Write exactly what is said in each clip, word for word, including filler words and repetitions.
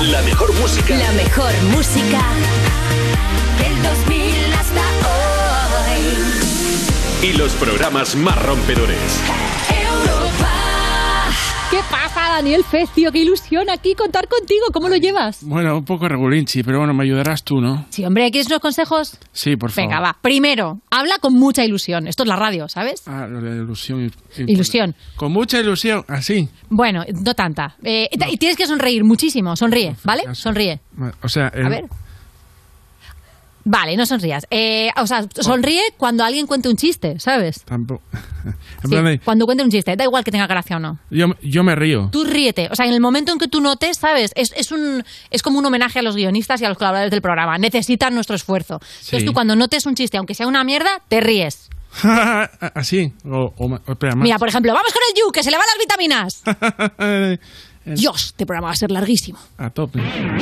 La mejor música. La mejor música del dos mil hasta hoy. Y los programas más rompedores. Europa. ¿Qué pasa, Daniel Fecio? Qué ilusión aquí contar contigo. ¿Cómo lo llevas? Bueno, un poco regulinchi, pero bueno, me ayudarás tú, ¿no? Sí, hombre, ¿quieres unos consejos? Sí, por favor. Venga, va. Primero, habla con mucha ilusión. Esto es la radio, ¿sabes? Ah, lo de la ilusión. Ilusión. Con mucha ilusión, así. Bueno, no tanta. Eh, no. Y tienes que sonreír muchísimo. Sonríe, ¿vale? Sonríe. O sea... El... A ver. Vale, no sonrías. Eh, o sea, sonríe cuando alguien cuente un chiste, ¿sabes? Tampoco. Sí, de... cuando cuente un chiste, da igual que tenga gracia o no. Yo, yo me río. Tú ríete. O sea, en el momento en que tú notes, ¿sabes? Es, es, un, es como un homenaje a los guionistas y a los colaboradores del programa. Necesitan nuestro esfuerzo. Sí. Entonces tú cuando notes un chiste, aunque sea una mierda, te ríes. Así. O, o, o espera, más. Mira, por ejemplo, vamos con el You, que se le van las vitaminas. Dios, este programa va a ser larguísimo. A tope.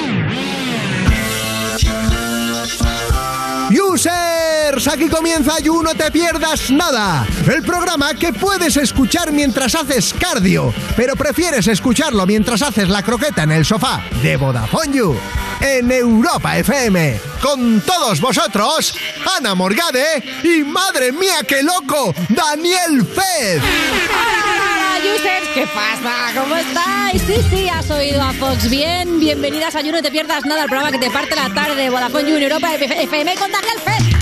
Users, aquí comienza You No Te Pierdas Nada, el programa que puedes escuchar mientras haces cardio, pero prefieres escucharlo mientras haces la croqueta en el sofá de Vodafone You, en Europa F M. Con todos vosotros, Ana Morgade y, madre mía, qué loco, Daniel Fez. Hola, users, ¿qué pasa? ¿Cómo estáis? Sí, sí, has oído a Fox bien. Bienvenidas a You No Te Pierdas Nada, el programa que te parte la tarde. Vodafone You en Europa F M con Daniel Fez.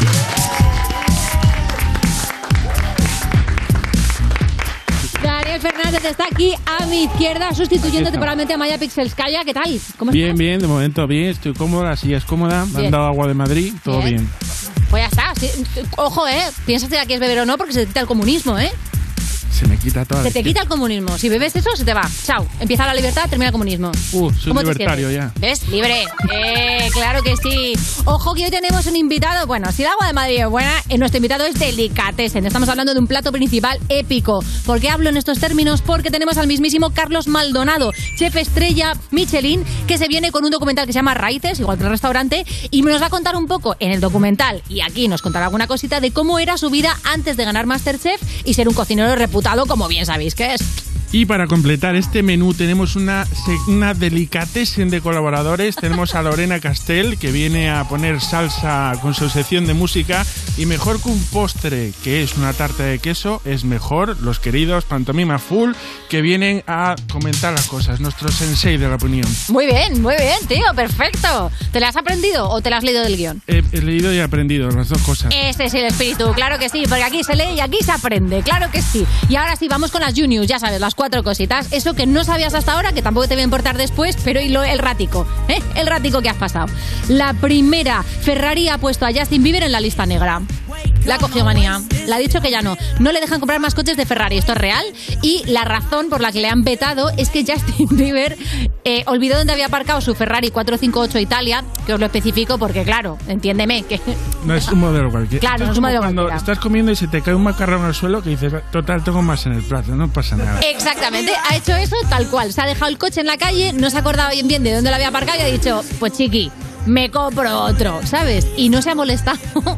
Daniel Fernández está aquí a mi izquierda, sustituyendo temporalmente a Maya Pixelskaya. ¿Qué tal? ¿Cómo estás? Bien, bien, de momento bien, estoy cómoda, la silla es cómoda, me han dado agua de Madrid, todo bien. bien. Pues ya está, sí. Ojo, ¿eh? Piensas si la quieres beber o no, porque se te quita el comunismo, ¿eh? Se me quita todo. Se te quita el comunismo. Si bebes eso, se te va. Chao. Empieza la libertad, termina el comunismo. Uh, soy libertario ya. ¿Ves? Libre. Eh, claro que sí. Ojo que hoy tenemos un invitado. Bueno, si el agua de Madrid es buena, nuestro invitado es delicatessen. Estamos hablando de un plato principal épico. ¿Por qué hablo en estos términos? Porque tenemos al mismísimo Carlos Maldonado, chef estrella Michelin, que se viene con un documental que se llama Raíces, igual que el restaurante, y nos va a contar un poco en el documental, y aquí nos contará alguna cosita de cómo era su vida antes de ganar MasterChef y ser un cocinero reputado, como bien sabéis que es. Y para completar este menú tenemos una, una delicatessen de colaboradores. Tenemos a Lorena Castell, que viene a poner salsa con su sección de música. Y mejor que un postre, que es una tarta de queso, es mejor los queridos Pantomima Full, que vienen a comentar las cosas. Nuestro sensei de la opinión. Muy bien, muy bien, tío, perfecto. ¿Te la has aprendido o te la has leído del guión? He, he leído y aprendido, las dos cosas. Ese es el espíritu, claro que sí, porque aquí se lee y aquí se aprende, claro que sí. Y ahora sí, vamos con las Juniors, ya sabes, las cuatro cositas. Eso que no sabías hasta ahora, que tampoco te va a importar después, pero y lo, el rático, ¿eh? El rático que has pasado. La primera, Ferrari ha puesto a Justin Bieber en la lista negra. La cogió manía. Le ha dicho que ya no. No le dejan comprar más coches de Ferrari. Esto es real. Y la razón por la que le han vetado es que Justin Bieber eh, olvidó dónde había aparcado su Ferrari cuatrocientos cincuenta y ocho Italia, que os lo especifico porque, claro, entiéndeme que... No es un modelo cualquiera. Claro, no es un modelo cuando cualquiera. Estás comiendo y se te cae un macarrón al suelo que dices, total, tengo más en el plato, no pasa nada. Exactamente. Ha hecho eso tal cual. Se ha dejado el coche en la calle, no se acordaba bien bien de dónde lo había aparcado y ha dicho, pues chiqui, me compro otro, ¿sabes? Y no se ha molestado,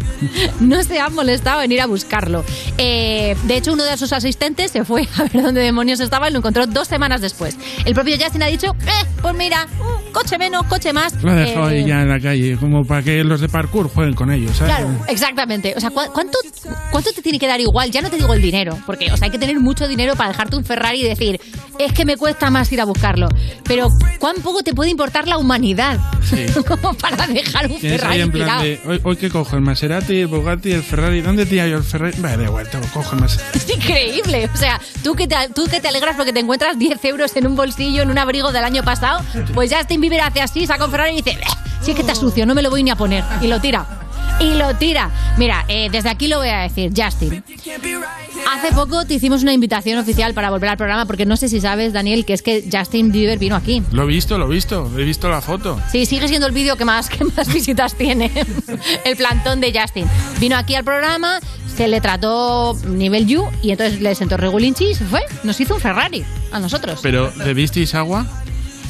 no se ha molestado en ir a buscarlo. Eh, de hecho, uno de sus asistentes se fue a ver dónde demonios estaba y lo encontró dos semanas después. El propio Justin ha dicho, eh, pues mira, coche menos, coche más. Lo ha dejado eh, ahí ya en la calle, como para que los de parkour jueguen con ellos, ¿sabes? Claro, exactamente. O sea, ¿cu- ¿cuánto, ¿cuánto te tiene que dar igual? Ya no te digo el dinero, porque o sea, hay que tener mucho dinero para dejarte un Ferrari y decir, es que me cuesta más ir a buscarlo. Pero ¿cuán poco te puede importar la humanidad? Sí. Como para dejar un Tienes Ferrari ahí en plan tirado. de, hoy, hoy que cojo el Maserati, el Bugatti, el Ferrari. ¿Dónde tira yo el Ferrari? Vale, da igual, tengo, cojo el Maserati. Es increíble. O sea, tú que, te, tú que te alegras porque te encuentras diez euros en un bolsillo, en un abrigo del año pasado, pues Justin Bieber hace así, saca un Ferrari y dice, si es que está sucio, no me lo voy ni a poner. Y lo tira. Y lo tira. Mira, eh, desde aquí lo voy a decir, Justin. Hace poco te hicimos una invitación oficial para volver al programa, porque no sé si sabes, Daniel, que es que Justin Bieber vino aquí. Lo he visto, lo he visto, he visto la foto. Sí, sigue siendo el vídeo que más, que más visitas tiene, el plantón de Justin. Vino aquí al programa, se le trató nivel You y entonces le sentó regulinchi y se fue. Nos hizo un Ferrari a nosotros. Pero, ¿bebisteis agua?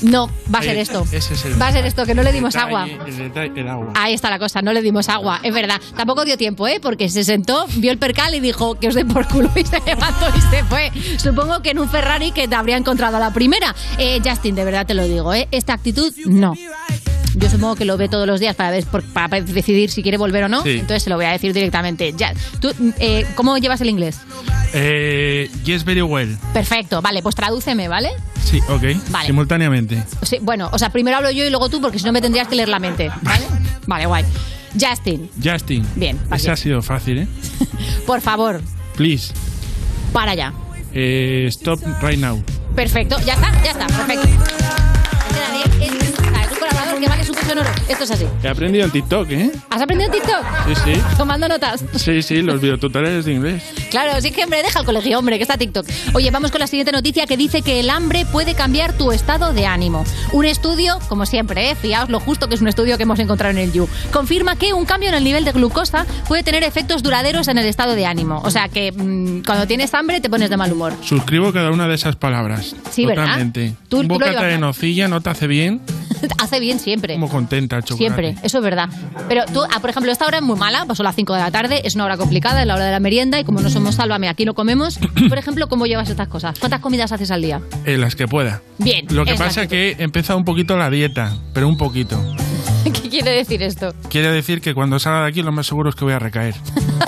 No, va a ser Ahí, esto. ese es el va a ser esto, que no le dimos detalle, agua. El detalle, el agua. Ahí está la cosa, no le dimos agua, es verdad. Tampoco dio tiempo, ¿eh? Porque se sentó, vio el percal y dijo que os den por culo y se levantó y se fue. Supongo que en un Ferrari que te habría encontrado a la primera. Eh, Justin, de verdad te lo digo, ¿eh? Esta actitud, no. Yo supongo que lo ve todos los días para, ver, para decidir si quiere volver o no. Sí. Entonces se lo voy a decir directamente. Ya, ¿tú, eh, ¿Cómo llevas el inglés? Eh, yes, very well. Perfecto, vale, pues tradúceme, ¿vale? Sí, ok. Vale. Simultáneamente. Sí, bueno, o sea, primero hablo yo y luego tú, porque si no me tendrías que leer la mente, ¿vale? Vale, guay. Justin. Justin. Bien. Ese ha sido fácil, ¿eh? Por favor. Please. Para allá. Eh, stop right now. Perfecto, ya está, ya está, perfecto. Es un colaborador que vale su peso en oro. Esto es así. He aprendido en TikTok, ¿eh? ¿Has aprendido en TikTok? Sí, sí. Tomando notas. Sí, sí, los videotutoriales de inglés. Claro, sí que, hombre, deja el colegio, hombre, que está TikTok. Oye, vamos con la siguiente noticia que dice que el hambre puede cambiar tu estado de ánimo. Un estudio, como siempre, ¿eh? Fiaos lo justo que es un estudio que hemos encontrado en el You, confirma que un cambio en el nivel de glucosa puede tener efectos duraderos en el estado de ánimo. O sea que mmm, cuando tienes hambre te pones de mal humor. Suscribo cada una de esas palabras. Sí, totalmente. ¿verdad? Tú, un bocata de nocilla no te hace bien. Hace bien siempre. Como contenta el chocolate. Siempre, eso es verdad. Pero tú, ah, por ejemplo, esta hora es muy mala, pues son las cinco de la tarde, es una hora complicada, es la hora de la merienda y como no somos Sálvame, aquí no comemos. Por ejemplo, ¿cómo llevas estas cosas? ¿Cuántas comidas haces al día? Eh, las que pueda. Bien. Lo que pasa es que he empezado un poquito la dieta, pero un poquito. ¿Qué quiere decir esto? Quiere decir que cuando salga de aquí lo más seguro es que voy a recaer.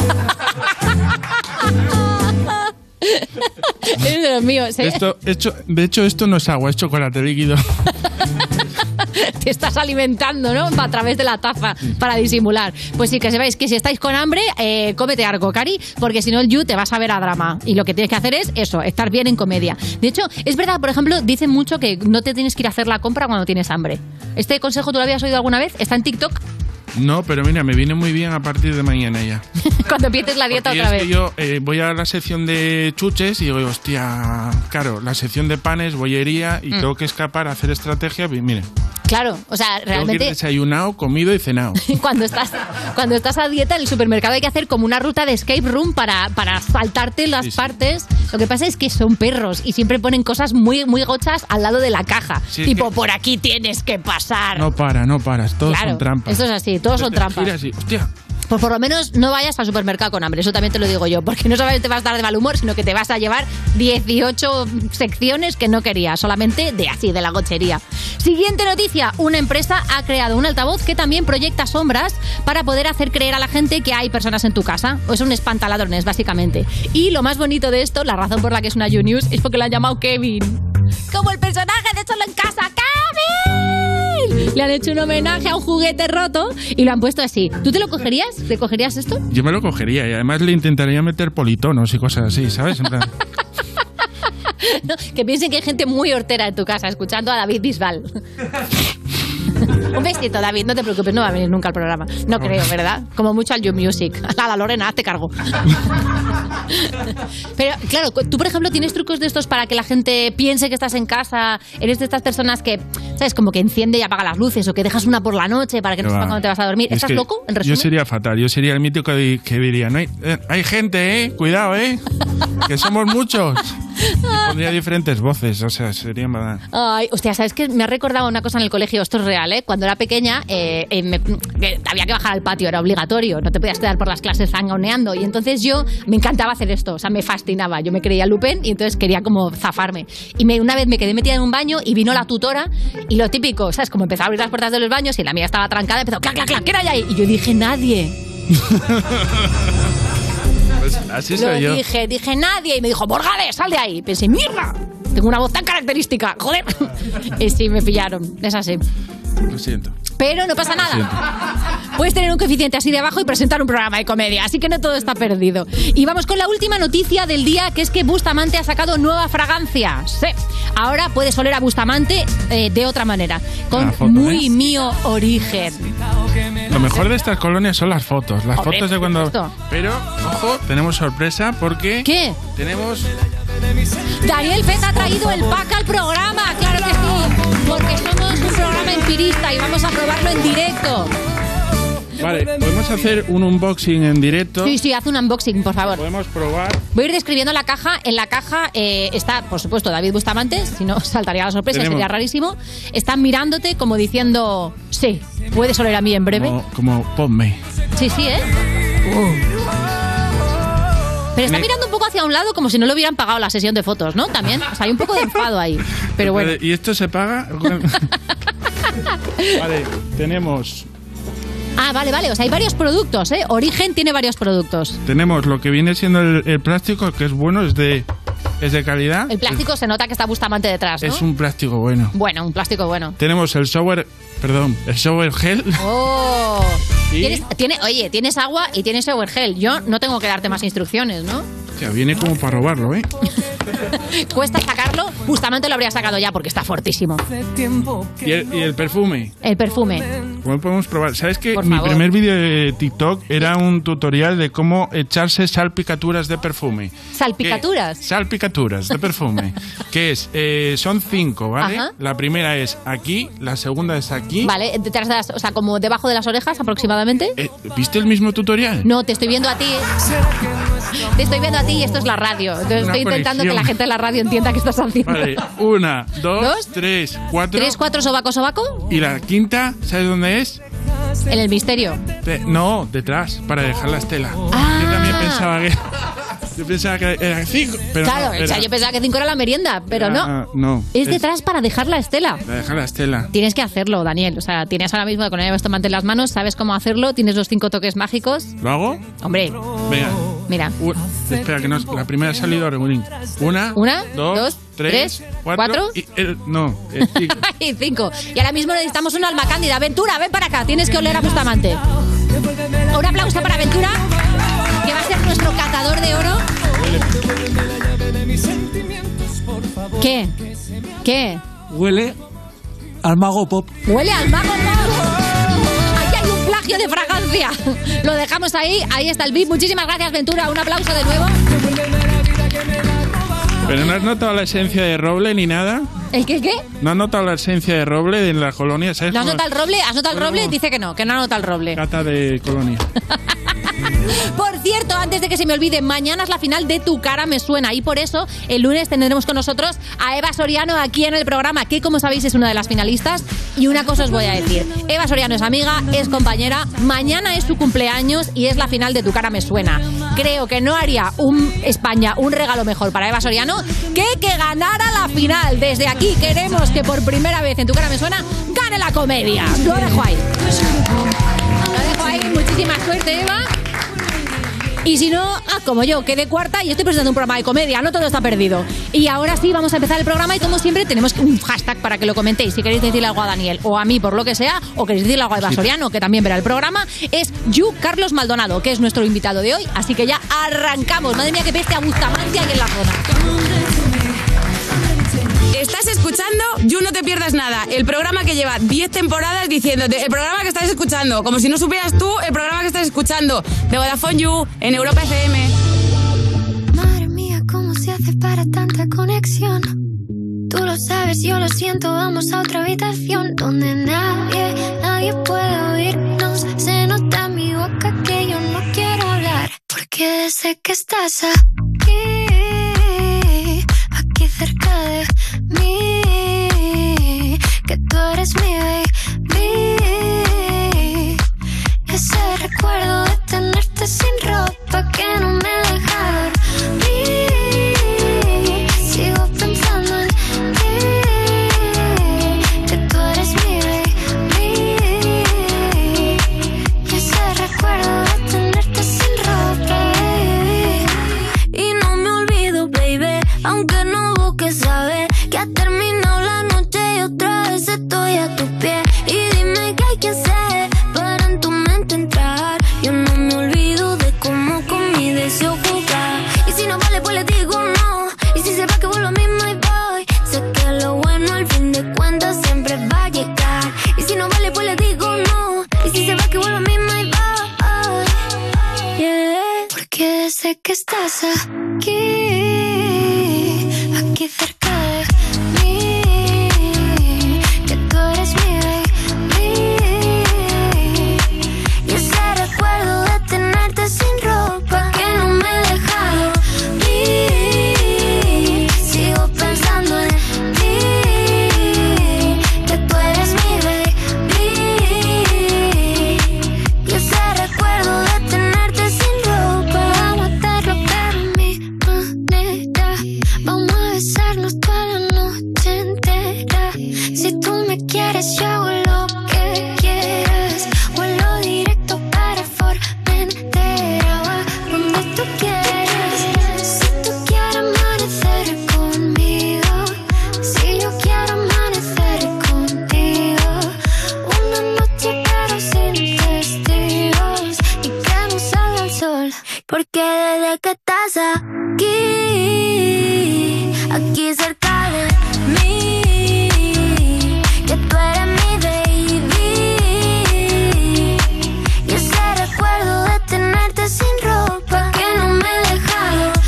Eres de los míos, ¿eh? Esto, hecho, de hecho, esto no es agua, es chocolate líquido. Te estás alimentando, ¿no? A través de la taza para disimular. Pues sí, que sepáis que si estáis con hambre, eh, cómete algo, Cari, porque si no el You te vas a ver a drama. Y lo que tienes que hacer es eso, estar bien en comedia. De hecho, es verdad, por ejemplo, dicen mucho que no te tienes que ir a hacer la compra cuando tienes hambre. ¿Este consejo tú lo habías oído alguna vez? ¿Está en TikTok? No, pero mira, me viene muy bien a partir de mañana ya. Cuando empieces la dieta Porque otra es vez. Que yo eh, voy a la sección de chuches y digo, hostia, claro, la sección de panes, bollería y mm. tengo que escapar a hacer estrategia. Y mire, claro, o sea, realmente... Tengo que ir desayunado, comido y cenado. cuando, estás, cuando estás a dieta en el supermercado hay que hacer como una ruta de escape room para, para saltarte las sí, sí. partes. Lo que pasa es que son perros y siempre ponen cosas muy, muy gochas al lado de la caja. Sí, tipo, que... por aquí tienes que pasar. No para, no paras, todos claro, son trampas. Esto es así, todos son trampas. Mira así, hostia. Pues por lo menos no vayas al supermercado con hambre, eso también te lo digo yo, porque no solamente te vas a dar de mal humor, sino que te vas a llevar dieciocho secciones que no querías, solamente de así, de la gochería. Siguiente noticia, una empresa ha creado un altavoz que también proyecta sombras para poder hacer creer a la gente que hay personas en tu casa, o es un espantaladrones, básicamente. Y lo más bonito de esto, la razón por la que es una You News, es porque lo han llamado Kevin. Como el personaje de Solo en Casa, ¡Kevin! Le han hecho un homenaje a un juguete roto y lo han puesto así. ¿Tú te lo cogerías? ¿Te cogerías esto? Yo me lo cogería y además le intentaría meter politonos y cosas así, ¿sabes? En plan... no, que piensen que hay gente muy hortera en tu casa escuchando a David Bisbal. Un besito, David, no te preocupes, no va a venir nunca al programa. No creo, ¿verdad? Como mucho al You Music. A la Lorena, hazte cargo. Pero, claro, tú, por ejemplo, ¿tienes trucos de estos para que la gente piense que estás en casa? ¿Eres de estas personas que, sabes, como que enciende y apaga las luces o que dejas una por la noche para que no sepan cuándo te vas a dormir? ¿Estás loco, en resumen? Yo sería fatal. Yo sería el mítico que, que diría, no hay, eh, hay gente, ¿eh? Cuidado, ¿eh? Que somos muchos. Y pondría diferentes voces, o sea, sería más... Ay, hostia, ¿sabes qué? Me ha recordado una cosa en el colegio, esto es real, ¿eh? Cuando era pequeña, eh, eh, me, eh, había que bajar al patio, era obligatorio, no te podías quedar por las clases zangoneando, y entonces yo me encantaba hacer esto, o sea, me fascinaba, yo me creía Lupin y entonces quería como zafarme. Y me, una vez me quedé metida en un baño y vino la tutora y lo típico, ¿sabes? Como empezó a abrir las puertas de los baños y la mía estaba trancada, empezó, clac, clac, clac, ¿quién hay ahí? Y yo dije, nadie. Pues así soy Lo yo. dije, dije nadie y me dijo, Borgade, sal de ahí. Pensé, mierda, tengo una voz tan característica, joder. Y sí, me pillaron, es así. Lo siento. Pero no pasa nada. Puedes tener un coeficiente así de abajo y presentar un programa de comedia, así que no todo está perdido. Y vamos con la última noticia del día, que es que Bustamante ha sacado nueva fragancia. Sí. Ahora puedes oler a Bustamante eh, de otra manera, con foto, muy ¿eh? mío origen. Lo mejor de estas colonias son las fotos. Las Hombre, fotos de cuando... Esto. Pero, ojo, tenemos sorpresa porque... ¿Qué? Tenemos... Daniel Feta ha traído el pack al programa, claro que sí, porque somos un programa empirista y vamos a probarlo en directo. Vale, podemos hacer un unboxing en directo. Sí, sí, haz un unboxing, por favor. Podemos probar. Voy a ir describiendo la caja. En la caja eh, está, por supuesto, David Bustamante. Si no, saltaría la sorpresa, Tenemos. sería rarísimo. Están mirándote como diciendo, sí, puedes oler a mí en breve. Como, como ponme. Sí, sí, ¿eh? Uh. Pero está Me... mirando un poco hacia un lado como si no le hubieran pagado la sesión de fotos, ¿no? También. O sea, hay un poco de enfado ahí. Pero bueno. ¿Y esto se paga? Vale, tenemos... Ah, vale, vale. O sea, hay varios productos, ¿eh? Origen tiene varios productos. Tenemos lo que viene siendo el, el plástico, que es bueno, es de, es de calidad. El plástico es, se nota que está Bustamante detrás, ¿no? Es un plástico bueno. Bueno, un plástico bueno. Tenemos el shower... Perdón, el shower gel. ¡Oh! ¿Y? ¿Tienes, tiene, oye, tienes agua y tienes shower gel. Yo no tengo que darte más instrucciones, ¿no? O sea, viene como para robarlo, ¿eh? Cuesta sacarlo. Justamente lo habría sacado ya porque está fortísimo. ¿Y el, y el perfume? El perfume. ¿Cómo podemos probar? ¿Sabes que Por mi favor. primer vídeo de TikTok era un tutorial de cómo echarse salpicaturas de perfume? ¿Salpicaturas? ¿Qué? Salpicaturas de perfume. Que es, eh, son cinco, ¿vale? Ajá. La primera es aquí, la segunda es aquí. Vale, detrás de las, o sea, como debajo de las orejas aproximadamente. Eh, ¿Viste el mismo tutorial? No, te estoy viendo a ti. Te estoy viendo a ti y esto es la radio. Entonces Una estoy intentando conexión. que la gente de la radio entienda qué estás haciendo. Vale, una, dos, ¿Dos? tres, cuatro. ¿Tres, cuatro, sobaco, sobaco? Y la quinta, ¿sabes dónde es? En el misterio. De- no, detrás, para dejar la estela. Ah. Yo también pensaba que... Yo pensaba que era cinco, pero Claro, no, era- o sea, yo pensaba que cinco era la merienda, pero no. Ah, no. Es detrás para dejar la estela. Para dejar la estela. Tienes que hacerlo, Daniel. O sea, tienes ahora mismo con el Bustamante en las manos, sabes cómo hacerlo, tienes los cinco toques mágicos. ¿Lo hago? Hombre, Venga. mira. U- espera, que no, la primera ha salido regulín. Una, Una, dos, dos, tres, tres, cuatro. cuatro. Y el, no, el cinco. Y cinco. Y ahora mismo necesitamos un alma cándida. Aventura, ven para acá. Tienes que oler a Bustamante. Un aplauso para Aventura, que va a ser nuestro catador de oro. ¿Qué? ¿Qué? Huele al mago pop. Huele al mago pop. Aquí hay un plagio de fragancia. Lo dejamos ahí. Ahí está el beat. Muchísimas gracias, Ventura. Un aplauso de nuevo. ¿Pero no has notado la esencia de roble ni nada? ¿El qué, el qué? ¿No has notado la esencia de roble en la colonia? ¿Sabes ¿No has cómo- notado el roble? ¿Has notado el roble? Dice que no, que no ha notado el roble. Cata de colonia. Por cierto, antes de que se me olvide, mañana es la final de Tu cara me suena y por eso el lunes tendremos con nosotros a Eva Soriano aquí en el programa, que como sabéis es una de las finalistas. Y una cosa os voy a decir, Eva Soriano es amiga, es compañera, mañana es su cumpleaños y es la final de Tu cara me suena. Creo que no haría un España un regalo mejor para Eva Soriano que que ganara la final. Desde aquí queremos que por primera vez en Tu cara me suena gane la comedia. Lo dejo ahí. Lo dejo ahí. Muchísima suerte, Eva. Y si no, ah, como yo, quedé cuarta y estoy presentando un programa de comedia, no todo está perdido. Y ahora sí, vamos a empezar el programa y como siempre tenemos un hashtag para que lo comentéis. Si queréis decirle algo a Daniel o a mí por lo que sea, o queréis decirle algo a Eva Soriano, que también verá el programa, es Yu Carlos Maldonado, que es nuestro invitado de hoy. Así que ya arrancamos. Madre mía, que peste a Bustamante ahí en la zona. Estás escuchando You No Te Pierdas Nada, el programa que lleva diez temporadas diciéndote, el programa que estás escuchando, como si no supieras tú el programa que estás escuchando, de Vodafone You, en Europa F M. Madre mía, ¿cómo se hace para tanta conexión? Tú lo sabes, yo lo siento, vamos a otra habitación donde nadie, nadie puede oírnos. Se nota en mi boca que yo no quiero hablar, porque sé que estás aquí, aquí cerca de mí, que tú eres mi baby. Ese recuerdo de tenerte sin ropa que no me deja dormir. Sigo pensando en ti, que tú eres mi baby. Ese recuerdo de tenerte sin ropa, baby. Y no me olvido, baby, aunque no busques saber que ha terminado la noche y otra vez estoy a tu pie. Y dime qué hay que hacer para en tu mente entrar. Yo no me olvido de cómo con mi deseo jugar. Y si no vale, pues le digo no. Y si se va, que vuelvo mismo y voy. Sé que lo bueno al fin de cuentas siempre va a llegar. Y si no vale, pues le digo no. Y si se va, que vuelvo mismo y voy. Yeah. Porque sé que estás aquí, aquí cerca de mí, que tú eres mi baby. Y ese mí, que tú eres mi baby. Y ese recuerdo de tenerte sin ropa que no me deja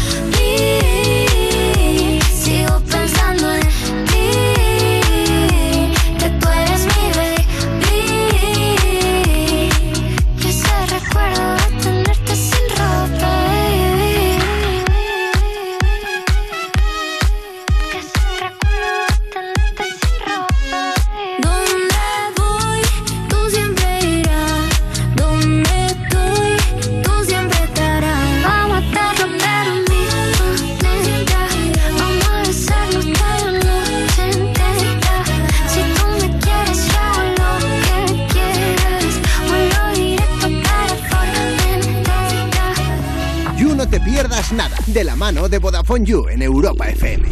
dormir. Sigo pensando en ti, que tú eres mi baby. Y ese recuerdo de tenerte sin ropa, baby. Ese recuerdo de tenerte sin ropa, baby. Donde voy, tú siempre irás. Donde estoy, tú siempre estarás. Vamos a estar romper un mismo planeta. Vamos a besarnos toda la noche entera. Si tú me quieres, yo hago lo que quieras. Vuelo directo para Formentera. You No Te Pierdas Nada, de la mano de Vodafone You en Europa F M.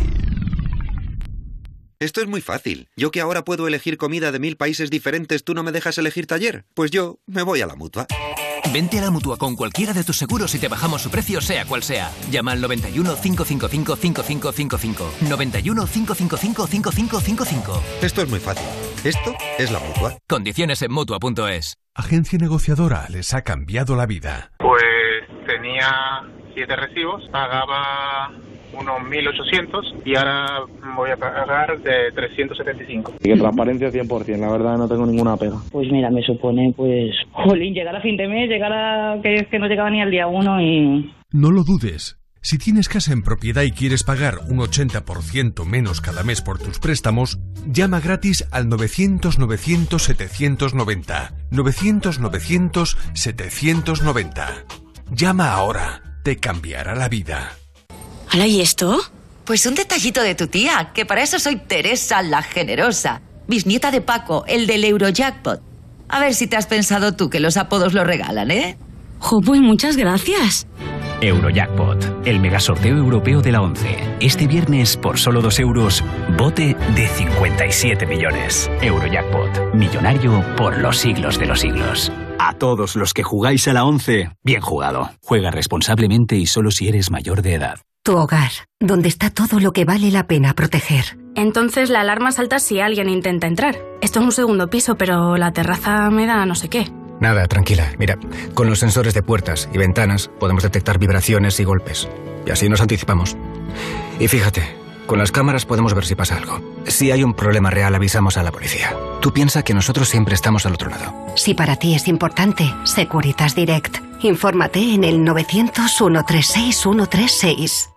Esto es muy fácil. Yo que ahora puedo elegir comida de mil países diferentes, ¿tú no me dejas elegir taller? Pues yo me voy a la Mutua. Vente a la Mutua con cualquiera de tus seguros y te bajamos su precio, sea cual sea. Llama al noventa y uno, cinco cinco cinco, cinco cinco cinco cinco. noventa y uno, cinco cinco cinco, cinco cinco cinco cinco. Esto es muy fácil. Esto es la Mutua. Condiciones en Mutua punto es. Agencia negociadora les ha cambiado la vida. Pues tenía siete recibos, pagaba unos mil ochocientos y ahora voy a pagar de trescientos setenta y cinco. Y que transparencia cien por ciento, la verdad no tengo ninguna pega. Pues mira, me supone, pues, jolín, llegar a fin de mes, llegar a que es que no llegaba ni al día uno y... No lo dudes. Si tienes casa en propiedad y quieres pagar un ochenta por ciento menos cada mes por tus préstamos, llama gratis al novecientos, novecientos, setecientos noventa. novecientos, novecientos, setecientos noventa. Llama ahora. Te cambiará la vida. ¿Hala, y esto? Pues un detallito de tu tía, que para eso soy Teresa la Generosa, bisnieta de Paco, el del Eurojackpot. A ver si te has pensado tú que los apodos lo regalan, ¿eh? Jo, pues muchas gracias. Eurojackpot, el megasorteo europeo de la once. Este viernes, por solo dos euros, bote de cincuenta y siete millones. Eurojackpot, millonario por los siglos de los siglos. A todos los que jugáis a la once, bien jugado. Juega responsablemente y solo si eres mayor de edad. Tu hogar, donde está todo lo que vale la pena proteger. Entonces la alarma salta si alguien intenta entrar. Esto es un segundo piso, pero la terraza me da no sé qué. Nada, tranquila. Mira, con los sensores de puertas y ventanas podemos detectar vibraciones y golpes. Y así nos anticipamos. Y fíjate, con las cámaras podemos ver si pasa algo. Si hay un problema real, avisamos a la policía. Tú piensa que nosotros siempre estamos al otro lado. Si para ti es importante, Securitas Direct. Infórmate en el novecientos, ciento treinta y seis, ciento treinta y seis.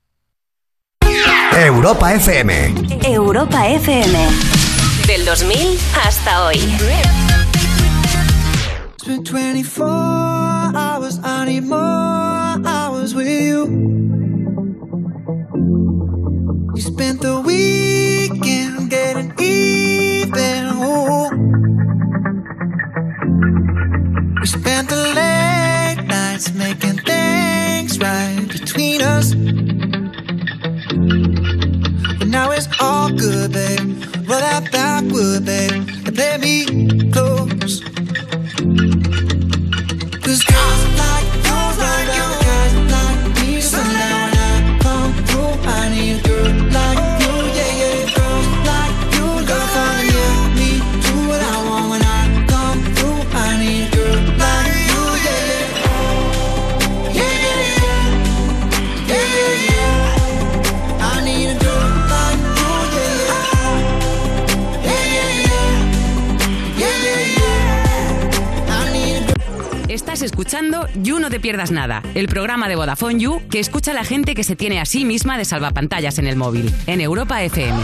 Europa F M. Europa F M. Del dos mil hasta hoy. It's been twenty-four hours, I need more hours with you. You spent the weekend getting even. Ooh. We spent the late nights making things right between us. But now it's all good, babe. Roll that backward, babe, and play me close. Cause girls like you, like you, guys like me. So now when I come through, I need a girl like you, yeah, yeah. Girls like you, girls like yeah, me do what I want when I come through. I need a girl like you, yeah, yeah. Yeah, yeah, yeah. Yeah, yeah, yeah. I need a girl like you, yeah, yeah. Yeah, yeah, yeah. Yeah, yeah, yeah. I need a girl. Estás escuchando You No Te Pierdas Nada, el programa de Vodafone You que escucha a la gente que se tiene a sí misma de salvapantallas en el móvil, en Europa F M.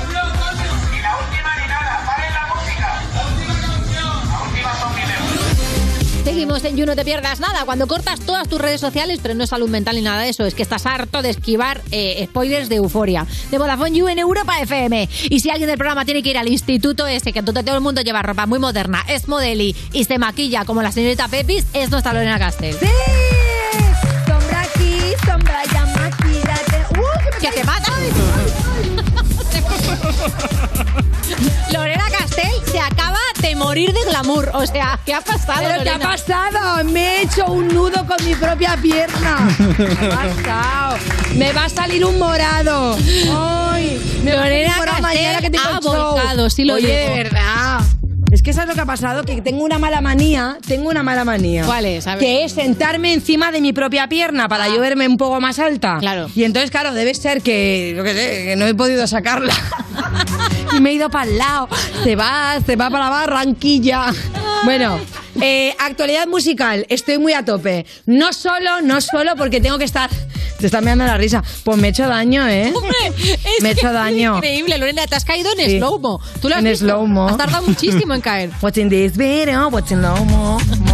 Seguimos en You No Te Pierdas Nada. Cuando cortas todas tus redes sociales, pero no es salud mental ni nada de eso, es que estás harto de esquivar eh, spoilers de Euforia, de Vodafone You en Europa F M. Y si alguien del programa tiene que ir al instituto ese, que todo el mundo lleva ropa muy moderna, es modeli y se maquilla como la señorita Pepis, es nuestra Lorena Castell. ¡Sí! Sombra aquí, sombra allá, maquillate. ¡Uh, que te mata! Lorena Castell se acaba de morir de glamour. O sea, ¿qué ha pasado, ¿Pero Lorena? qué ha pasado? Me he hecho un nudo con mi propia pierna. ¿Qué ha pasado? Me va a salir un morado. Ay, me Lorena va a que tengo Ha el show. volcado, sí lo Oye, digo. de verdad. Es que eso es lo que ha pasado, que tengo una mala manía, tengo una mala manía. ¿Cuál es? A ver. Que es sentarme encima de mi propia pierna para yo verme un poco más alta. Claro. Y entonces, claro, debe ser que, yo qué sé, que no he podido sacarla. Y me he ido para el lado. Se va, se va para Barranquilla. Bueno, eh, actualidad musical, estoy muy a tope. No solo, no solo porque tengo que estar... Te está mirando la risa. Pues me he hecho daño, ¿eh? Hombre, es me he hecho daño. Increíble, Lorena, te has caído en Sí. slow-mo. ¿Tú lo has En visto? slow-mo. Has tardado muchísimo en caer. Watching this video, watching slow-mo.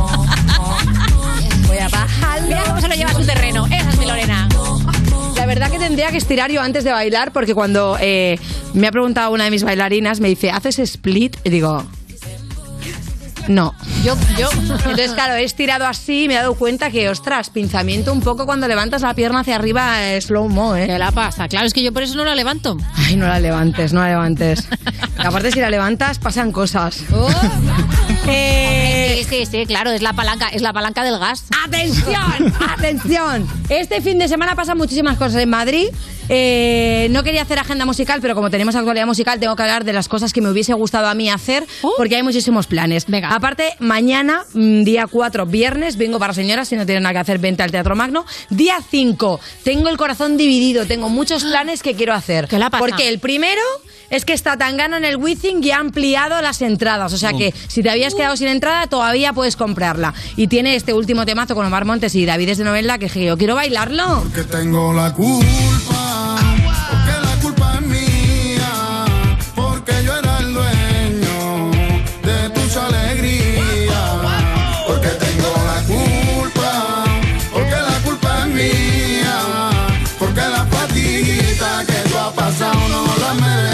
Voy a bajarlo. Mira cómo se lo lleva a su terreno. Esa es mi Lorena. La verdad que tendría que estirar yo antes de bailar, porque cuando eh, me ha preguntado una de mis bailarinas, me dice, ¿haces split? Y digo, no. Yo, yo. Entonces, claro, he estirado así y me he dado cuenta que, ostras, pinzamiento un poco cuando levantas la pierna hacia arriba, eh, slow-mo, ¿eh? ¿Qué la pasa? Claro, es que yo por eso no la levanto. Ay, no la levantes, no la levantes. Y aparte, si la levantas, pasan cosas. Oh. Eh, Sí, sí, sí, claro, es la palanca, es la palanca del gas. ¡Atención! ¡Atención! Este fin de semana pasan muchísimas cosas en Madrid. Eh, no quería hacer agenda musical, pero como tenemos actualidad musical, tengo que hablar de las cosas que me hubiese gustado a mí hacer, porque hay muchísimos planes. Venga. Aparte, mañana, mm, día cuatro, viernes, bingo para señoras, si no tienen nada que hacer, vente al Teatro Magno. Día cinco, tengo el corazón dividido, tengo muchos planes que quiero hacer. ¿Qué la pasa? Porque el primero es que está Tangana en el Wizzing y ha ampliado las entradas. O sea que si te habías quedado sin entrada, todavía puedes comprarla. Y tiene este último temazo con Omar Montes y David de Novela que dije yo, quiero bailarlo. Porque tengo la culpa, porque la culpa es mía, porque yo era el dueño de tus alegrías. Porque tengo la culpa, porque la culpa es mía, porque la fatiguita que tú has pasado no la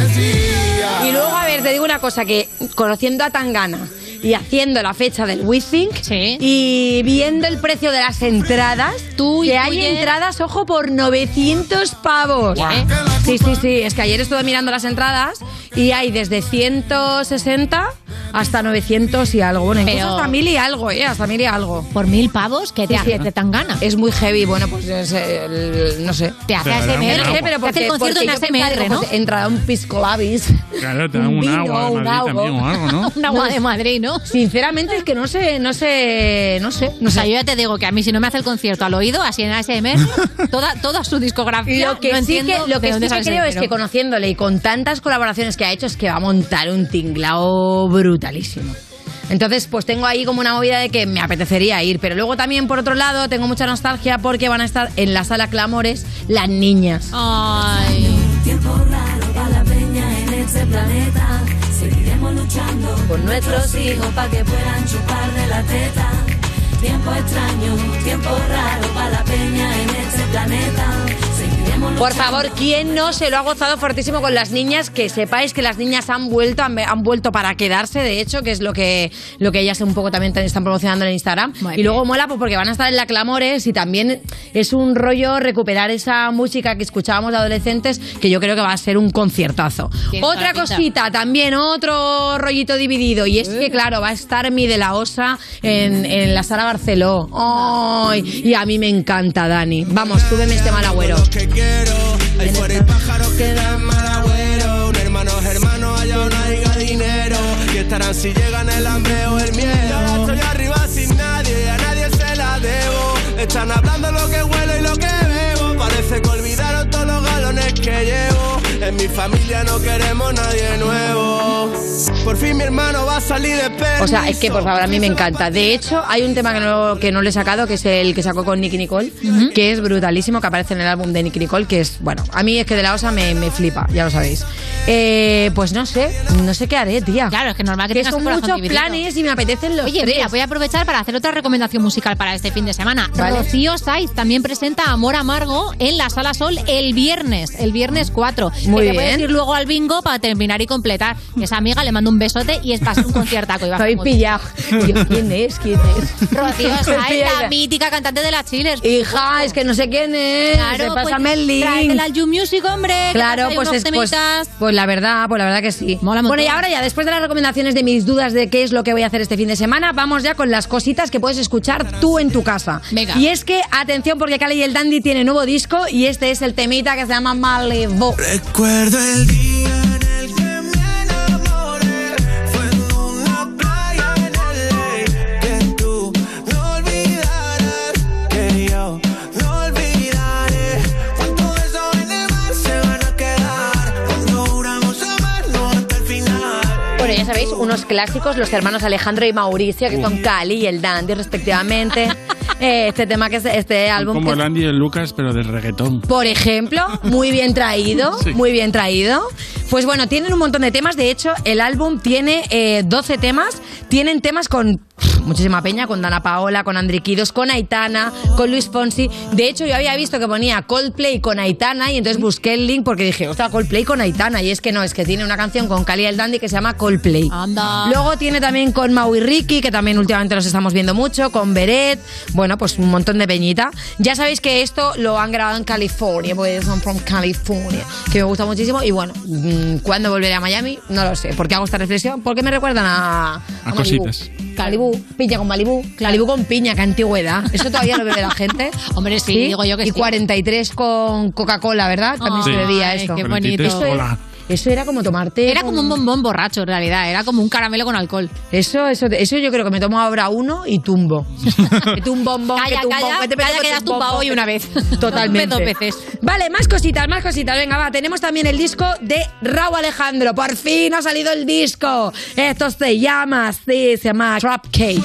merecía. Y luego, a ver, te digo una cosa, que conociendo a Tangana y haciendo la fecha del Wizzing Sí. y viendo el precio de las entradas, Tú que hay intuyes- entradas, ojo, por novecientos pavos. ¿Qué? Sí, sí, sí, es que ayer estuve mirando las entradas y hay desde ciento sesenta hasta novecientos y algo. Bueno, incluso Pero- hasta mil y algo, ¿eh? Hasta mil y algo. Por mil pavos, que te Sí, sí. hace tan gana. Es muy heavy, bueno, pues es el- no sé. Te hace Te A S M R. dará un No sé, pero te porque, hace el concierto porque en yo A S M R, pensaba, ¿no? pues, entrará un pisco labis. Claro, te dan Un un, vino, agua de un Madrid agua. también o algo, ¿no? Un agua de Madrid, ¿no? Sinceramente es que no sé, no sé, no sé, no O sea, sé. yo ya te digo que a mí si no me hace el concierto al oído, así en A S M R, toda, toda su discografía, Lo que no sí entiendo que, lo de que, dónde sí que sale ese creo es dinero. que conociéndole y con tantas colaboraciones que ha hecho es que va a montar un tinglao brutalísimo. Entonces, pues tengo ahí como una movida de que me apetecería ir. Pero luego también, por otro lado, tengo mucha nostalgia porque van a estar en la sala Clamores las niñas. Ay. Tiempo raro para la peña en este planeta. Seguiremos luchando con nuestros hijos para que puedan chupar de la teta. Tiempo extraño, tiempo raro para la peña en este planeta. Seguiremos Por luchando. favor, ¿quién no se lo ha gozado fortísimo con las niñas? Que sepáis que las niñas han vuelto, han, han vuelto para quedarse, de hecho, que es lo que, lo que ellas un poco también están promocionando en Instagram. Muy y luego mola pues, porque van a estar en la Clamores y también es un rollo recuperar esa música que escuchábamos de adolescentes, que yo creo que va a ser un conciertazo. Tiene Otra toda la pinta. cosita, también otro rollito dividido, y es que, claro, va a estar Mi de la Osa en, en la sala Barceló. ¡Ay! Y a mí me encanta, Dani. Vamos, súbeme este mal agüero. Que quiero, ahí fuera hay pájaros que dan mal agüero. Un hermano, hermano, allá no haya dinero. Y estarán si llegan el hambre o el miedo. Y ahora estoy arriba sin nadie, a nadie se la debo. Están hablando lo que huelo y lo que bebo. Parece que olvidaron todos los galones que llevo. En mi familia no queremos nadie nuevo. Por fin mi hermano va a salir de permiso. O sea, es que por favor, a mí me encanta. De hecho, hay un tema que no, que no le he sacado, que es el que sacó con Nicky Nicole, que es brutalísimo, que aparece en el álbum de Nicky Nicole, que es, bueno, a mí es que de la osa me, me flipa, ya lo sabéis. Eh, pues no sé, no sé qué haré, tía. Claro, es que normal que Que tengas son un corazón muchos dividido. planes y me apetecen los Oye, tres. mira, voy a aprovechar para hacer otra recomendación musical para este fin de semana. Vale. Rocío Saiz también presenta Amor Amargo en la Sala Sol el viernes, el viernes cuatro. Muy que te bien. puedes ir luego al bingo para terminar y completar. Esa amiga le mando un besote y es para hacer un conciertaco. Y va a Me habéis ser muy- pillado. Y yo, ¿quién es? ¿Quién es? Rocío Me Saiz, pilla- la mítica cantante de las Chillers. Hija, es que no sé quién es. Claro, Pásame pues, el link. tráetela al You Music, hombre. que Claro, te pues trae es unos pues, temitas. pues la verdad, pues la verdad que sí. Mola Bueno, y montón. ahora ya, después de las recomendaciones de mis dudas de qué es lo que voy a hacer este fin de semana, vamos ya con las cositas que puedes escuchar tú en tu casa. Venga. Y es que, atención, porque Cali y el Dandy tiene nuevo disco y este es el temita que se llama Malibu. Recuerdo el día en el que me ya sabéis, unos clásicos, los hermanos Alejandro y Mauricio, que son Cali y el Dandy, respectivamente. Eh, este tema que es este álbum. Como que el Andy y el Lucas, pero del reggaetón. Por ejemplo, muy bien traído, Sí. muy bien traído. Pues bueno, tienen un montón de temas. De hecho, el álbum tiene eh, doce temas. Tienen temas con pff, muchísima peña, con Dana Paola, con Andriquidos, con Aitana, con Luis Fonsi. De hecho, yo había visto que ponía Coldplay con Aitana y entonces busqué el link porque dije, ostras, Coldplay con Aitana. Y es que no, es que tiene una canción con Cali y el Dandy que se llama Coldplay. Anda. Luego tiene también con Mau y Ricky, que también últimamente los estamos viendo mucho, con Beret. Bueno, pues un montón de peñita. Ya sabéis que esto lo han grabado en California, porque son from California, que me gusta muchísimo. Y bueno, ¿cuándo volveré a Miami? No lo sé. ¿Por qué hago esta reflexión? Porque me recuerdan a, a, A Malibú. cositas. Malibú, piña con Malibú, Malibú con piña, qué antigüedad. Eso todavía lo bebe la gente. Hombre, sí, digo yo que y sí. cuarenta y tres con Coca-Cola, ¿verdad? También se Ay, bebía esto. qué bonito. Eso era, eso era como tomarte. Era como un bombón borracho, en realidad. Era como un caramelo con alcohol. Eso, eso, eso yo creo que me tomo ahora uno y tumbo. Que tú un bombón, Calla, que tú un calla, bombón, que te calla, meto que con ya has tu tumbado bombón. hoy una vez. Totalmente. Dos veces. Vale, más cositas, más cositas. Venga, va. Tenemos también el disco de Rauw Alejandro. Por fin ha salido el disco. Esto se llama, sí, se llama Trap Cake.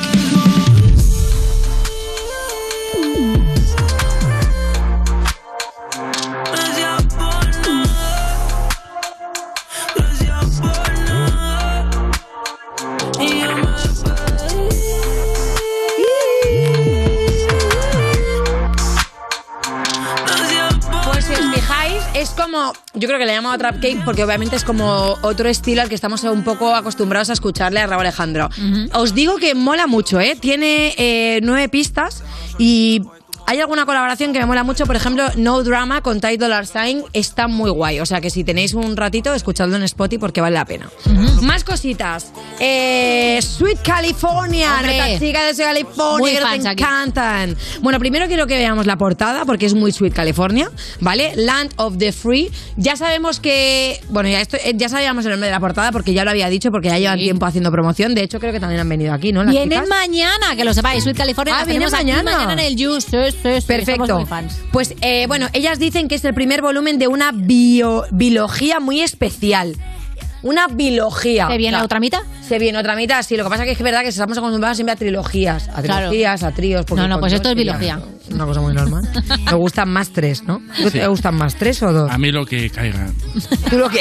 Pues si os fijáis, es como, yo creo que le he llamado Trap Cake porque obviamente es como otro estilo al que estamos un poco acostumbrados a escucharle a Rauw Alejandro. Os digo que mola mucho, ¿eh? Tiene eh, nueve pistas y hay alguna colaboración que me mola mucho, por ejemplo, No Drama con Ty Dolla Sign está muy guay, o sea que si tenéis un ratito, escuchadlo en Spotify porque vale la pena. Más cositas. Eh, Sweet California, Hombre. nuestra chica de Sweet California, Muy que nos fans aquí. encantan. Bueno, primero quiero que veamos la portada porque es muy Sweet California, ¿vale? Land of the Free. Ya sabemos que, bueno, ya esto, eh, ya sabíamos el nombre de la portada porque ya lo había dicho, porque ya llevan Sí. tiempo haciendo promoción. De hecho, creo que también han venido aquí, ¿no? Las Vienen chicas. mañana, que lo sepáis. Sweet California. Ah, las vienen tenemos aquí mañana. mañana en el Juice. Sí, sí, sí, Perfecto. somos muy fans. Pues eh, bueno, ellas dicen que es el primer volumen de una bio, biología muy especial. Una biología. ¿Se viene O sea, otra mitad? Se viene otra mitad, sí. Lo que pasa que es que es verdad que estamos acostumbrados siempre a trilogías. A Claro. trilogías, a tríos. porque No, no, con pues dos esto es que ya- biología. Una cosa muy normal. Me gustan más tres, ¿no? ¿Tú Sí. ¿Te gustan más tres o dos? A mí lo que caiga. ¿Tú lo que?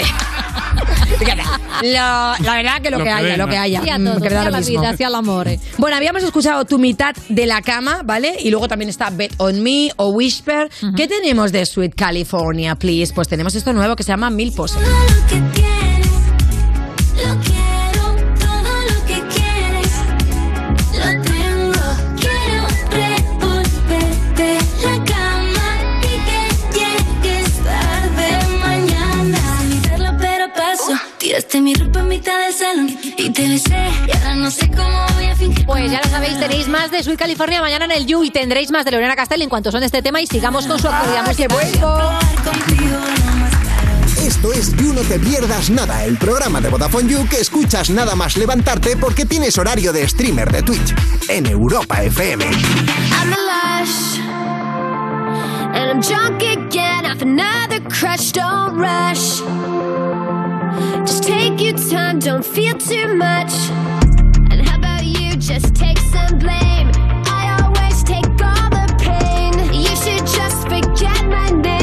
la, la verdad que lo, Lo que que haya, venga. lo que haya. Sí a Mm, todo, que me da sí a lo la mismo. vida, sí al amor. Bueno, habíamos escuchado Tu mitad de la cama, ¿vale? Y luego también está Bet on Me o Whisper. ¿Qué tenemos de Sweet California, please? Pues tenemos esto nuevo que se llama Mil Poses. Lo que tienes, lo quiero, todo lo que quieres, lo tengo. Quiero revolverte la cama y que llegues tarde mañana. Sin hacerlo, pero paso. Tiraste mi ropa en mitad del salón y te besé. Y ahora no sé cómo voy a fingir. Pues ya lo sabéis, tenéis más de Sweet California mañana en el You y tendréis más de Lorena Castell en cuanto son de este tema y sigamos con su actualidad ¡Ah, que musical. vuelvo! Esto es You No Te Pierdas Nada, el programa de Vodafone You que escuchas nada más levantarte porque tienes horario de streamer de Twitch en Europa F M. I'm a lush, and I'm drunk again off another crush. Don't rush, just take your time, don't feel too much. And how about you just take some blame? I always take all the pain. You should just forget my name.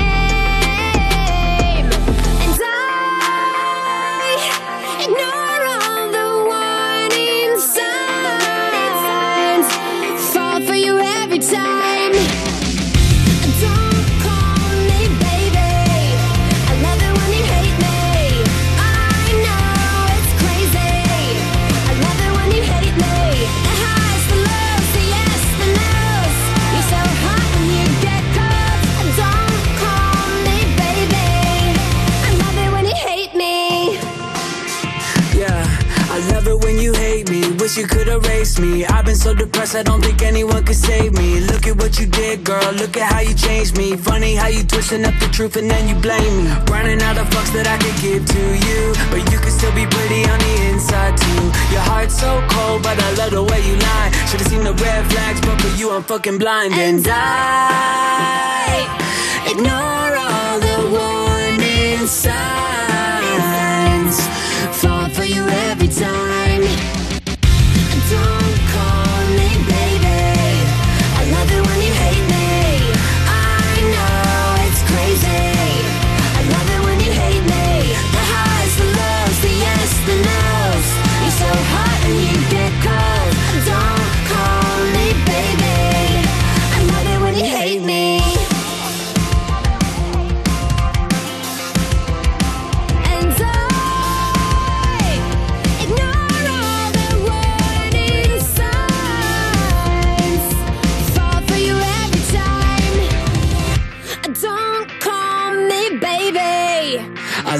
And I ignore all the warning signs, fall for you every time. Don't call me baby, I love it when you hate me. I know it's crazy, I love it when you hate me. The highs, the lows, the yes, the no's. You're so hot when you get cold. Don't call me baby, I love it when you hate me. Yeah, I love it when you hate me. Wish you could erase me. I've been so depressed, I don't think anyone could save me. Look at what you did, girl. Look at how you changed me. Funny how you twisting up the truth and then you blame me. Running out of fucks that I could give to you, but you can still be pretty on the inside too. Your heart's so cold, but I love the way you lie. Should've seen the red flags, but for you I'm fucking blind. And I ignore all the warning signs, fall for you every time.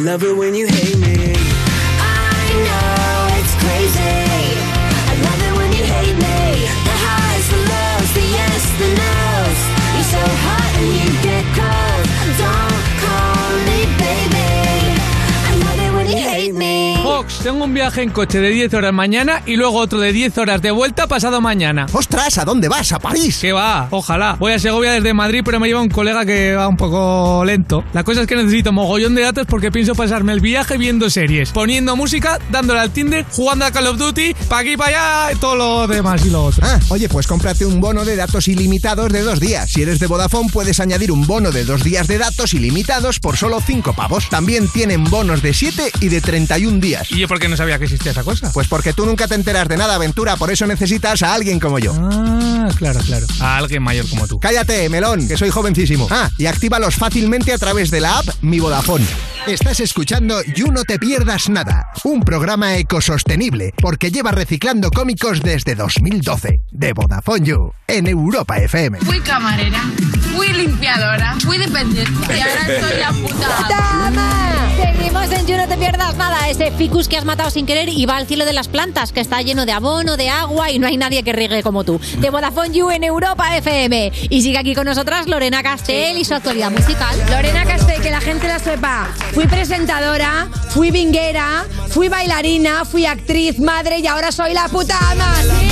love it when you hate me. I know it's crazy. I love it when you hate me. The highs, the lows, the yes, the no's. You're so hot and you get cold. Don't call me baby. I love it when you hate me. Fox, tengo un viaje en coche de diez horas mañana y luego otro de diez horas de vuelta pasado mañana. ¡Ostras! ¿A dónde vas? ¿A París? ¿Qué va? Ojalá. Voy a Segovia desde Madrid, pero me lleva un colega que va un poco lento. La cosa es que necesito mogollón de datos porque pienso pasarme el viaje viendo series, poniendo música, dándole al Tinder, jugando a Call of Duty, pa' aquí, pa' allá, y todo lo demás y lo otro. Ah, oye, pues cómprate un bono de datos ilimitados de dos días. Si eres de Vodafone, puedes añadir un bono de dos días de datos ilimitados por solo cinco pavos. También tienen bonos de siete y de treinta y un días. ¿Y yo por qué no sabía que existía esa cosa? Pues porque tú nunca te enteras de nada, Aventura, por eso necesitas a alguien como yo. Ah, claro, claro. A alguien mayor como tú. Cállate, melón, que soy jovencísimo. Ah, y actívalos fácilmente a través de la app Mi Vodafone. Estás escuchando You No Te Pierdas Nada, un programa ecosostenible porque lleva reciclando cómicos desde dos mil doce. De Vodafone You, en Europa F M. Fui camarera, fui limpiadora, fui dependiente y ahora soy la puta ama. Seguimos en You No Te Pierdas Nada, ese ficus que has matado sin querer y va al cielo de las plantas, que está lleno de abono, de agua y no hay nadie que riegue como tú. De Vodafone You en Europa F M. Y sigue aquí con nosotras Lorena Castell y su actualidad musical. Lorena Castell, que la gente la sepa. Fui presentadora, fui vinguera, fui bailarina, fui actriz, madre y ahora soy la puta ama. ¿Sí?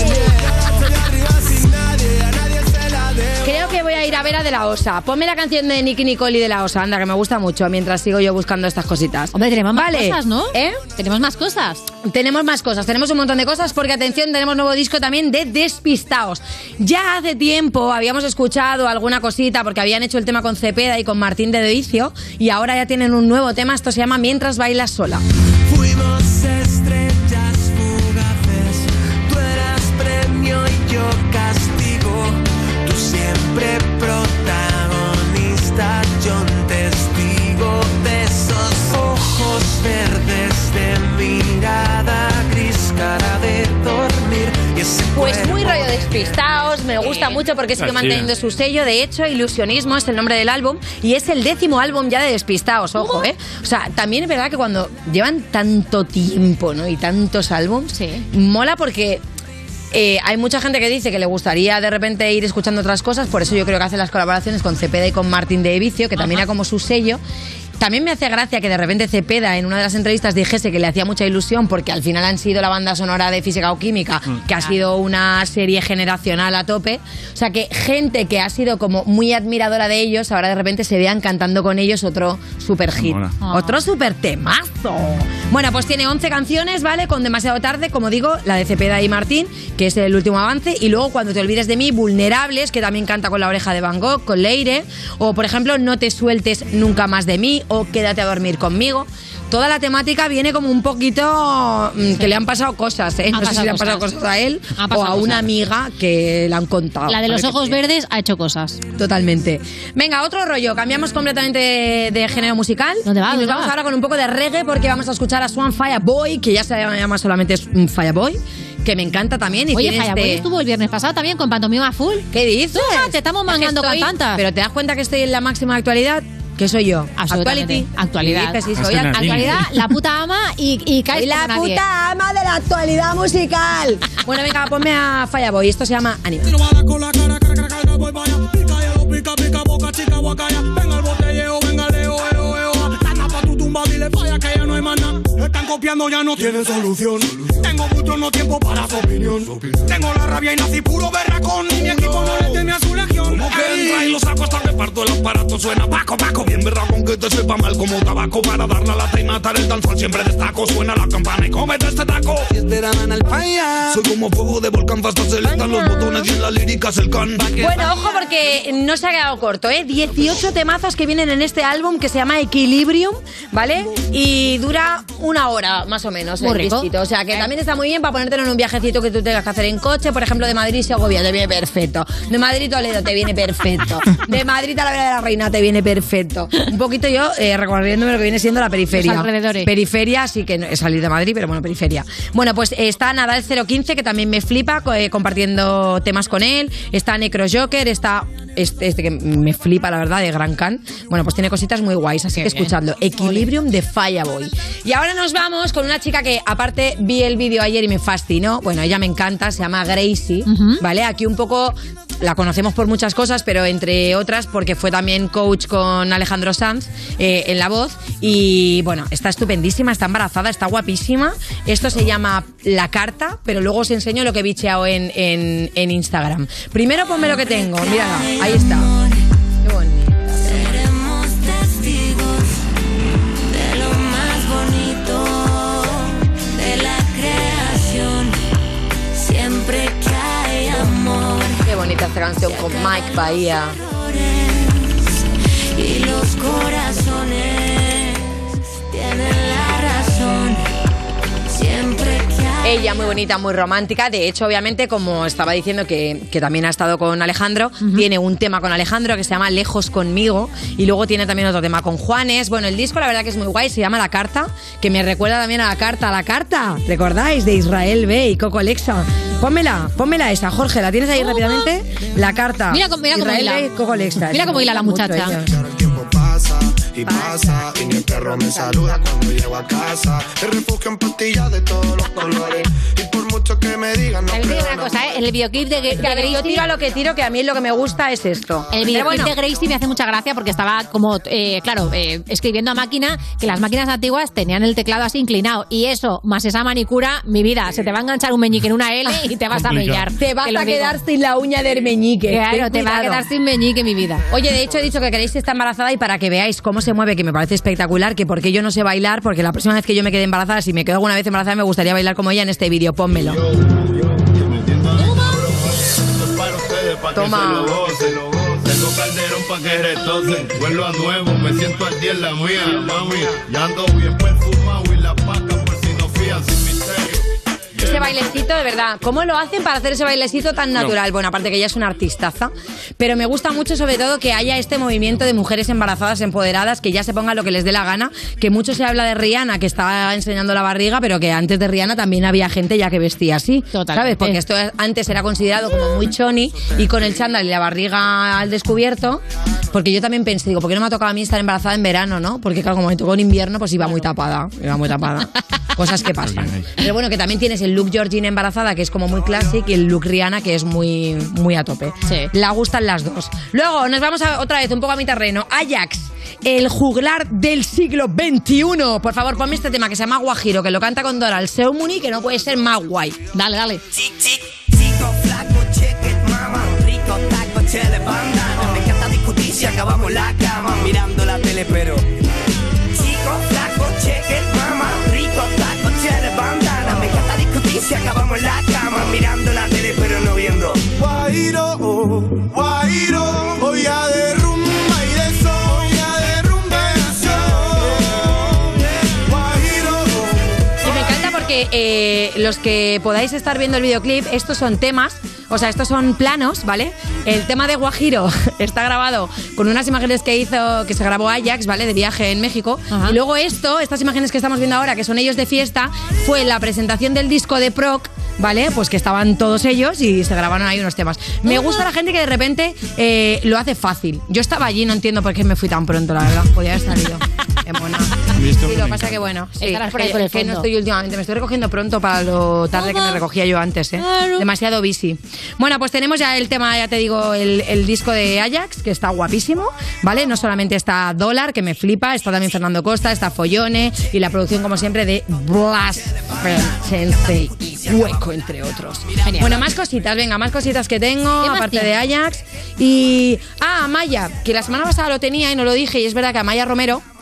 Creo que voy a ir a ver a De La Osa. Ponme la canción de Nicky Nicole y De La Osa, anda, que me gusta mucho, mientras sigo yo buscando estas cositas. Hombre, tenemos más vale. cosas, ¿no? ¿Eh? Tenemos más cosas. Tenemos más cosas, tenemos un montón de cosas porque, atención, tenemos nuevo disco también de Despistaos. Ya hace tiempo habíamos escuchado alguna cosita porque habían hecho el tema con Cepeda y con Martín de Oicio y ahora ya tienen un nuevo tema, esto se llama Mientras Bailas Sola. Fuimos estrellas fugaces, tú eras premio y yo castigo, tú siempre protagonista, yo un testigo de esos ojos verdes de mirada gris, cara de dormir y ese Pues muy cuerpo. rollo Despistaos, me gusta mucho porque sigue Así manteniendo es. su sello. De hecho, Ilusionismo es el nombre del álbum y es el décimo álbum ya de Despistaos, ojo, ¿eh? O sea, también es verdad que cuando llevan tanto tiempo, ¿no? Y tantos álbums, mola porque eh, hay mucha gente que dice que le gustaría de repente ir escuchando otras cosas, por eso yo creo que hace las colaboraciones con Cepeda y con Martín de Vicio, que también era como su sello. También me hace gracia que de repente Cepeda en una de las entrevistas dijese que le hacía mucha ilusión porque al final han sido la banda sonora de Física o Química, que ha sido una serie generacional a tope. O sea, que gente que ha sido como muy admiradora de ellos, ahora de repente se vean cantando con ellos otro super hit. Mola. Otro super temazo. Bueno, pues tiene once canciones, ¿vale? Con Demasiado Tarde, como digo, la de Cepeda y Martín, que es el último avance. Y luego Cuando te olvides de mí, Vulnerables, que también canta con La Oreja de Van Gogh, con Leire. O, por ejemplo, No te sueltes nunca más de mí, o Quédate a dormir conmigo. Toda la temática viene como un poquito mm, que le han pasado cosas, ¿eh? No sé si le han pasado cosas a él o a una amiga que le han contado. La de los Parece ojos que- verdes ha hecho cosas. Totalmente. Venga, otro rollo. Cambiamos completamente de, de género musical. ¿Dónde va? Y nos ¿Dónde vamos va? ahora con un poco de reggae porque vamos a escuchar a Swan Fireboy, que ya se llama solamente un Fireboy, que me encanta también. Y Oye, tiene Fireboy este... estuvo el viernes pasado también con Pantomima Full. ¿Qué dices? Toma, te estamos mangando Es que estoy- cantantas. Pero ¿te das cuenta que estoy en la máxima actualidad? ¿Qué soy yo? Absolutamente. Actuality. Actualidad. Sí, sí, soy act- Actualidad, la puta ama y, y caes Soy la como nadie. puta ama de la actualidad musical. Bueno, venga, ponme a Fireboy. Esto se llama Anima. Pica, pica, boca, chica, guacaya. Venga el botelleo, venga el eo, eo, eo. Dana pa' tu tumba, dile falla que ya no hay más nada. Están copiando, ya no tienen solución. Tengo mucho, no tiempo para su opinión. Tengo la rabia y nací puro berracón. Y mi equipo no le teme a su legión. Como que entra y lo saco hasta que parto el aparato. Suena Paco, Paco, bien berracón que te sepa mal como tabaco. Para dar la lata y matar el danzol siempre destaco. Suena la campana y cómete este taco. Y esperan al falla. Soy como fuego de volcán, hasta se le dan los botones y en las líricas el can. Bueno, ojo porque no se ha quedado corto, ¿eh? dieciocho temazos que vienen en este álbum que se llama Equilibrium, ¿vale? Y dura una hora. hora, más o menos, Muy el rico. distrito. O sea, que también está muy bien para ponértelo en un viajecito que tú tengas que hacer en coche. Por ejemplo, de Madrid a Segovia te viene perfecto. De Madrid a Toledo te viene perfecto. De Madrid a la Vera de la Reina te viene perfecto. Un poquito yo eh, recorriéndome lo que viene siendo la periferia. Los alrededores. Periferia, sí que no he salido de Madrid, pero bueno, periferia. Bueno, pues eh, está Nadal cero quince, que también me flipa, co- eh, compartiendo temas con él. Está Necro Joker, está este, este que me flipa, la verdad, de Gran Can. Bueno, pues tiene cositas muy guays, así Qué que bien. escuchadlo. Equilibrium de Fireboy. Y ahora nos vamos con una chica que, aparte, vi el vídeo ayer y me fascinó. Bueno, ella me encanta, se llama Gracie, ¿vale? Aquí un poco la conocemos por muchas cosas, pero entre otras porque fue también coach con Alejandro Sanz eh, en La Voz. Y bueno, está estupendísima, está embarazada, está guapísima. Esto se llama La Carta, pero luego os enseño lo que he bicheado en, en, en Instagram. Primero ponme lo que tengo, mírala, ahí está. Qué bonito. Seremos testigos de lo más bonito de la creación. Siempre que hay amor Qué bonita esta canción con Mike Bahía. y los corazones tienen la razón. Siempre que hay Ella muy bonita, muy romántica. De hecho, obviamente, como estaba diciendo que, que también ha estado con Alejandro, tiene un tema con Alejandro que se llama Lejos conmigo. Y luego tiene también otro tema con Juanes. Bueno, el disco la verdad que es muy guay, se llama La Carta, que me recuerda también a La Carta, La Carta. ¿Recordáis? De Israel B y Coco Alexa. Pónmela, pónmela esa, Jorge. ¿La tienes ahí rápidamente? La Carta. Mira cómo- mira cómo Israel hila. B y Coco Alexa. Mira cómo hila la Mucho muchacha. ella. El tiempo pasa y pasa y mi perro me saluda cuando llego a casa. El refugio en pastillas de todos los colores y por mucho que me digan no También te digo creo una cosa, ¿eh? El videoclip de, de Que a ver, yo Gracie... tiro a lo que tiro, que a mí lo que me gusta es esto. El Pero videoclip bueno, de Gracie me hace mucha gracia porque estaba como, eh, claro, eh, escribiendo a máquina, que las máquinas antiguas tenían el teclado así inclinado. Y eso, más esa manicura, mi vida, se te va a enganchar un meñique en una L y te vas a mellar. te vas Te lo a digo. quedar sin la uña del meñique. Claro, Ten te va a cuidado. quedar sin meñique, mi vida. Oye, de hecho he dicho que queréis estar embarazada y para que veáis cómo se mueve, que me parece espectacular, que porque yo no sé bailar, porque la próxima vez que yo me quede embarazada, si me quedo alguna vez embarazada, me gustaría bailar como ella en este vídeo. Pónmelo. Toma. Tengo calderón pa' que retocen. Vuelvo a nuevo, me siento al día en la mía, mami. Ya ando bien perfumado y la paca por si no fían sin misterio. Ese bailecito, de verdad, ¿cómo lo hacen para hacer ese bailecito tan natural? Bueno, aparte que ella es una artistaza, pero me gusta mucho sobre todo que haya este movimiento de mujeres embarazadas, empoderadas, que ya se pongan lo que les dé la gana, que mucho se habla de Rihanna, que está enseñando la barriga, pero que antes de Rihanna también había gente ya que vestía así, ¿sabes? Porque esto antes era considerado como muy choni y con el chándal y la barriga al descubierto, porque yo también pensé, digo, ¿por qué no me ha tocado a mí estar embarazada en verano, no? Porque claro, como me tocó en invierno, pues iba muy tapada, iba muy tapada. Cosas que pasan. Pero bueno, que también tienes el look Georgina embarazada, que es como muy clásico, y el look Rihanna, que es muy, muy a tope. Sí. La gustan las dos. Luego nos vamos a, otra vez un poco a mi terreno. Ajax, el juglar del siglo veintiuno. Por favor, ponme este tema que se llama Guajiro, que lo canta con Doral Seumuni, que no puede ser más guay. Dale, dale. Chico, flaco, check it, mama. Rico, taco, chele, bandana. Me encanta discutir si acabamos en la cama mirando la tele, pero. Chico, flaco, check it, mama. Rico, taco, chele, bandana. Me encanta discutir si acabamos en la cama mirando la tele, pero no viendo. Guairo, Guairo, voy a derrumba y de sol, voy a derrumba y de sol. Guairo. Y me encanta porque eh, los que podáis estar viendo el videoclip, estos son temas, o sea, estos son planos, ¿vale? El tema de Guajiro está grabado con unas imágenes que hizo, que se grabó Ajax, ¿vale? De viaje en México. Ajá. Y luego esto, estas imágenes que estamos viendo ahora, que son ellos de fiesta, fue la presentación del disco de Proc, ¿vale? Pues que estaban todos ellos y se grabaron ahí unos temas. Me gusta la gente que de repente eh, lo hace fácil. Yo estaba allí, no entiendo por qué me fui tan pronto, la verdad. Podía haber salido. Qué mona. Sí, lo que pasa que bueno, sí, Estarás por ahí que, por el que no fondo. estoy últimamente, me estoy recogiendo pronto para lo tarde que me recogía yo antes, ¿eh? Demasiado busy. Bueno, pues tenemos ya el tema, ya te digo, el, el disco de Ajax, que está guapísimo, ¿vale? No solamente está Dólar, que me flipa, está también Fernando Costa, está Follone y la producción, como siempre, de Blas Sensei y Hueco, entre otros. Genial. Bueno, más cositas, venga, más cositas que tengo, ¿Qué más aparte de tienes? Ajax. Y. Ah, Amaya, que la semana pasada lo tenía y no lo dije, y es verdad que Amaya Romero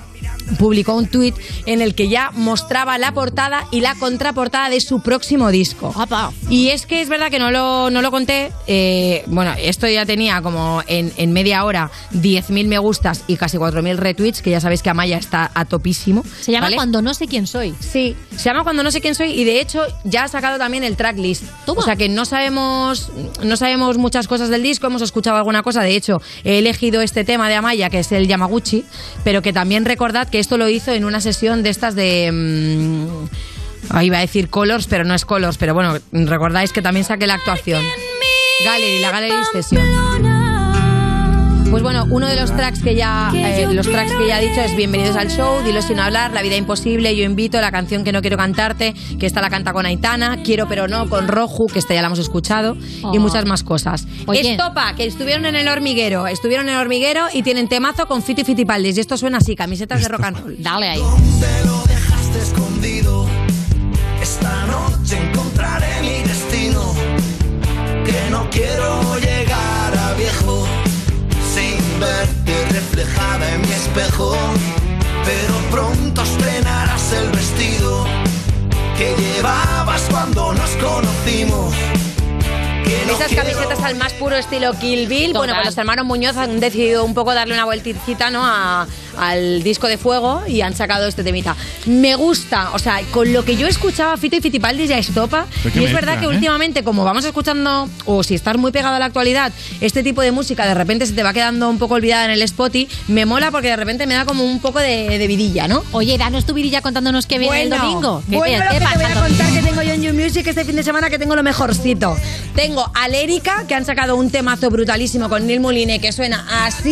publicó un tuit en el que ya mostraba la portada y la contraportada de su próximo disco. ¡Apa! Y es que es verdad que no lo, no lo conté. Eh, bueno, esto ya tenía como en, en media hora diez mil me gustas y casi cuatro mil retweets, que ya sabéis que Amaya está a topísimo. Se llama ¿vale? Cuando no sé quién soy. Sí, se llama Cuando no sé quién soy y de hecho ya ha sacado también el tracklist. Toma. O sea que no sabemos, no sabemos muchas cosas del disco, hemos escuchado alguna cosa. De hecho, he elegido este tema de Amaya, que es el Yamaguchi, pero que también recordad que esto lo hizo en una sesión de estas de... Mmm, ahí iba a decir Colors, pero no es Colors, pero bueno, recordáis que también saqué la actuación. Gallery, la Gallery Session. Pues bueno, uno de los tracks que ya eh, los tracks que ya he dicho es Bienvenidos al show, Dilo sin hablar, La vida imposible, Yo invito, La canción que no quiero cantarte, que esta la canta con Aitana, Quiero pero no con Roju, que esta ya la hemos escuchado, oh. y muchas más cosas. Oye. Estopa, que estuvieron en el hormiguero, estuvieron en el hormiguero y tienen temazo con Fito y Fitipaldis, y esto suena así, camisetas Estopa. de rock and roll. Dale ahí. ¿Dónde lo dejaste escondido? Esta noche encontraré mi destino, que no quiero llegar a viejo sin verte reflejada en mi espejo, pero pronto estrenarás el vestido que llevabas cuando nos conocimos. No esas camisetas al más puro estilo Kill Bill. Total. Bueno, pues los hermanos Muñoz han decidido un poco darle una vueltecita, ¿no? A, al disco de Fuego y han sacado este temita. Me gusta, o sea, con lo que yo escuchaba Fito y Fitipaldis y a Estopa, y es verdad que ¿eh? últimamente, como vamos escuchando, o si estás muy pegado a la actualidad, este tipo de música de repente se te va quedando un poco olvidada en el Spotify, me mola porque de repente me da como un poco de, de vidilla, ¿no? Oye, danos tu vidilla contándonos qué viene Bueno, el domingo. ¿Qué, bueno, qué, lo qué que te voy pasa a el contar domingo? que tengo yo en You Music este fin de semana, que tengo lo mejorcito. Tengo a Lérica, que han sacado un temazo brutalísimo con Neil Mouliné, que suena así.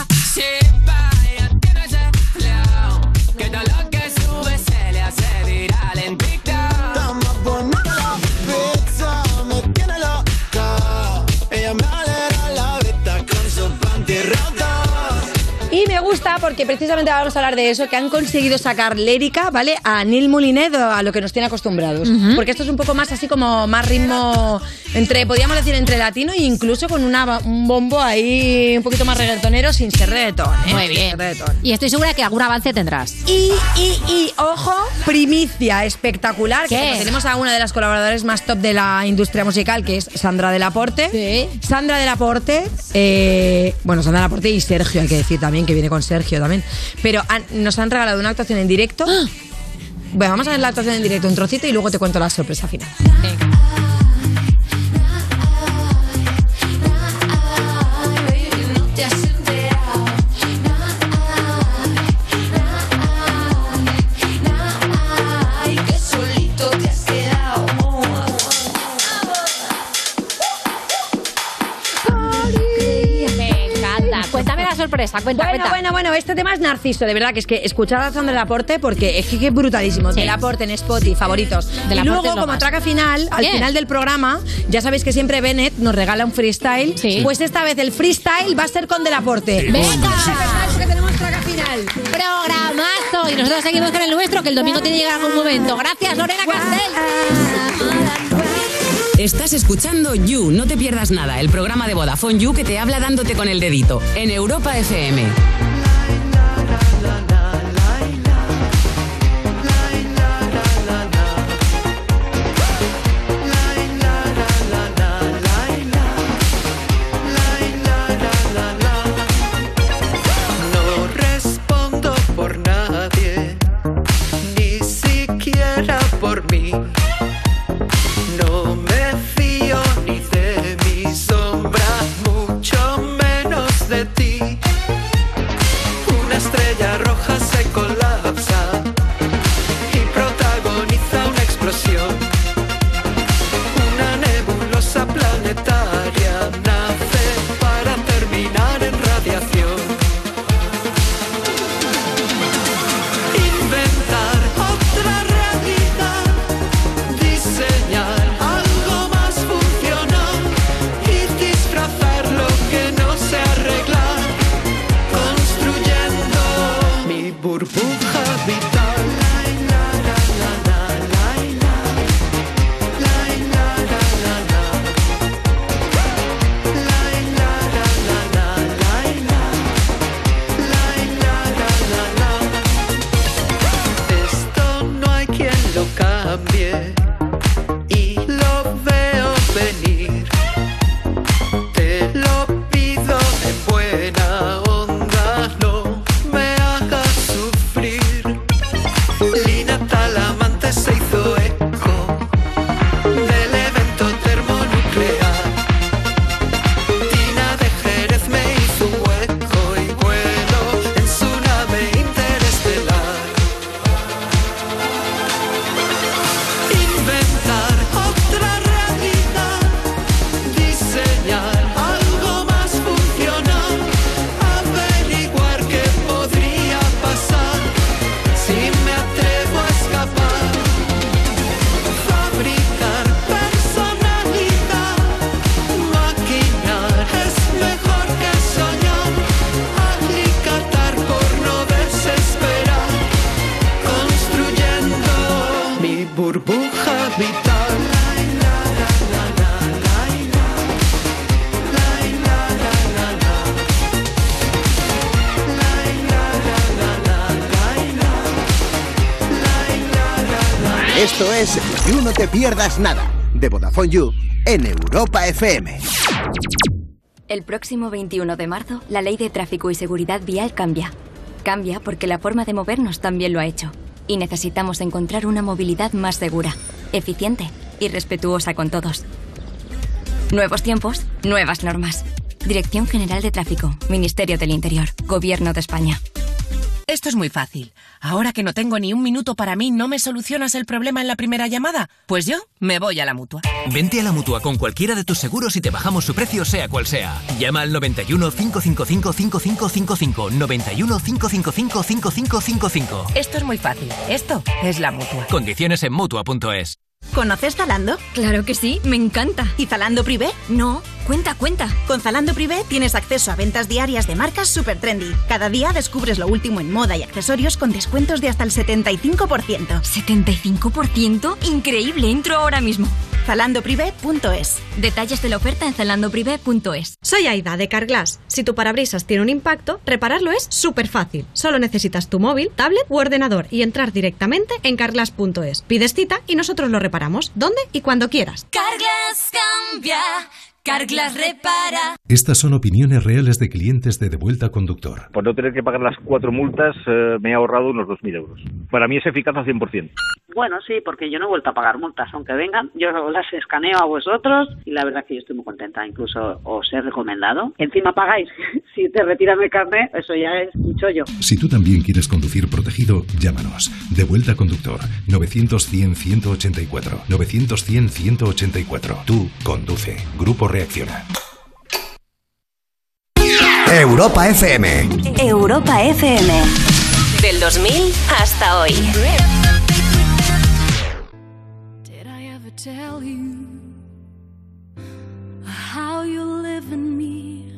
Y me gusta porque precisamente vamos a hablar de eso, que han conseguido sacar Lérica, ¿vale? A Neil Mouliné, a lo que nos tiene acostumbrados. Uh-huh. Porque esto es un poco más así como más ritmo, entre podríamos decir entre latino e incluso con una, un bombo ahí un poquito más reggaetonero sin ser reggaetón, ¿eh? Muy bien. Reggaetón. Y estoy segura de que algún avance tendrás. Y, y, y, ojo, primicia espectacular. ¿Qué? Que tenemos a una de las colaboradoras más top de la industria musical, que es Sandra Del Aporte. Sí. Sandra Del Aporte, eh, bueno, Sandra Del Aporte y Sergio, hay que decir también, que viene con Sergio también. Pero han, nos han regalado una actuación en directo. ¡Ah! Bueno, vamos a ver la actuación en directo, un trocito, y luego te cuento la sorpresa final. Venga. Sorpresa, cuenta, bueno, cuenta. bueno, bueno, este tema es Narciso, de verdad, que es que escuchad a Sandra Del Aporte porque es que es brutalísimo. Sí. Del Aporte en Spotify, favoritos. Del y Aporte luego, como más. traca final, al Bien. final del programa, ya sabéis que siempre Bennett nos regala un freestyle. Sí. Pues esta vez el freestyle va a ser con Del Aporte. ¡Venga! Que tenemos traca final. Programazo. Y nosotros seguimos con el nuestro, que el domingo tiene que llegar algún momento. Gracias, Lorena Castell. Estás escuchando You, no te pierdas nada, el programa de Vodafone You que te habla dándote con el dedito, en Europa F M. No respondo por nadie, ni siquiera por mí. No me fío ni de mi sombra, mucho menos de ti. Una estrella roja se colapsa y protagoniza una explosión. Una nebulosa planetaria nace para terminar en radiación. Inventar otra realidad cambie y lo veo venir. Te lo pido de buena onda, no me hagas sufrir. Lina Talamante se hizo eco del evento termonuclear. Tina de Jerez me hizo un hueco y vuelo en su nave interestelar. Inventar otra realidad, diseñar algo más funcional, averiguar qué podría pasar si me atrevo a escapar. Fabricar personalidad, maquinar es mejor que soñar. Alicatar por no desesperar, construyendo mi burbuja vital. Esto es You No Te Pierdas Nada, de Vodafone You, en Europa F M. El próximo veintiuno de marzo, la Ley de Tráfico y Seguridad Vial cambia. Cambia porque la forma de movernos también lo ha hecho. Y necesitamos encontrar una movilidad más segura, eficiente y respetuosa con todos. Nuevos tiempos, nuevas normas. Dirección General de Tráfico, Ministerio del Interior, Gobierno de España. Esto es muy fácil. Ahora que no tengo ni un minuto para mí, ¿no me solucionas el problema en la primera llamada? Pues yo me voy a la Mutua. Vente a la Mutua con cualquiera de tus seguros y te bajamos su precio sea cual sea. Llama al noventa y uno, cinco cinco cinco, cinco cinco cinco cinco, noventa y uno, cinco cinco cinco, cinco cinco cinco cinco. Esto es muy fácil. Esto es la Mutua. Condiciones en Mutua punto es. ¿Conoces Zalando? Claro que sí, me encanta. ¿Y Zalando Privé? No, cuenta, cuenta. Con Zalando Privé tienes acceso a ventas diarias de marcas super trendy. Cada día descubres lo último en moda y accesorios con descuentos de hasta el setenta y cinco por ciento. ¿setenta y cinco por ciento? Increíble, entro ahora mismo. Zalando Privé punto es. Detalles de la oferta en Zalando Privé punto es. Soy Aida de Carglass. Si tu parabrisas tiene un impacto, repararlo es súper fácil. Solo necesitas tu móvil, tablet u ordenador y entrar directamente en carglass punto es. Pides cita y nosotros lo reparamos, donde y cuando quieras. Carglass cambia, Carglass repara. Estas son opiniones reales de clientes de Devuelta Conductor. Por no tener que pagar las cuatro multas, eh, me he ahorrado unos dos mil euros. Para mí es eficaz al cien por ciento. Bueno, sí, porque yo no he vuelto a pagar multas, aunque vengan. Yo las escaneo a vosotros y la verdad que yo estoy muy contenta. Incluso os he recomendado. Encima pagáis. Si te retiran el carnet, eso ya es un chollo. Si tú también quieres conducir protegido, llámanos. Devuelta Conductor. novecientos cien ciento ochenta y cuatro. novecientos cien ciento ochenta y cuatro. Tú conduce. Grupo Reacciona. Europa F M. Europa F M. Del dos mil hasta hoy. Did I ever tell you how you live in me?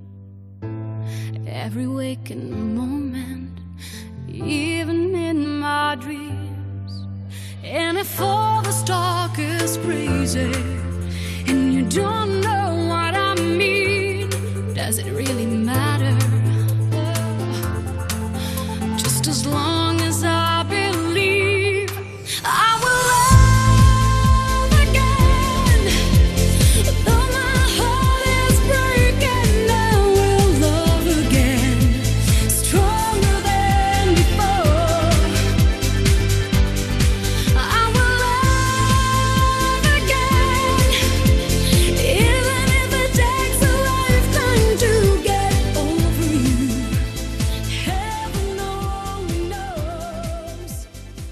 Every waking moment, even in my dreams. And if all this talk is crazy and you don't know what I mean, does it really matter? Just as long as I believe I will love again. Though my heart is breaking, I will love again, stronger than before. I will love again, even if it takes a lifetime to get over you. Heaven only knows.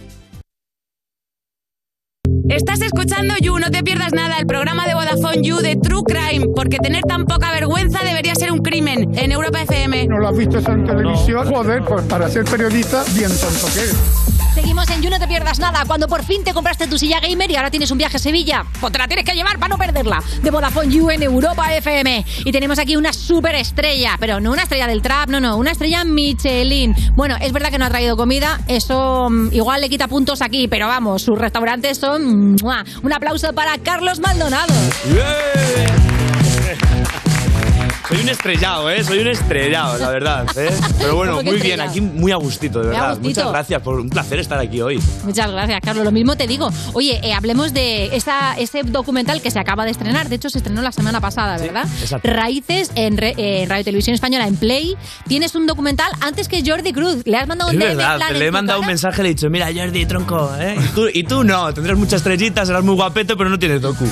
Estás escuchando You, no te pierdas nada, el programa de Vodafone You de True Crime, porque tener tan poca vergüenza debería ser un crimen, en Europa F M. ¿No lo has visto eso en televisión? Joder, pues para ser periodista, bien tonto que eres. Seguimos en You, no te pierdas nada. Cuando por fin te compraste tu silla gamer y ahora tienes un viaje a Sevilla, pues te la tienes que llevar para no perderla. De Vodafone You en Europa F M. Y tenemos aquí una super estrella, pero no una estrella del trap, no, no, una estrella Michelin. Bueno, es verdad que no ha traído comida, eso um, igual le quita puntos aquí, pero vamos, sus restaurantes son... ¡mua! Un aplauso para Carlos Maldonado. Yeah. Soy un estrellado, ¿eh? Soy un estrellado, la verdad, ¿eh? Pero bueno, ¿Cómo que muy bien, estrellado? aquí muy a gustito, de Muy a verdad. gustito. Muchas gracias, por un placer estar aquí hoy. Muchas gracias, Carlos. Lo mismo te digo. Oye, eh, hablemos de esa, ese documental que se acaba de estrenar. De hecho, se estrenó la semana pasada, ¿verdad? exacto. Raíces en, re- eh, Radio Televisión Española, en Play. Tienes un documental antes que Jordi Cruz. Le has mandado un Es D M en verdad, plan te en le he tu mandado un cara. mensaje, le he dicho, mira, Jordi, tronco, ¿eh? Y tú, y tú no, tendrás muchas estrellitas, serás muy guapeto, pero no tienes docu.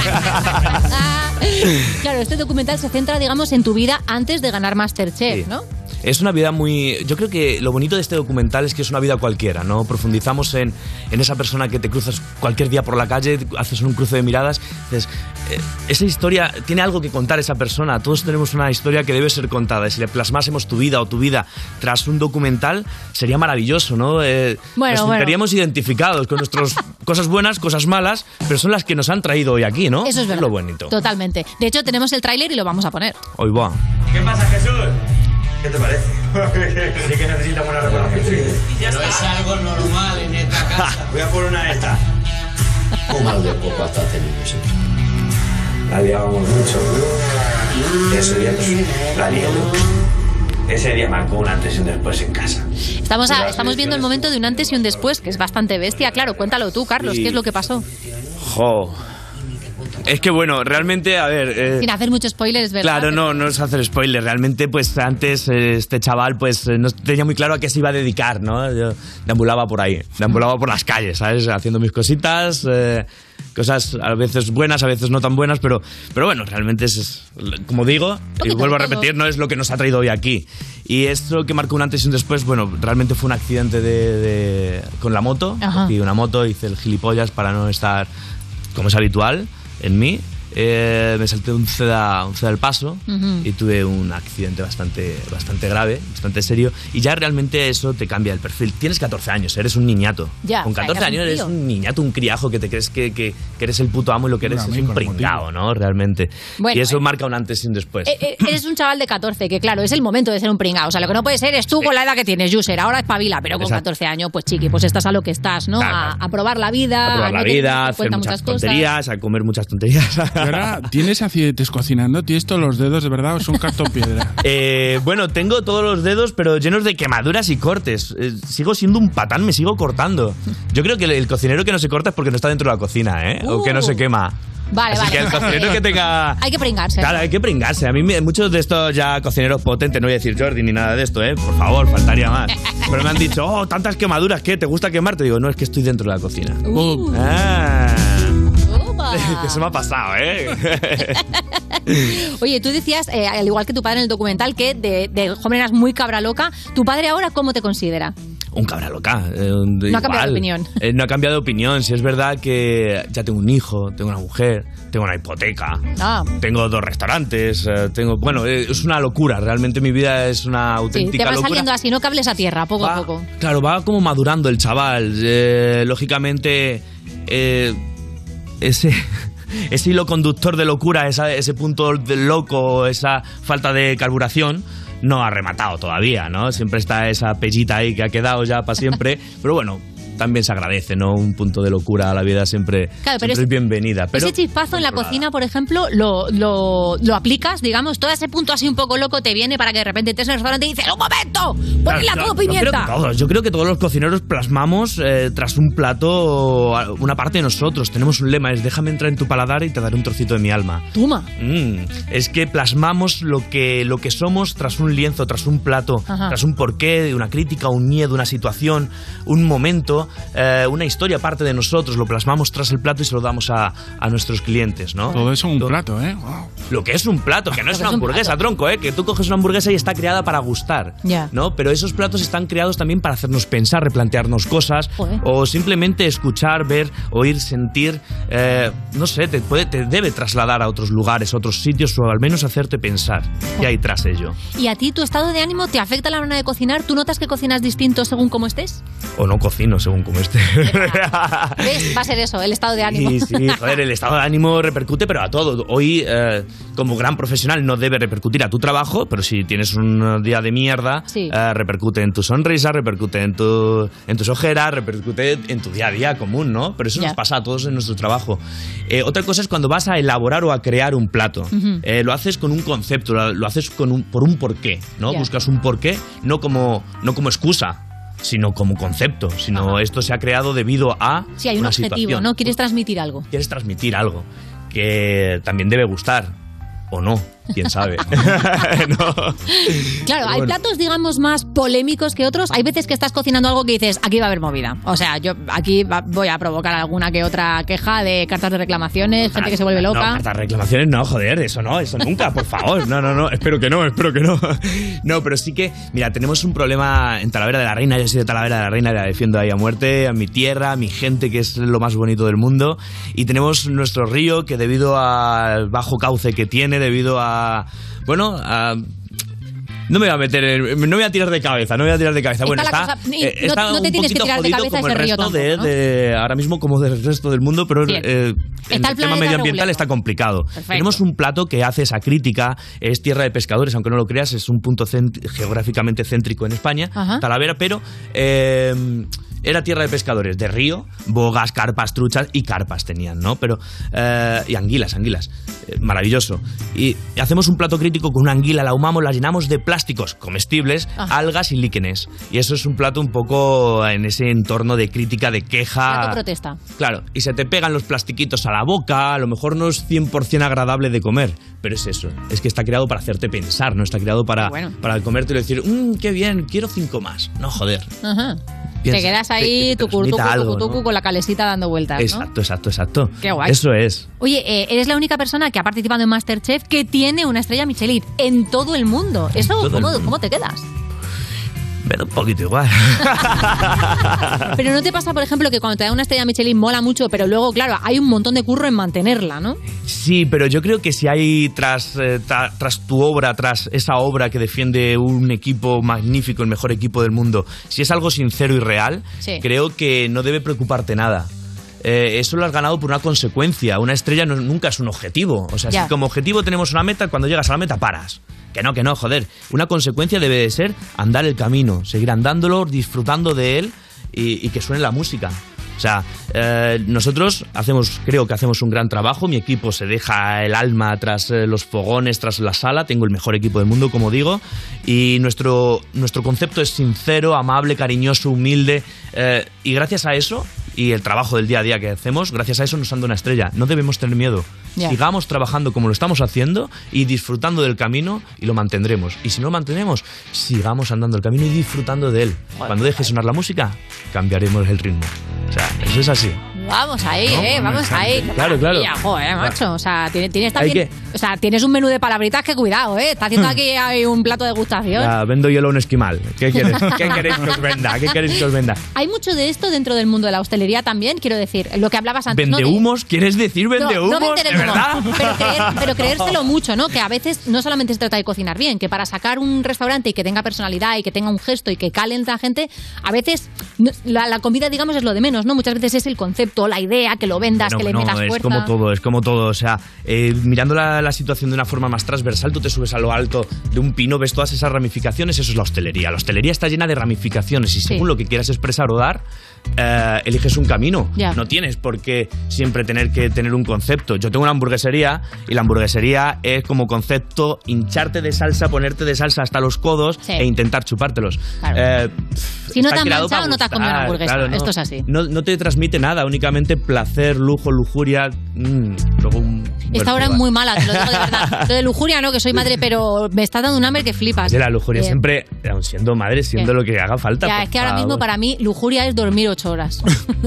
Claro, este documental se centra, digamos, en tu vida antes de ganar Masterchef, Sí. ¿no? Es una vida muy... Yo creo que lo bonito de este documental es que es una vida cualquiera, ¿no? Profundizamos en, en esa persona que te cruzas cualquier día por la calle, haces un cruce de miradas, dices, eh, esa historia tiene algo que contar esa persona. Todos tenemos una historia que debe ser contada. Y si le plasmásemos tu vida o tu vida tras un documental, sería maravilloso, ¿no? Eh, Bueno, nos bueno. sentiríamos identificados con nuestras cosas buenas, cosas malas, pero son las que nos han traído hoy aquí, ¿no? Eso es verdad. lo bonito. Totalmente. De hecho, tenemos el tráiler y lo vamos a poner. Hoy va. ¿Qué pasa, Jesús? ¿Qué te parece? Sí que necesitamos una reparación. Pero es algo normal en esta casa. Voy a por una de estas. ¿Cómo mal de poco hasta tenido siempre? La liábamos mucho. Ese día, pues, la lié yo. Ese día marcó un antes y un después en casa. Estamos, a- Las estamos viendo el momento de un antes y un después, que es bastante bestia. Claro, cuéntalo tú, Carlos, Sí. ¿qué es lo que pasó? Jo. Es que bueno, realmente, a ver... eh, Sin hacer mucho spoiler, es verdad. Claro, no, no es hacer spoiler. Realmente, pues antes eh, este chaval pues eh, no tenía muy claro a qué se iba a dedicar, ¿no? Yo deambulaba por ahí, deambulaba por las calles, ¿sabes? Haciendo mis cositas, eh, cosas a veces buenas, a veces no tan buenas, pero, pero bueno, realmente es, es, como digo, y Poquito vuelvo a de todo. repetir, no es lo que nos ha traído hoy aquí. Y esto que marcó un antes y un después, bueno, realmente fue un accidente de, de- con la moto. Ajá. Cogí una moto, hice el gilipollas para no estar como es habitual en mí. Eh, me salté un ceda, un ceda al paso Ujú. y tuve un accidente bastante, bastante grave, bastante serio. Y ya realmente eso te cambia el perfil. Tienes catorce años, eres un niñato. Ya, Con o sea, catorce eres un años eres crío. un niñato, un criajo que te crees que, que- que eres el puto amo y lo que eres Un es amigo, un el pringao, ¿no? Realmente. Bueno, y eso eh, marca un antes y un después. Eh, eh, eres un chaval de catorce, que claro, es el momento de ser un pringao. O sea, lo que no puede ser es tú con la edad que tienes, User. Ahora espabila, pero con Exacto. catorce años, pues chiqui, pues estás a lo que estás, ¿no? Claro, A, claro. a probar la vida, A probar no la tener vida, en a hacer cuenta muchas cosas. tonterías, a comer muchas tonterías. ¿Y ahora tienes accidentes cocinando? ¿Tienes todos los dedos de verdad o son cartón piedra? Eh, bueno, tengo todos los dedos, pero llenos de quemaduras y cortes. Eh, sigo siendo un patán, me sigo cortando. Yo creo que el, el cocinero que no se corta es porque no está dentro de la cocina, ¿eh? O que no se quema. Vale, Así vale. que el cocinero que tenga... Hay que pringarse. Claro, hay que pringarse. A mí me- muchos de estos ya cocineros potentes, no voy a decir Jordi ni nada de esto, ¿eh? Por favor, faltaría más. Pero me han dicho, oh, tantas quemaduras, ¿qué? ¿Te gusta quemarte? Digo, no, es que estoy dentro de la cocina. Uh. Ah. Upa. Que se me ha pasado, ¿eh? Oye, tú decías, eh, al igual que tu padre en el documental, que de, de joven eras muy cabra loca. ¿Tu padre ahora cómo te considera? Un cabra loca. eh, No ha cambiado de igual. opinión. Eh, no ha cambiado de opinión. Si es verdad que ya tengo un hijo, tengo una mujer, tengo una hipoteca, Ah, tengo dos restaurantes, eh, tengo... Bueno, eh, es una locura. Realmente mi vida es una sí, auténtica te vas locura. saliendo así, no cables a tierra, poco a poco. Claro, va como madurando el chaval. Eh, lógicamente, eh, ese, ese hilo conductor de locura, esa- ese punto del loco, esa falta de carburación, no ha rematado todavía, ¿no? Siempre está esa pellita ahí que ha quedado ya para siempre. Pero bueno, también se agradece, ¿no? Un punto de locura a la vida siempre, Claro, pero siempre es es- bienvenida. Pero Ese chispazo en la cocina, por ejemplo, lo, lo, lo aplicas, digamos, todo ese punto así un poco loco te viene para que de repente estés en el restaurante y dices, ¡un momento! ¡Ponle la todo Yo creo pimienta! que todos, yo creo que todos los cocineros plasmamos eh, tras un plato una parte de nosotros. Tenemos un lema, es déjame entrar en tu paladar y te daré un trocito de mi alma. Toma. Mm, es que plasmamos lo que, lo que somos tras un lienzo, tras un plato, Ajá. tras un porqué, una crítica, un miedo, una situación, un momento, eh, una historia parte de nosotros, lo plasmamos tras el plato y se lo damos a, a nuestros clientes, ¿no? Todo eso en un Lo- plato, ¿eh? Wow. Lo que es un plato, que no es Lo que una es un hamburguesa, plato. tronco, ¿eh? Que tú coges una hamburguesa y está creada para gustar, Ya. ¿no? Pero esos platos están creados también para hacernos pensar, replantearnos cosas, Joder. o simplemente escuchar, ver, oír, sentir, eh, no sé, te, puede, te debe trasladar a otros lugares, a otros sitios, o al menos hacerte pensar qué hay tras ello. ¿Y a ti tu estado de ánimo te afecta a la hora de cocinar? ¿Tú notas que cocinas distinto según cómo estés? O no cocino, según bajón como este. ¿Ves? Va a ser eso, el estado de ánimo. Sí, sí, joder, el estado de ánimo repercute, pero a todo. Hoy, eh, como gran profesional, no debe repercutir a tu trabajo, pero si tienes un día de mierda, Sí. eh, repercute en tu sonrisa, repercute en, tu, en tus ojeras, repercute en tu día a día común, ¿no? Pero eso Ya. nos pasa a todos en nuestro trabajo. Eh, otra cosa es cuando vas a elaborar o a crear un plato. Ujú. Eh, lo haces con un concepto, lo, lo haces con un, por un porqué, ¿no? Ya. Buscas un porqué, no como, no como excusa, sino como concepto, sino esto se ha creado debido a Sí, hay un una objetivo, situación. ¿no? Quieres transmitir algo. Quieres transmitir algo que también debe gustar, o no, quién sabe. No. Claro, hay Bueno. platos, digamos, más polémicos que otros. Hay veces que estás cocinando algo que dices, aquí va a haber movida. O sea, yo aquí va- voy a provocar alguna que otra queja de cartas de reclamaciones, gente que se vuelve No, loca. cartas de reclamaciones no, joder, eso no, eso nunca, por favor. No, no, no, espero que no, espero que no. No, pero sí que, mira, tenemos un problema en Talavera de la Reina. Yo soy de Talavera de la Reina y la defiendo ahí a muerte, a mi tierra, a mi gente, que es lo más bonito del mundo. Y tenemos nuestro río que debido al bajo cauce que tiene, debido a, bueno, a... No me voy a meter, en- no me voy a tirar de cabeza, no me voy a tirar de cabeza. Está Bueno, la está, cosa- y eh, no- está no te un tienes que poquito tirar de jodido cabeza como el ese río resto de, tampoco, ¿no? de- ahora mismo como del resto del mundo, pero Bien. eh, Está el el tema planeta medioambiental regulero. está complicado. Perfecto. Tenemos un plato que hace esa crítica, es tierra de pescadores, aunque no lo creas, es un punto cent- geográficamente céntrico en España, Ajá. Talavera, pero eh, era tierra de pescadores, de río, bogas, carpas, truchas y carpas tenían, ¿no? Pero, eh, y anguilas, anguilas. Eh, maravilloso. Y hacemos un plato crítico con una anguila, la ahumamos, la llenamos de plásticos comestibles, Ajá. algas y líquenes. Y eso es un plato un poco en ese entorno de crítica, de queja. Plato protesta. Claro, y se te pegan los plastiquitos a la boca, a lo mejor no es cien por ciento agradable de comer, pero es eso, es que está creado para hacerte pensar, no está creado para, Bueno. para comerte y decir, mmm, qué bien, quiero cinco más. No, joder. Ajá. Piensa, te quedas ahí, que- que te tu tucu, transmita algo, tucu, tucu, ¿no? con la calesita dando vueltas, ¿no? Exacto, exacto, exacto. Qué guay. Eso es. Oye, eh, eres la única persona que ha participado en MasterChef que tiene una estrella Michelin en todo el mundo. ¿Eso todo el cómo, mundo. cómo te quedas? Me da un poquito igual. Pero ¿no te pasa, por ejemplo, que cuando te da una estrella Michelin mola mucho, pero luego, claro, hay un montón de curro en mantenerla, ¿no? Sí, pero yo creo que si hay tras, eh, tra- tras tu obra, tras esa obra que defiende un equipo magnífico, el mejor equipo del mundo, si es algo sincero y real, Sí. creo que no debe preocuparte nada. Eh, eso lo has ganado por una consecuencia. Una estrella no- nunca es un objetivo. O sea, Ya. si como objetivo tenemos una meta, cuando llegas a la meta paras. Que no, que no, joder. Una consecuencia debe de ser andar el camino, seguir andándolo, disfrutando de él y, y que suene la música. O sea, eh, nosotros hacemos, creo que hacemos un gran trabajo. Mi equipo se deja el alma tras eh, los fogones, tras la sala. Tengo el mejor equipo del mundo, como digo. Y nuestro, nuestro concepto es sincero, amable, cariñoso, humilde. eh, y gracias a eso, y el trabajo del día a día que hacemos, gracias a eso nos anda una estrella. No debemos tener miedo. Ya. Sigamos trabajando como lo estamos haciendo y disfrutando del camino y lo mantendremos. Y si no lo mantenemos, sigamos andando el camino y disfrutando de él. Cuando deje sonar la música, cambiaremos el ritmo. O sea, eso es así. Vamos ahí, No, eh, vamos ahí. Qué Claro, claro. maravilla, joder, macho. O sea, tienes, tienes Hay también. O sea, tienes un menú de palabritas que cuidado, eh. Está haciendo aquí hay un plato de degustación. Ya, vendo hielo a un esquimal. ¿Qué quieres? ¿Qué queréis que os venda? ¿Qué queréis que os venda? Hay mucho de esto dentro del mundo de la hostelería también, quiero decir, lo que hablabas antes. ¿no? De- ¿Vendehumos? ¿Quieres decir vendehumos? No, no vender el ¿De humo, verdad? pero, creer- pero creérselo mucho, ¿no? Que a veces no solamente se trata de cocinar bien, que para sacar un restaurante y que tenga personalidad y que tenga un gesto y que calen a la gente, a veces no- la, la comida, digamos, es lo de menos, ¿no? Muchas veces es el concepto, la idea, que lo vendas, Bueno, que le bueno, metas es fuerza. como todo, es como todo. O sea, eh, mirando la, la situación de una forma más transversal, tú te subes a lo alto de un pino, ves todas esas ramificaciones, eso es la hostelería. La hostelería está llena de ramificaciones y según Sí. lo que quieras expresar o dar, eh, eliges un camino. Ya. No tienes por qué siempre tener que tener un concepto. Yo tengo una hamburguesería y la hamburguesería es como concepto hincharte de salsa, ponerte de salsa hasta los codos Sí. e intentar chupártelos. Claro. Eh, Si no está te has creado manchado, para no te has comido una gustar, hamburguesa. claro, no. Esto es así. No, no te transmite nada, únicamente placer, lujo, lujuria. mm, luego un. Esta hora es bueno, muy mala, te lo digo de verdad. Lo de lujuria no, que soy madre, pero me está dando un hambre que flipas. De la lujuria, Eh, siempre, aun siendo madre, siendo ¿Qué? lo que haga falta. Ya, por es que ahora favor. mismo para mí lujuria es dormir ocho horas.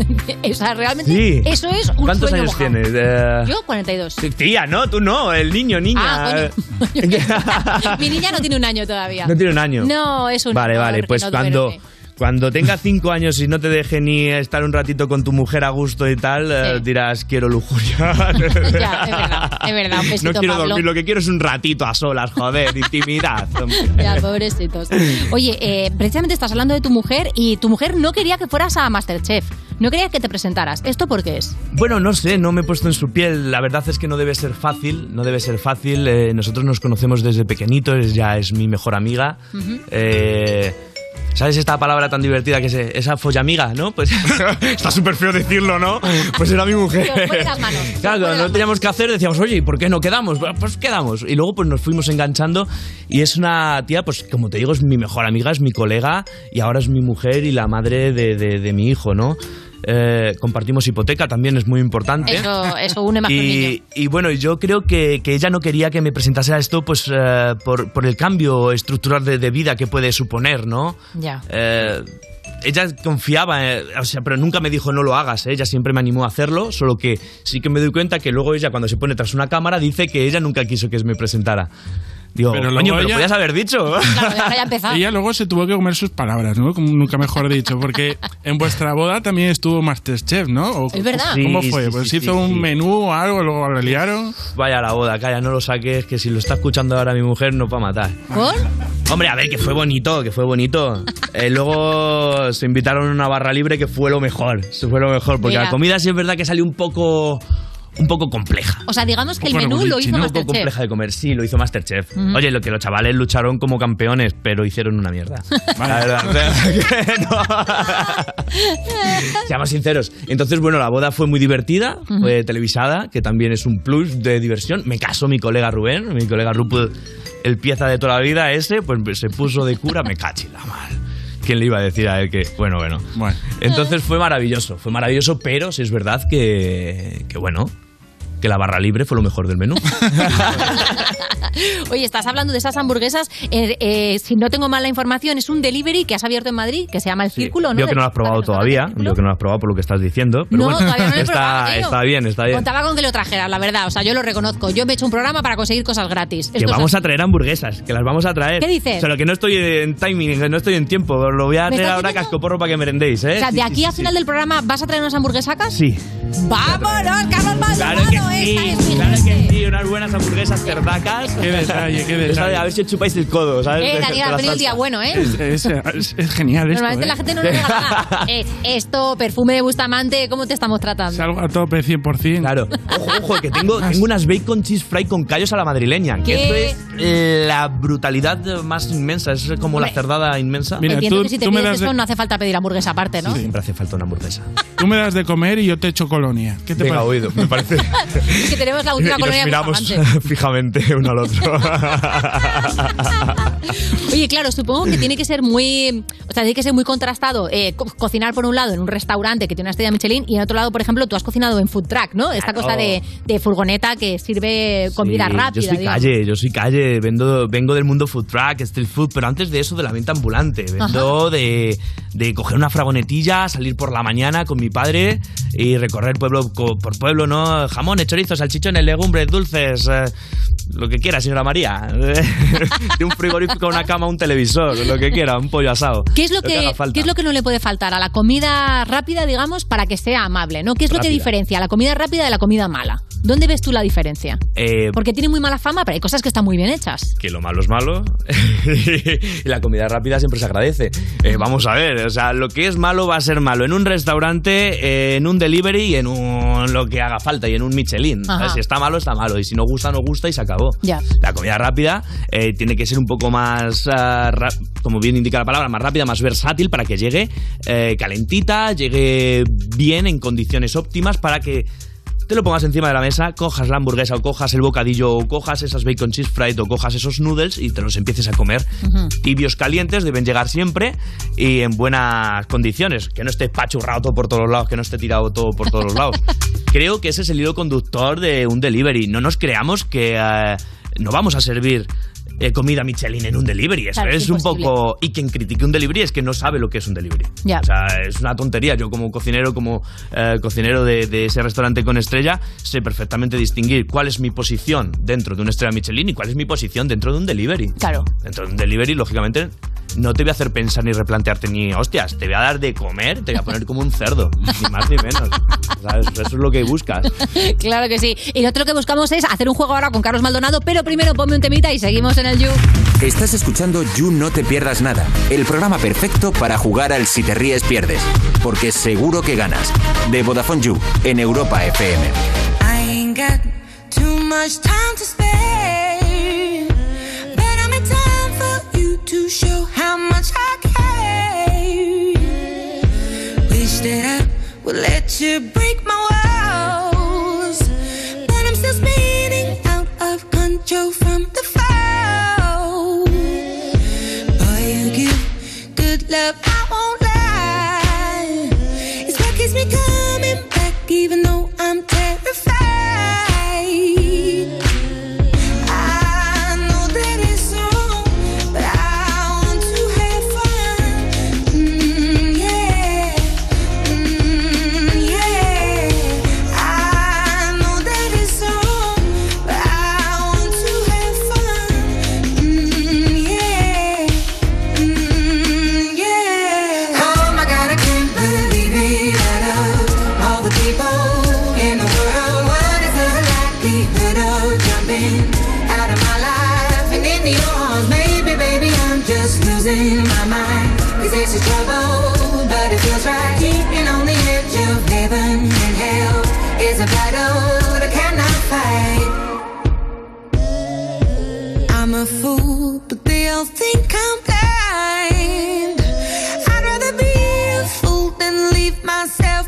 O sea, realmente Sí. eso es un ¿Cuántos sueño años mojado. tienes? Eh, Yo cuarenta y dos. Tía, no, tú no, el niño, niña. Ah, Mi niña no tiene un año todavía. No tiene un año. No, es un Vale, honor vale, que pues no cuando, duele. Cuando tengas cinco años y no te deje ni estar un ratito con tu mujer a gusto y tal, sí. eh, dirás, quiero lujuria. Ya, es verdad, es verdad. Un besito, no quiero Pablo. dormir, lo que quiero es un ratito a solas, joder, intimidad. Ya, pobrecitos. Oye, eh, precisamente estás hablando de tu mujer y tu mujer no quería que fueras a MasterChef. No quería que te presentaras. ¿Esto por qué es? Bueno, no sé, no me he puesto en su piel. La verdad es que no debe ser fácil, no debe ser fácil. Eh, nosotros nos conocemos desde pequeñitos, ella es mi mejor amiga. Uh-huh. Eh... ¿Sabes esta palabra tan divertida que es esa follamiga, no? Pues está súper feo decirlo, ¿no? Pues era mi mujer. Las manos. Claro, no teníamos que hacer, decíamos, oye, ¿y por qué no quedamos? Pues quedamos. Y luego pues nos fuimos enganchando y es una tía, pues como te digo, es mi mejor amiga, es mi colega y ahora es mi mujer y la madre de, de, de mi hijo, ¿no? Eh, compartimos hipoteca, también es muy importante. Eso, eso une más y, que un niño. Y bueno, yo creo que, que ella no quería que me presentase a esto pues eh, por, por el cambio estructural de, de vida que puede suponer, ¿no? Ya. Eh, ella confiaba, eh, o sea, pero nunca me dijo no lo hagas, ¿eh? Ella siempre me animó a hacerlo, solo que sí que me doy cuenta que luego ella cuando se pone tras una cámara dice que ella nunca quiso que me presentara. Digo, pero coño, me ella, lo podías haber dicho. Claro, ahora ya empezó. Ella luego se tuvo que comer sus palabras, ¿no? Como nunca mejor dicho, porque en vuestra boda también estuvo MasterChef, ¿no? ¿O, es verdad. ¿Cómo sí, fue? Sí, pues sí, hizo sí, un sí. menú o algo, luego la liaron. Vaya la boda, calla, no lo saques, que si lo está escuchando ahora mi mujer nos va a matar. ¿Por? Hombre, a ver, que fue bonito, que fue bonito. Eh, luego se invitaron a una barra libre que fue lo mejor, se fue lo mejor, porque Mira. la comida sí es verdad que salió un poco... un poco compleja. O sea, digamos que el Bueno, menú lo hizo un poco MasterChef. compleja de comer, sí, lo hizo MasterChef. Ujú. Oye, lo que los chavales lucharon como campeones, pero hicieron una mierda. La verdad. No. Seamos sinceros. Entonces, bueno, la boda fue muy divertida, Ujú. fue televisada, que también es un plus de diversión. Me casó mi colega Rubén, mi colega Rupert, el pieza de toda la vida ese, pues se puso de cura, me cachi la mal. ¿Quién le iba a decir a él que...? Bueno, bueno. Bueno. Entonces fue maravilloso, fue maravilloso, pero sí es verdad que, que bueno, que la barra libre fue lo mejor del menú. Oye, estás hablando de esas hamburguesas. Eh, eh, si no tengo mal la información, es un delivery que has abierto en Madrid, que se llama El Círculo, ¿no? Veo que no lo has probado todavía, veo que no lo has probado por lo que estás diciendo. Pero No, bueno, todavía no lo he está, probado, tío. está bien, está bien. Contaba con que lo trajeras, la verdad. O sea, yo lo reconozco. Yo me he hecho un programa para conseguir cosas gratis. Que Esto es vamos así. a traer hamburguesas, que las vamos a traer. ¿Qué dices? Solo que no estoy en timing, no estoy en tiempo. Os lo voy a ¿Me traer estás ahora diciendo? cascoporro para que merendéis, ¿eh? O sea, de Sí, aquí sí, a sí, final del programa, ¿vas a traer unas hamburguesacas? Sí. ¡Vámonos, Carlos Maldonado! Claro que sí, Esta es mi claro gente. que sí, unas buenas hamburguesas cerdacas. Qué detalle, qué detalle. Esa de a ver si os chupáis el codo, ¿sabes? Eh, De- Daniel, de has la venido el salsa. día bueno, ¿eh? Es, es- es- es genial esto, Normalmente ¿eh? la gente no nos regala nada. Eh, esto, perfume de Bustamante, ¿cómo te estamos tratando? Salgo a tope cien por ciento. Claro. Ojo, ojo, que tengo, tengo unas bacon cheese fry con callos a la madrileña. Que ¿Qué? esto es eh, la brutalidad más inmensa. Es como la Hombre. cerdada inmensa. Mira, Entiendo tú- que si te tú me pides das de- eso no hace falta pedir hamburguesa aparte, ¿no? Siempre hace falta una hamburguesa. Tú me das de comer y yo te echo colonia. ¿Qué te Venga, parece? oído, me parece. Es que tenemos la última y colonia nos de miramos Bustamante. fijamente uno al otro. Oye, claro, supongo que tiene que ser muy, o sea, tiene que ser muy contrastado eh, co- cocinar por un lado en un restaurante que tiene una estrella Michelin y en otro lado, por ejemplo, tú has cocinado en food truck, ¿no? Esta Claro. cosa de, de furgoneta que sirve comida Sí, rápida. Yo soy digamos. calle, yo soy calle, vendo, vengo del mundo food truck, street food, pero antes de eso de la venta ambulante. Vendo de, de coger una fragonetilla, salir por la mañana con mi padre y recorrer pueblo co- por pueblo, ¿no? Jamones, chorizos, salchichones, legumbres, dulces, eh, lo que quiera, señora María. De un frigorífico a una cama, un televisor, lo que quiera, un pollo asado. ¿Qué es lo que, haga falta. ¿Qué es lo que no le puede faltar a la comida rápida, digamos, para que sea amable, ¿no? ¿Qué es lo que Rápida. diferencia la comida rápida de la comida mala? ¿Dónde ves tú la diferencia? Eh, Porque tiene muy mala fama, pero hay cosas que están muy bien hechas. que lo malo es malo y la comida rápida siempre se agradece. Eh, vamos a ver, o sea, lo que es malo va a ser malo en un restaurante, eh, en un delivery y en un lo que haga falta y en un Michelin. Ajá. ¿Sabes? Si está malo, está malo y si no gusta, no gusta y se acabó. Ya. La comida rápida eh, tiene que ser un poco más, ah, ra- como bien indica la palabra, más rápida, más versátil para que llegue eh, calentita, llegue bien en condiciones óptimas para que te lo pongas encima de la mesa, cojas la hamburguesa o cojas el bocadillo o cojas esas bacon cheese fried o cojas esos noodles y te los empieces a comer. Ujú. Tibios calientes, deben llegar siempre y en buenas condiciones, que no esté pachurrado todo por todos los lados, que no esté tirado todo por todos los lados. Creo que ese es el hilo conductor de un delivery. No nos creamos que eh, no vamos a servir eh, comida Michelin en un delivery. Eso Claro, es es un imposible. poco... Y quien critique un delivery es que no sabe lo que es un delivery. Ya. O sea, es una tontería. Yo como cocinero, como eh, cocinero de, de ese restaurante con estrella, sé perfectamente distinguir cuál es mi posición dentro de una estrella Michelin y cuál es mi posición dentro de un delivery. Claro. Dentro de un delivery, lógicamente, no te voy a hacer pensar ni replantearte ni hostias, te voy a dar de comer, te voy a poner como un cerdo, ni más ni menos. ¿Sabes? Eso es lo que buscas. Claro que sí. Y nosotros lo que buscamos es hacer un juego ahora con Carlos Maldonado, pero primero ponme un temita y seguimos en el You. Estás escuchando You No Te Pierdas Nada, el programa perfecto para jugar al Si Te Ríes Pierdes, porque seguro que ganas. De Vodafone You, en Europa F M. I ain't got too much time to spare, but I'm in time for you to show how much I care. Wish that I would let you break my walls, but I'm still spinning out of control from the fall. Boy, you give good love, I won't lie. It's what keeps me coming back, even though I'm terrified. I know that it's wrong, but I want to have fun. Mm, yeah, mm, yeah. I know that it's wrong, but I want to have fun. Mm, yeah, mm, yeah. Oh my God, I can't believe it. Out of all the people in the world, what is the likelihood of jumping out of my life and into your arms? Maybe, baby, I'm just losing my mind. Cause this is trouble, but it feels right. Keeping on the edge of heaven and hell is a battle that I cannot fight. I'm a fool, but they all think I'm blind. I'd rather be a fool than leave myself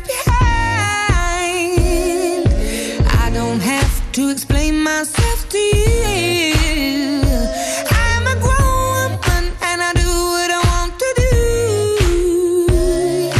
behind. I don't have to explain myself to you. I'm a grown woman and I do what I want to do.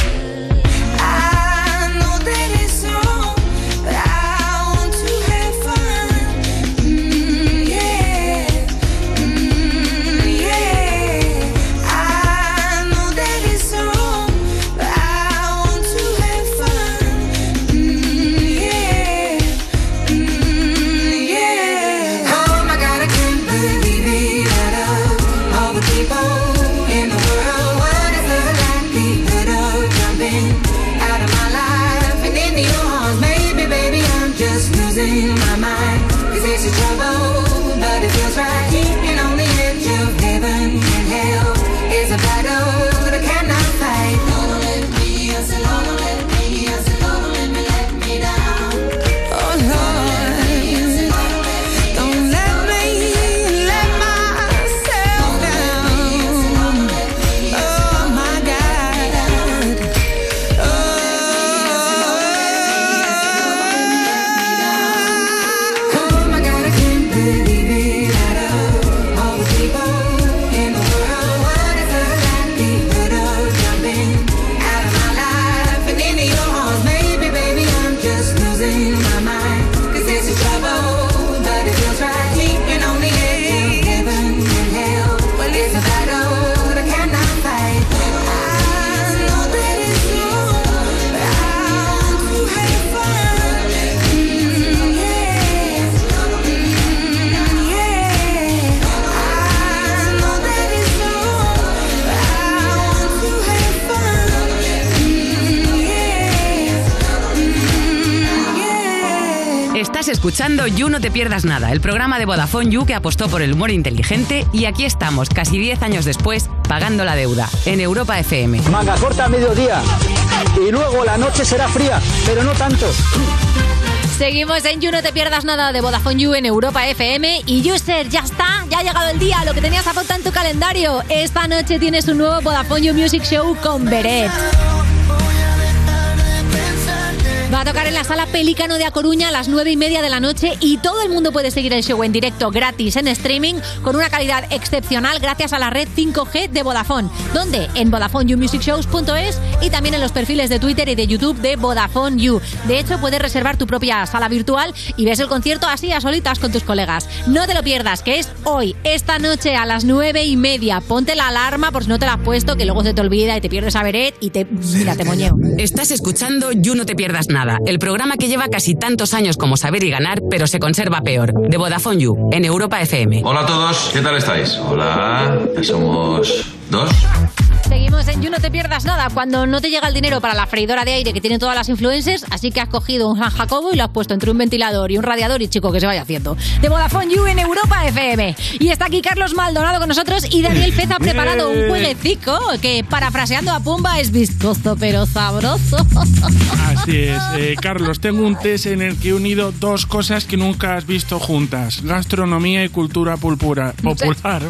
I know that it's wrong, but I want to have fun. Mm, yeah, mm, yeah. I know that it's wrong, but I want to have fun. Mm, yeah, mm, yeah. Oh my God, I can't believe it. Out of all the people in the world, what is the likelihood of jumping out of my life and into your arms? Maybe, baby, I'm just losing my mind. Cause this is trouble, but it feels right. Keeping on the edge of heaven and hell is a battle that I cannot fight. Don't let me, I said, don't let me, I said, don't let me let me down. Oh Lord, don't let me let myself down. Oh my God. Oh my God, I can't believe it. Out of all the people in the world, what is the likelihood of jumping out of my life and into your arms? Maybe, baby, I'm just losing my mind. Cause this is trouble, but it feels right. Keeping on the edge of heaven and hell. Well, it's a battle that I cannot fight. I know that it's wrong, but I want to have fun. Mm, yeah, mm, yeah. I know that it's wrong, but I want to have fun. Mm, yeah, mm, yeah. Estás escuchando You No Te Pierdas Nada, el programa de Vodafone You que apostó por el humor inteligente, y aquí estamos, casi diez años después, pagando la deuda, en Europa F M. Manga corta a mediodía y luego la noche será fría, pero no tanto. Seguimos en You No Te Pierdas Nada de Vodafone You en Europa F M. Y User, ya está, ya ha llegado el día, lo que tenías apuntado en tu calendario. Esta noche tienes un nuevo Vodafone You Music Show con Beret. Va a tocar en la Sala Pelícano de A Coruña a las nueve y media de la noche y todo el mundo puede seguir el show en directo gratis en streaming con una calidad excepcional gracias a la red cinco G de Vodafone. ¿Dónde? En vodafone you music shows punto es y también en los perfiles de Twitter y de YouTube de Vodafone You. De hecho, puedes reservar tu propia sala virtual y ves el concierto así a solitas con tus colegas. No te lo pierdas, que es hoy, esta noche a las nueve y media. Ponte la alarma por si no te la has puesto, que luego se te olvida y te pierdes a Beret y te... Mira, te moñeo. Estás escuchando You No Te Pierdas Nada, Nada, el programa que lleva casi tantos años como Saber y Ganar, pero se conserva peor. De Vodafone You, en Europa F M. Hola a todos, ¿qué tal estáis? Hola, ya somos dos. Seguimos en You, no te pierdas nada. Cuando no te llega el dinero para la freidora de aire que tienen todas las influencers, así que has cogido un San Jacobo y lo has puesto entre un ventilador y un radiador y chico, que se vaya haciendo. De Vodafone You en Europa F M. Y está aquí Carlos Maldonado con nosotros y Daniel Pez ha preparado un jueguecico que, parafraseando a Pumba, es viscoso pero sabroso. Así es. Eh, Carlos, tengo un test en el que he unido dos cosas que nunca has visto juntas. Gastronomía y cultura pulpura, popular.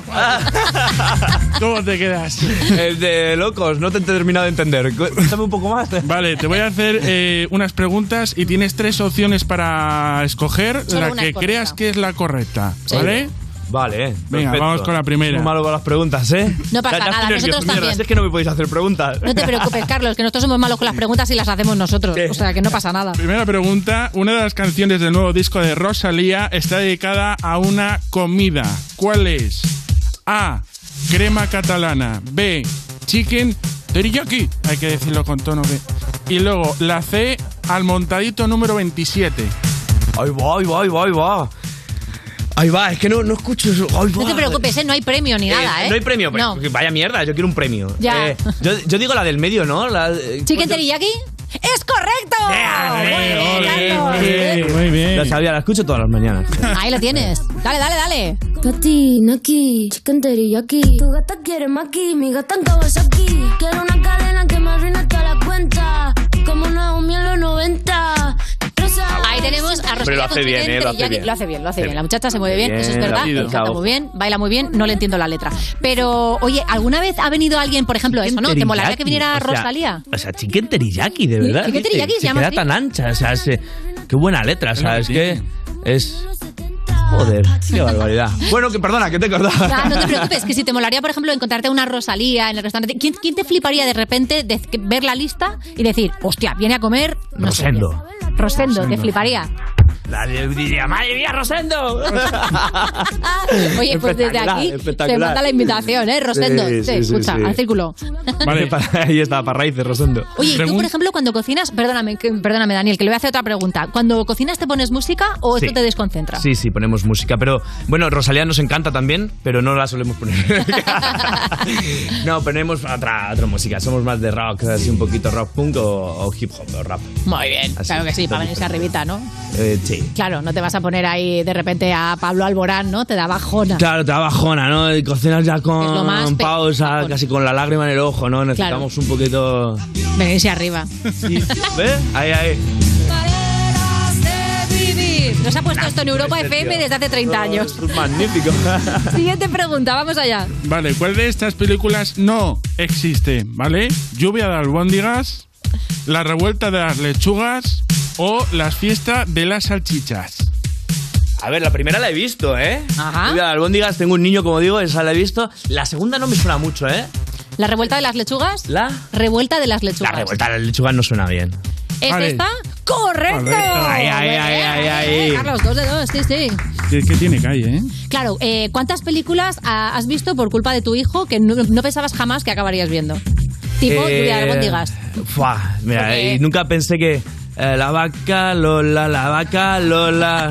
¿Cómo te quedas? El de locos, no te he terminado de entender. Cuéntame un poco más. Vale, te voy a hacer eh, unas preguntas y tienes tres opciones para escoger. Solo la que correcta. Creas que es la correcta, sí. ¿Vale? Vale, eh. Venga, perfecto. vamos con la primera. Muy malo con las preguntas, ¿eh? No pasa ya, ya nada, nosotros también. Mierda, es que no me podéis hacer preguntas. No te preocupes, Carlos, que nosotros somos malos con las preguntas y las hacemos nosotros. ¿Qué? O sea, que no pasa nada. Primera pregunta. Una de las canciones del nuevo disco de Rosalía está dedicada a una comida. ¿Cuál es? A. Crema catalana. B. Chicken teriyaki. Hay que decirlo con tono B. Y luego la C. Al montadito número veintisiete. Ahí va, ahí va, ahí va, ahí va. Ahí va, es que no, no escucho eso. Ay, no te preocupes, ¿eh? No hay premio ni eh, nada, ¿eh? No hay premio, no. Vaya mierda, yo quiero un premio. Ya. Eh, yo, yo digo la del medio, ¿no? La, ¿Chicken teriyaki? ¡Es correcto! Yeah, muy bien, Carlos. Muy bien, muy bien. La sabía, la escucho todas las mañanas. Ahí lo tienes. Dale, dale, dale. Gati, Naki, chicken teriyaki. Tu gata quiere maki, mi gata en Kawasaki. Quiero una cadena que me arruine toda la cuenta. Como Naomi en los noventa. Ahí tenemos a Rosalía. Lo hace bien, eh, lo hace bien. Lo hace bien, lo hace bien. La muchacha se mueve bien, bien, eso es verdad. Rápido. Canta muy bien, baila muy bien, no le entiendo la letra. Pero, oye, ¿alguna vez ha venido alguien, por ejemplo, eso, no? ¿Te molaría que viniera o sea, Rosalía? O sea, chicken teriyaki, de verdad. Chicken teriyaki se, se llama queda así. tan ancha, o sea, se, qué buena letra, ¿sabes? Que es... Joder, qué barbaridad. Bueno, que perdona, que te he cortado. No, no te preocupes, que si te molaría, por ejemplo, encontrarte una Rosalía en el restaurante, ¿quién, quién te fliparía de repente de ver la lista y decir, hostia, viene a comer... No Rosendo. Sé, Rosendo, Rosendo, te fliparía. Nadie diría, madre mía, Rosendo. Oye, pues desde aquí te manda la invitación, ¿eh? Rosendo, sí, sí, sí, escucha, sí, sí. Al círculo. Vale, ahí está, para raíces, Rosendo. Oye, tú, por ejemplo, cuando cocinas, perdóname, que, perdóname, Daniel, que le voy a hacer otra pregunta. ¿Cuando cocinas te pones música o sí. esto te desconcentra? Sí, sí, ponemos música, pero bueno, Rosalía nos encanta también, pero no la solemos poner. No, ponemos otra, otra música, somos más de rock, así un poquito rock punk o, o hip hop o rap. Muy bien, así, claro que sí, para venirse arribita, ¿no? Eh, sí. Claro, no te vas a poner ahí de repente a Pablo Alborán, ¿no? Te da bajona. Claro, te da bajona, ¿no? Y cocinas ya con pausa, casi con la lágrima en el ojo, ¿no? Necesitamos claro. un poquito... Venirse arriba. Sí. ¿Ves? Ahí, ahí. Nos ha puesto esto en Europa F M desde hace treinta años. Es magnífico. Siguiente pregunta, vamos allá. Vale, ¿cuál de estas películas no existe? ¿Vale? Lluvia de albóndigas, La revuelta de las lechugas o Las fiestas de las salchichas. A ver, la primera la he visto, ¿eh? Ajá. Lluvia de albóndigas, tengo un niño, como digo, esa la he visto. La segunda no me suena mucho, ¿eh? ¿La revuelta de las lechugas? ¿La? Revuelta de las lechugas. La revuelta de las lechugas no suena bien. ¿Es vale. esta? ¡Correcto! Ay, ay, ay, ay, ay. Carlos, dos de dos, sí, sí. ¿Qué, qué tiene calle, eh? Claro, eh, ¿cuántas películas ha, has visto por culpa de tu hijo que no, no pensabas jamás que acabarías viendo? Tipo, eh, Lluvia de albóndigas. Fuah, mira, Porque... y nunca pensé que... Eh, la vaca Lola, la vaca Lola.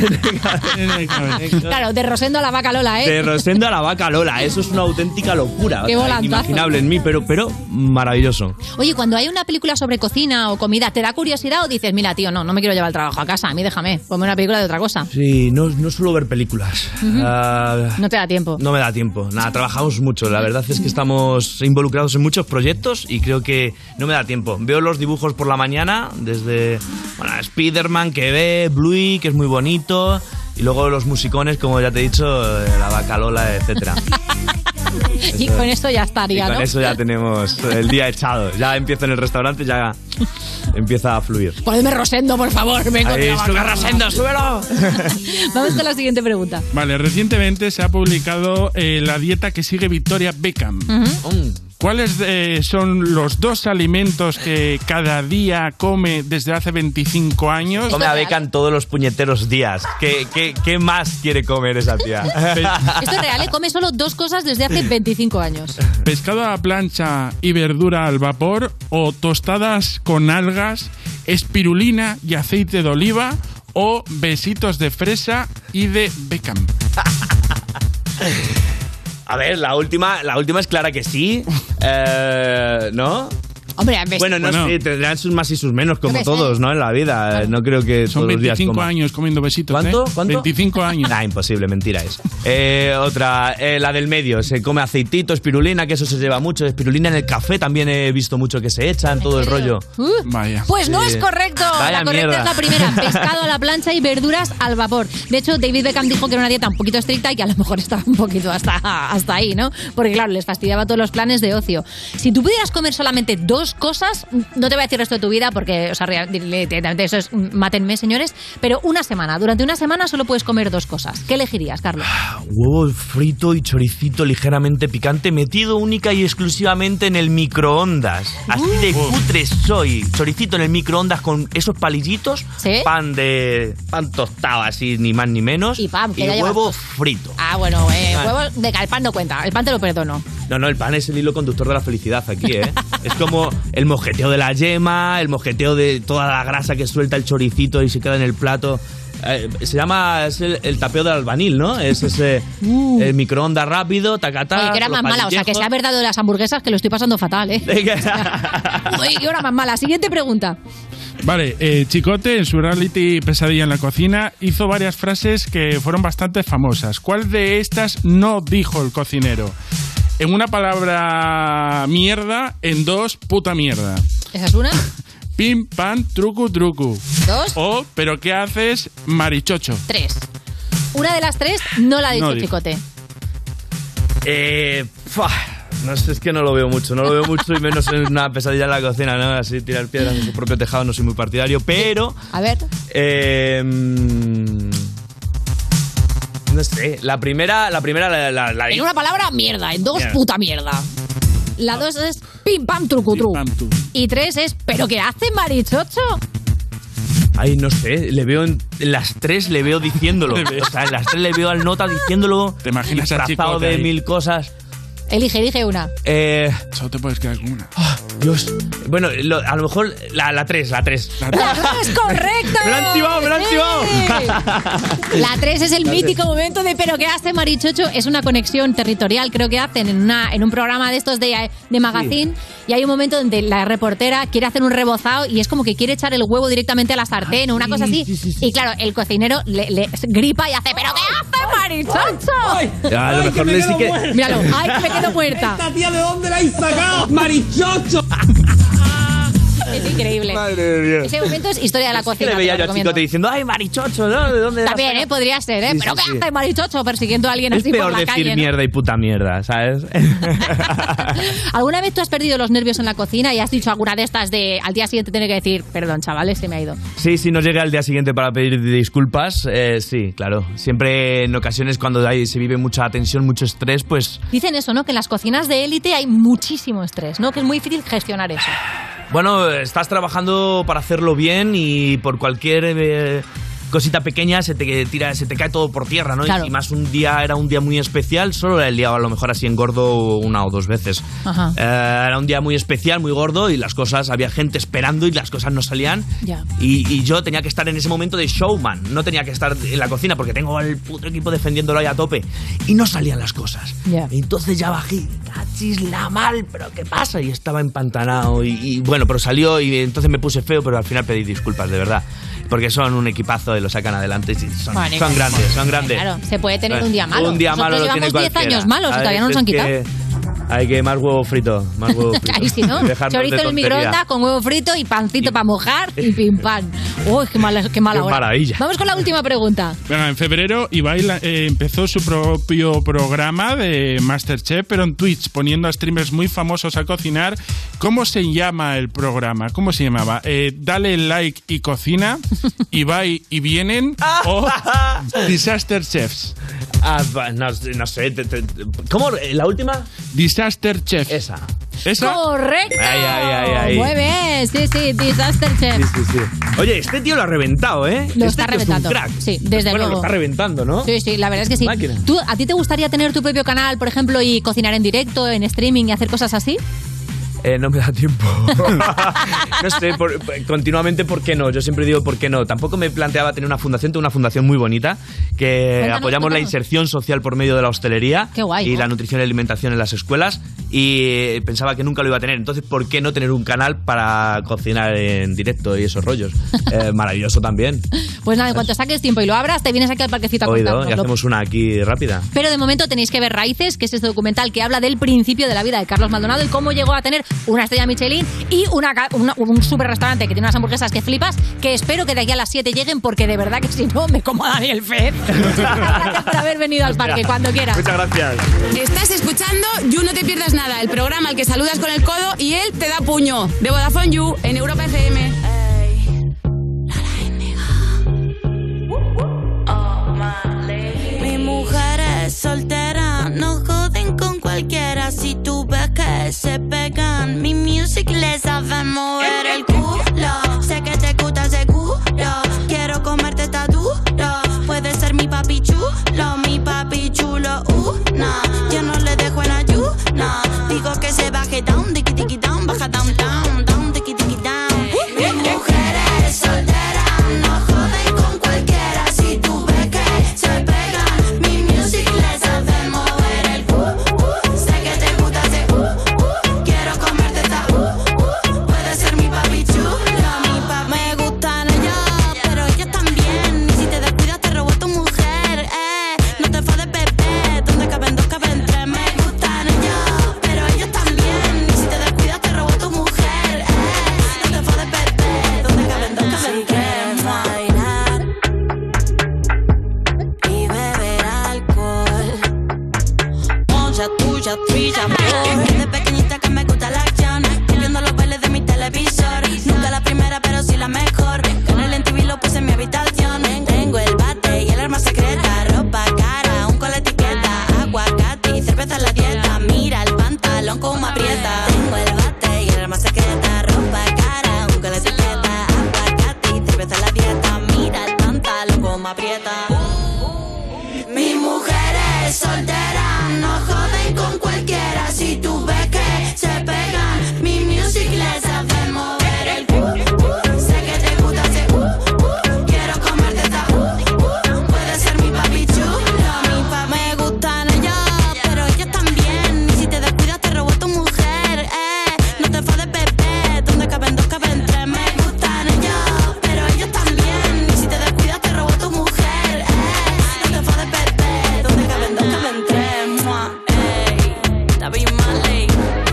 Claro, de Rosendo a la vaca Lola, ¿eh? De Rosendo a la vaca Lola. Eso es una auténtica locura. Qué o sea, volantazo. Imaginable en mí, pero, pero maravilloso. Oye, cuando hay una película sobre cocina o comida, ¿te da curiosidad o dices, mira, tío, no, no me quiero llevar el trabajo a casa, a mí déjame, ponme una película de otra cosa? Sí, no, no suelo ver películas. Uh-huh. uh, no te da tiempo. No me da tiempo. Nada, trabajamos mucho. La verdad es que estamos involucrados en muchos proyectos y creo que no me da tiempo. Veo los dibujos por la mañana, desde... Bueno, Spiderman que ve, Bluey, que es muy bonito, y luego los musicones, como ya te he dicho, la vaca Lola, etcétera. Y con esto ya estaría, y con ¿no? eso ya tenemos el día echado. Ya empiezo en el restaurante, ya empieza a fluir. Ponedme Rosendo, por favor. Me Ahí, sube Rosendo, súbelo. Vamos con la siguiente pregunta. Vale, recientemente se ha publicado eh, la dieta que sigue Victoria Beckham. Uh-huh. Mm. ¿Cuáles eh, son los dos alimentos que cada día come desde hace veinticinco años? Come a Beckham todos los puñeteros días. ¿Qué, qué, qué más quiere comer esa tía? Esto es real, ¿eh? Come solo dos cosas desde hace veinticinco años. ¿Pescado a la plancha y verdura al vapor o tostadas con algas espirulina y aceite de oliva o besitos de fresa y de Beckham? A ver, la última, la última es clara que sí. Eh, ¿No? Hombre, a ver, Bueno, no bueno. sé, tendrán sus más y sus menos, como Debe todos, ser. ¿no? En la vida. Claro. No creo que Son todos los días veinticinco coma. años comiendo besitos. ¿Cuánto? ¿eh? ¿Cuánto? veinticinco años. Ah, imposible, mentira es. Eh, otra, eh, la del medio. Se come aceitito, espirulina, que eso se lleva mucho. Espirulina en el café también he visto mucho que se echan, todo el rollo. Uh, Vaya. Pues no Sí. es correcto. Vaya la correcta mierda. es la primera. Pescado a la plancha y verduras al vapor. De hecho, David Beckham dijo que era una dieta un poquito estricta y que a lo mejor estaba un poquito hasta, hasta ahí, ¿no? Porque claro, les fastidiaba todos los planes de ocio. Si tú pudieras comer solamente dos cosas, no te voy a decir el resto de tu vida porque, o sea, directamente eso es, mátenme, señores, pero una semana, durante una semana solo puedes comer dos cosas. ¿Qué elegirías, Carlos? Huevo frito y choricito ligeramente picante metido única y exclusivamente en el microondas. Así de cutre soy. Choricito en el microondas con esos palillitos. ¿Sí? Pan de... pan tostado así, ni más ni menos. Y pan, que y ya lleva- huevo frito. Ah, bueno, eh, Ah. huevos de el pan no cuenta. El pan te lo perdono. No, no, el pan es el hilo conductor de la felicidad aquí, ¿eh? Es como el mojeteo de la yema, el mojeteo de toda la grasa que suelta el choricito y se queda en el plato. Eh, se llama es el, el tapeo del albanil, ¿no? Es ese el microondas rápido, tacatá. Oye, que era los más mala, o sea, que palillejos. sea verdad de las hamburguesas, que lo estoy pasando fatal, ¿eh? Oye, que hora más mala. Siguiente pregunta. Vale, eh, Chicote en su reality Pesadilla en la cocina hizo varias frases que fueron bastante famosas. ¿Cuál de estas no dijo el cocinero? En una palabra mierda, en dos puta mierda. ¿Esa es una? Pim, pam, trucu, trucu. Dos. O, ¿pero qué haces, marichocho? Tres. Una de las tres no la ha dicho No dijo. Chicote. Eh, fua, no sé, es que no lo veo mucho, no lo veo mucho y menos en una pesadilla en la cocina, ¿no? Así tirar piedras en su propio tejado no soy muy partidario, pero... A ver. Eh, mm, no sé, la primera, la primera la, la, la- En una palabra, mierda. En dos, Mierda. puta mierda. La dos es pim pam trucu tru. Y tres es, ¿pero qué hace, marichocho? Ay, no sé, le veo en, en las tres le veo diciéndolo. O sea, en las tres le veo al nota diciéndolo. ¿Te imaginas a disfrazado Chicote de ahí? mil cosas. Elige, elige una. Eh, Solo te puedes quedar con una. Dios. Bueno, lo- a lo mejor la, la tres, la tres. ¡La tres es correcta! ¡Me lo han chivado, me lo han ¡Sí! chivado! La tres es el La mítico tres. momento de ¿pero qué hace, marichocho? Es una conexión territorial, creo que hacen en, una, en un programa de estos de, de magazine. Y hay un momento donde la reportera quiere hacer un rebozado y es como que quiere echar el huevo directamente a la sartén o una cosa así. Y claro, el cocinero le, le gripa y hace ¿pero qué hace, marichocho? A lo mejor le sí que... Míralo, ¡ay, que me quedo muerta! tía de dónde la habéis sacado? ¡Marichocho! Es increíble. Madre de Dios. Ese momento es historia de la ¿Qué cocina. le te veía lo yo a recomiendo. Chicote diciendo, ay, marichocho, ¿no? ¿De dónde También, la ¿eh? Podría ser, ¿eh? Sí, ¿Pero sí, qué sí. hace, marichocho? Persiguiendo a alguien Es así por peor la decir calle, ¿no? mierda y puta mierda, ¿sabes? ¿Alguna vez tú has perdido los nervios en la cocina y has dicho alguna de estas de al día siguiente tener que decir, perdón, chavales, se me ha ido? Sí, sí, no llegué al día siguiente para pedir disculpas. Eh, sí, claro. Siempre en ocasiones cuando hay, se vive mucha tensión, mucho estrés, pues... Dicen eso, ¿no? Que en las cocinas de élite hay muchísimo estrés, ¿no? Que es muy difícil gestionar eso. Bueno, estás trabajando para hacerlo bien y por cualquier eh, cosita pequeña se te tira, se te cae todo por tierra, ¿no? Claro. Y más un día era un día muy especial, solo el día a lo mejor así engordo una o dos veces. Ajá. Eh, era un día muy especial, muy gordo y las cosas, había gente esperando y las cosas no salían. Ya. Y, y yo tenía que estar en ese momento de showman, no tenía que estar en la cocina porque tengo al puto equipo defendiéndolo ahí a tope. Y no salían las cosas. Ya. Entonces ya bajé, cachis la mal, pero ¿qué pasa? Y estaba empantanado y, y bueno, pero salió y entonces me puse feo, pero al final pedí disculpas, de verdad. Porque son un equipazo y lo sacan adelante. y Son, Vale, son pues, grandes, son grandes. Claro, se puede tener un día malo. Un día Nosotros malo lo llevamos tiene diez cualquiera. años malos y A todavía no nos veces han quitado. que Hay que más huevo frito, más huevo frito. Ahí sí, ¿no? Dejarnos Chorizo de en el tontería. microondas con huevo frito y pancito para mojar y pim pam. Uy, qué mala, qué mala Qué hora. maravilla. Vamos con la última pregunta. Venga, en febrero Ibai la- eh, empezó su propio programa de Masterchef, pero en Twitch, poniendo a streamers muy famosos a cocinar. ¿Cómo se llama el programa? ¿Cómo se llamaba? Eh, Dale like y cocina, Ibai y vienen, o Disaster Chefs. Ah, va, no, no sé. te- te- ¿Cómo? ¿La última? Disaster Chef. Esa. ¿Esa? Correcto. Ay, ay, ay, ay. Muy bien, sí, sí, Disaster Chef. Sí, sí, sí. Oye, este tío lo ha reventado, ¿eh? Lo Este está tío es un reventando. crack. Sí, desde bueno, luego. lo está reventando, ¿no? Sí, sí, la verdad es que sí. Máquina. ¿Tú, ¿A ti te gustaría tener tu propio canal, por ejemplo, y cocinar en directo, en streaming y hacer cosas así? Eh, no me da tiempo. No sé, por, continuamente, ¿por qué no? Yo siempre digo, ¿por qué no? Tampoco me planteaba tener una fundación. Tengo una fundación muy bonita que cuéntanos, apoyamos cuéntanos. la inserción social por medio de la hostelería. Qué guay, y ¿no? la nutrición y alimentación en las escuelas. Y pensaba que nunca lo iba a tener. Entonces, ¿por qué no tener un canal para cocinar en directo y esos rollos? Eh, maravilloso también. Pues nada, en cuanto saques tiempo y lo abras, te vienes aquí al parquecito a Oído, contárnoslo. y hacemos una aquí rápida. Pero de momento tenéis que ver Raíces, que es este documental que habla del principio de la vida de Carlos Maldonado y cómo llegó a tener una estrella Michelin y una, una, un super restaurante que tiene unas hamburguesas que flipas, que espero que de aquí a las siete lleguen, porque de verdad que si no, me como a Daniel Fez. Gracias por haber venido al parque, cuando quieras. Muchas gracias. Estás escuchando You No Te Pierdas Nada, el programa al que saludas con el codo y él te da puño. De Vodafone You, en Europa F M. Mi mujer es soltera, no joden con cualquiera. Si tú ves que se pegan, mi music les sabe mover el culo. Sé que te gusta seguro, quiero comerte ta duro. Puede ser mi papi chulo, mi papi chulo. Uh, nah, yo no le dejo en ayuna. Digo que se baje down, tiki tiki down, baja down, down, down, tiki tiki down. Mi mujer es soltera, no joden con cualquiera. Si tú ves que se pegan, mi music les hace mover el culo. Sé que te gusta ese uh, uh, quiero comerte esta uh, uh. Puede ser mi papi chulo, mi papi. Me gustan ellos, pero ellos también. Y si te descuidas te robó tu mujer, eh. No te fades, bebé, donde caben dos caben tres. Me gustan ellos, pero ellos también. Y si te descuidas te robó tu mujer, eh. No te fades, bebé, donde caben dos caben tres. Bailar y beber alcohol. Mucha tuya, tuya, amor. Desde pequeñita que me gusta la acción. Viendo los bailes de mi televisor. Nunca la primera, pero sí la mejor. Con el M T V lo puse en mi habitación. Tengo el bate y el arma secreta. Ropa cara, un con la etiqueta. Aguacate y cerveza en la dieta. Mira el pantalón como aprieta. Tengo el bate y el arma secreta. Ropa cara, un con la etiqueta. Aguacate y cerveza en la dieta. Mira el pantalón como aprieta. Mi mujer es soltera, no joden con cualquiera. Si tú ves que se pegan, mi music les hace mover el culo. Sé que te gusta ese uh, uh, quiero comerte esta uh, uh. Puede ser mi papi chulo, mi papi. Me gustan ellos, pero ellos también. Y si te descuidas te robó tu mujer, eh. No te fades, bebé, donde caben dos caben tres. Me gustan ellos, pero ellos también. Y si te descuidas te robó tu mujer, eh. No te fades, bebé, donde caben dos caben tres. Mua, ey, David Marley.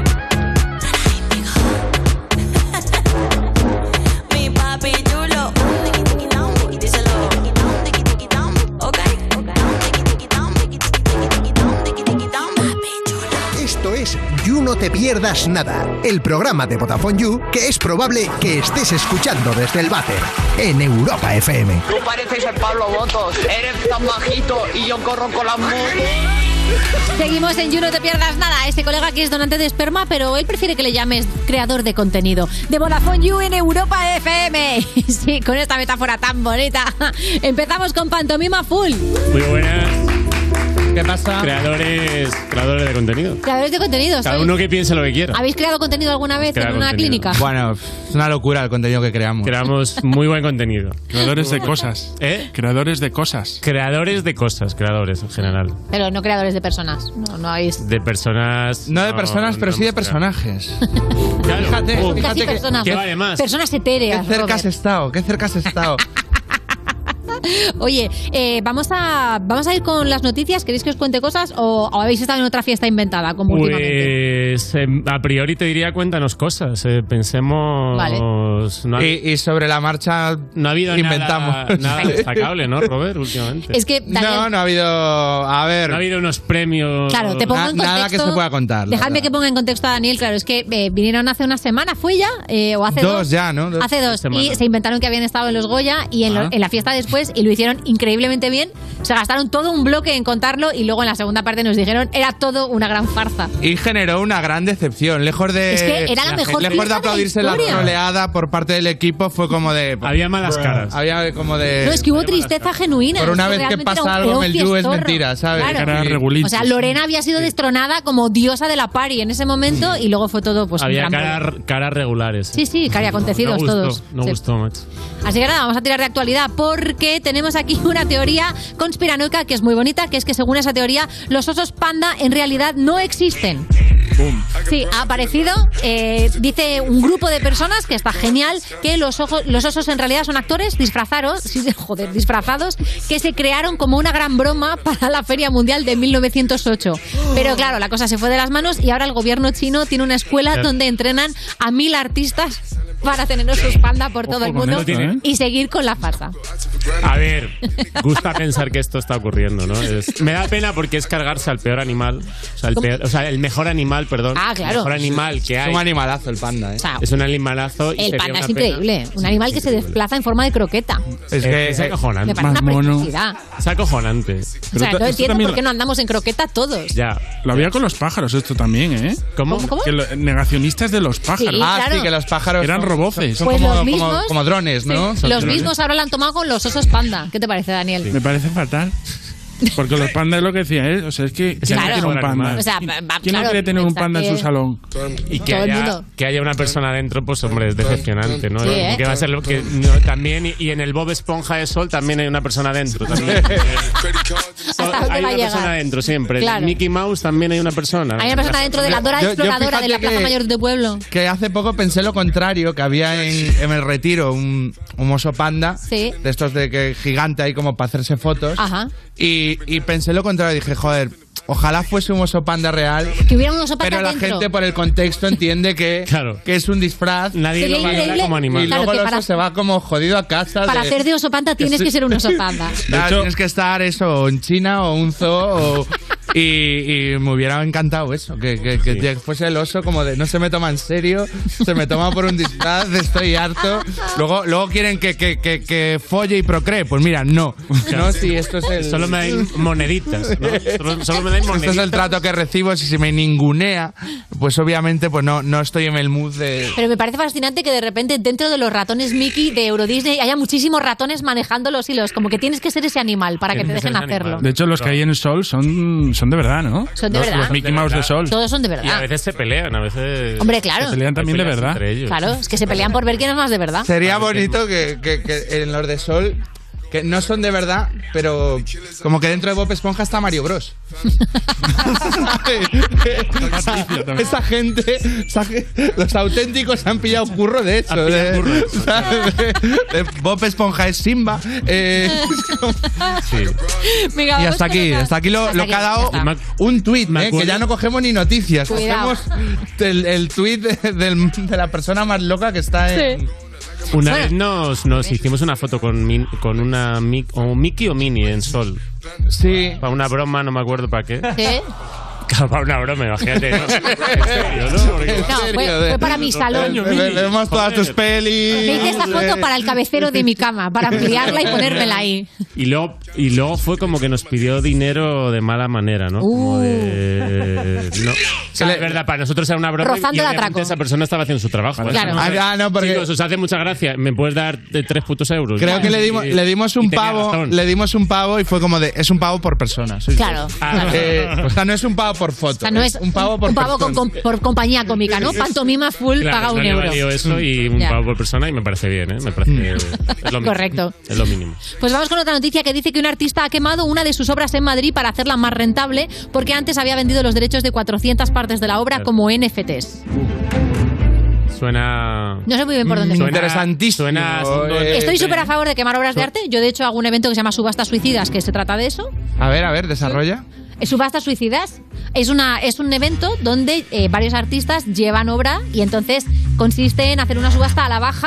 Mi papi chulo. Tiki tiki down, tiki díselo. Tiki down, tiki tiki down. Ok, ok. Tiki tiki down, tiki tiki tiki down, tiki tiki down. Papi chulo. Esto es You No Te Pierdas Nada, el programa de Vodafone You que es probable que estés escuchando desde el váter en Europa F M. Tú pareces el Pablo Botos, eres tan bajito y yo corro con las motos. Seguimos en You No Te Pierdas Nada. Ese colega que es donante de esperma, pero él prefiere que le llames creador de contenido. De Vodafone You en Europa F M. Sí, con esta metáfora tan bonita. Empezamos con Pantomima Full. Muy buenas. ¿Qué pasa? Creadores, creadores de contenido. Creadores de contenido. Cada ¿sí? uno que piense lo que quiera. ¿Habéis creado contenido alguna vez Crear en una contenido. clínica? Bueno, es una locura el contenido que creamos. Creamos muy buen contenido. Creadores de cosas. ¿Eh? Creadores de cosas. Creadores de cosas, creadores en general. Pero no creadores de personas. No, no habéis... De personas... No de personas, pero sí de personajes. Claro. Fíjate, Uh, fíjate Casi que, personas. ¿Qué vale más? Personas etéreas. qué cerca Robert. has estado, qué cerca has estado. Oye, eh, vamos a vamos a ir con las noticias. ¿Queréis que os cuente cosas o, o habéis estado en otra fiesta inventada como últimamente? Pues eh, a priori te diría cuéntanos cosas. eh, pensemos. Vale. No ha, Y, y sobre la marcha no ha habido inventamos. nada, nada destacable, ¿no, Robert? Últimamente. Es que Daniel, No, no ha habido. A ver. No ha habido unos premios. Claro, te pongo Na- en nada contexto. que se pueda contar, la Dejadme verdad. que ponga en contexto a Daniel. Claro, es que eh, vinieron hace una semana, ¿fue ya? Eh, o hace dos. Dos ya, ¿no? Dos Hace dos. semanas. Y se inventaron que habían estado en los Goya y en, lo- Ah. en la fiesta después ellos y lo hicieron increíblemente bien. Se gastaron todo un bloque en contarlo y luego en la segunda parte nos dijeron era todo una gran farsa. Y generó una gran decepción. Lejos de, Es que era la mejor lejos fiesta de de aplaudirse la la, historia. troleada por parte del equipo, fue como de... Había malas caras. Había como de... No, es que hubo tristeza genuina. Por una Es vez que realmente pasa era un- algo era un en el You es fiestorro. mentira, ¿sabes? Claro. Cara Sí. regulinchi. O sea, Lorena había sido destronada como diosa de la party en ese momento y luego fue todo pues un Había gran caras, rollo. caras regulares. Sí, sí, cari acontecidos no gustó, todos. No Sí. gustó, macho. Así que nada, vamos a tirar de actualidad porque tenemos aquí una teoría conspiranoica que es muy bonita, que es que según esa teoría los osos panda en realidad no existen. Sí, ha aparecido, eh, dice un grupo de personas, que está genial, que los, ojos, los osos en realidad son actores disfrazados, sí, joder, disfrazados, que se crearon como una gran broma para la Feria Mundial de mil novecientos ocho. Pero claro, la cosa se fue de las manos y ahora el gobierno chino tiene una escuela Claro. donde entrenan a mil artistas para tener osos panda por todo el con mundo esto, ¿eh? y seguir con la farsa. A ver, gusta pensar que esto está ocurriendo, ¿no? Es- me da pena porque es cargarse al peor animal. O sea, el, ¿Cómo? peor- o sea, el mejor animal, perdón. Ah, claro. El mejor animal que Es hay. un animalazo el panda, ¿eh? O sea, Es un animalazo. y el sería panda una es pena. increíble, un animal que se desplaza en forma de croqueta. Es que... Es acojonante. Me parece una preciosidad. Es acojonante. O Pero sea, esto no entiendo también por qué no andamos en croqueta todos. Ya. Lo había con los pájaros esto también, ¿eh? ¿Cómo? ¿Cómo, cómo? Que lo- negacionistas de los pájaros. Sí, Ah, claro. sí, que los pájaros Eran son- roboces. Son Pues como, los como- mismos- como drones, ¿no? Son Los drones. mismos ahora lo han tomado con los osos panda. ¿Qué te parece, Daniel? Me parece fatal. Porque los pandas es lo que decía, ¿eh? O sea, es que ¿quién Claro. no quiere un panda? O sea, va- ¿Quién no claro, quiere tener un pensar panda en que- su salón? Y que Todo el haya, mundo. que haya una persona dentro, pues hombre, es decepcionante, ¿no? Sí, ¿eh? Que va a ser lo que no, también y, y en el Bob Esponja de Sol también hay una persona dentro. También. ¿Hasta dónde hay va a una llegar? persona dentro siempre. Claro. Mickey Mouse también hay una persona. Hay una persona dentro de la Dora Yo- yo Exploradora de la fíjate Plaza que- Mayor de Pueblo. Que hace poco pensé lo contrario, que había en, en el Retiro un, un oso panda, Sí. de estos de que gigante ahí como para hacerse fotos, Ajá. y, y pensé lo contrario, dije, joder, ojalá fuese un oso panda real, Que hubiera un oso panda pero la dentro. gente por el contexto entiende que, Claro. que es un disfraz, Nadie Sería lo valora increíble. como animal. y Claro, luego que el oso para- se va como jodido a casa. Para de- hacer de oso panda tienes sí. que ser un oso panda. Claro, hecho- tienes que estar eso, o en China o un zoo, o- y, y me hubiera encantado eso, que, que, que fuese el oso como de no se me toma en serio, se me toma por un disfraz, estoy harto. Luego, luego quieren que, que, que, que folle y procree, pues mira, no. No, si esto es el... Solo me dan moneditas, ¿no? Solo, solo me dan Este moneditas. es el trato que recibo, si se me ningunea, pues obviamente pues no, no estoy en el mood de... Pero me parece fascinante que de repente dentro de los ratones Mickey de Euro Disney haya muchísimos ratones manejando los hilos. Como que tienes que ser ese animal para que te Tienes que dejen ser ese hacerlo. animal. De hecho, los que hay en el Sol son, son de verdad, ¿no? Son de los, verdad. Los Mickey De Mouse de verdad. Sol. Todos son de Y a verdad. veces se pelean, a veces... Hombre, claro. Se pelean también de Hay peleas verdad. entre ellos. Claro, es que se pelean por ver quién es más de verdad. Sería bonito que, que, que en los de Sol, que no son de verdad, pero como que dentro de Bob Esponja está Mario Bros. esa, esa gente, esa ge- los auténticos han pillado curro de eso. Han pillado De, curro. ¿sabes? De- de Bob Esponja es Simba. eh, Sí. Venga, y vamos hasta con aquí, otra. hasta aquí lo, Hasta lo aquí, que ha dado ya está. Me ac- un tuit, Me eh, que acuerdo- ya no cogemos ni noticias. Cuidado. Cogemos el, el tuit de, del- de la persona más loca que está en... Sí. Una Bueno. vez nos, nos hicimos una foto con, Min- con una Mic- o Mickey o Minnie en Sol. Sí. Para una broma, no me acuerdo para qué. ¿Qué? Claro, para una broma, imagínate. ¿no? En serio, ¿no? Porque- No, fue, fue para mi salón. Coño, Ve- Mini, Vemos todas joder. tus pelis. Me hice esta foto para el cabecero de mi cama, para ampliarla y ponérmela ahí. Y luego, y luego fue como que nos pidió dinero de mala manera, ¿no? Como Uh. de... No. O sea, es verdad, para nosotros era una broma Rozando y el obviamente atraco. esa persona estaba haciendo su trabajo. ¿eh? Claro. Ah, no, porque- Chicos, os hace mucha gracia. ¿Me puedes dar de tres putos euros? Creo que le dimos, Y- le dimos y un tenía pavo, razón. le dimos un pavo y fue como de, es un pavo por persona. sois Claro, dos. claro. Eh, o sea, no es un pavo por foto. O sea, no es un pavo por un pavo con- persona. con- por compañía cómica, ¿no? Pantomima full Claro, paga no un le euro. valió eso y un Ya. pavo por persona y me parece bien, ¿eh? Me parece... Es lo mínimo. Correcto. Es lo mínimo. Pues vamos con otra noticia que dice que un artista ha quemado una de sus obras en Madrid para hacerla más rentable porque antes había vendido los derechos de cuatrocientas partes de la obra Claro. como N F Ts. Suena... No sé muy bien por dónde. Suena- Interesantísimo. Suena... Eh, Estoy súper a favor de quemar obras de arte. Yo, de hecho, hago un evento que se llama Subastas Suicidas, que se trata de eso. A ver, a ver, desarrolla. Eh, Subastas Suicidas es, una, es un evento donde eh, varios artistas llevan obra y entonces consiste en hacer una subasta a la baja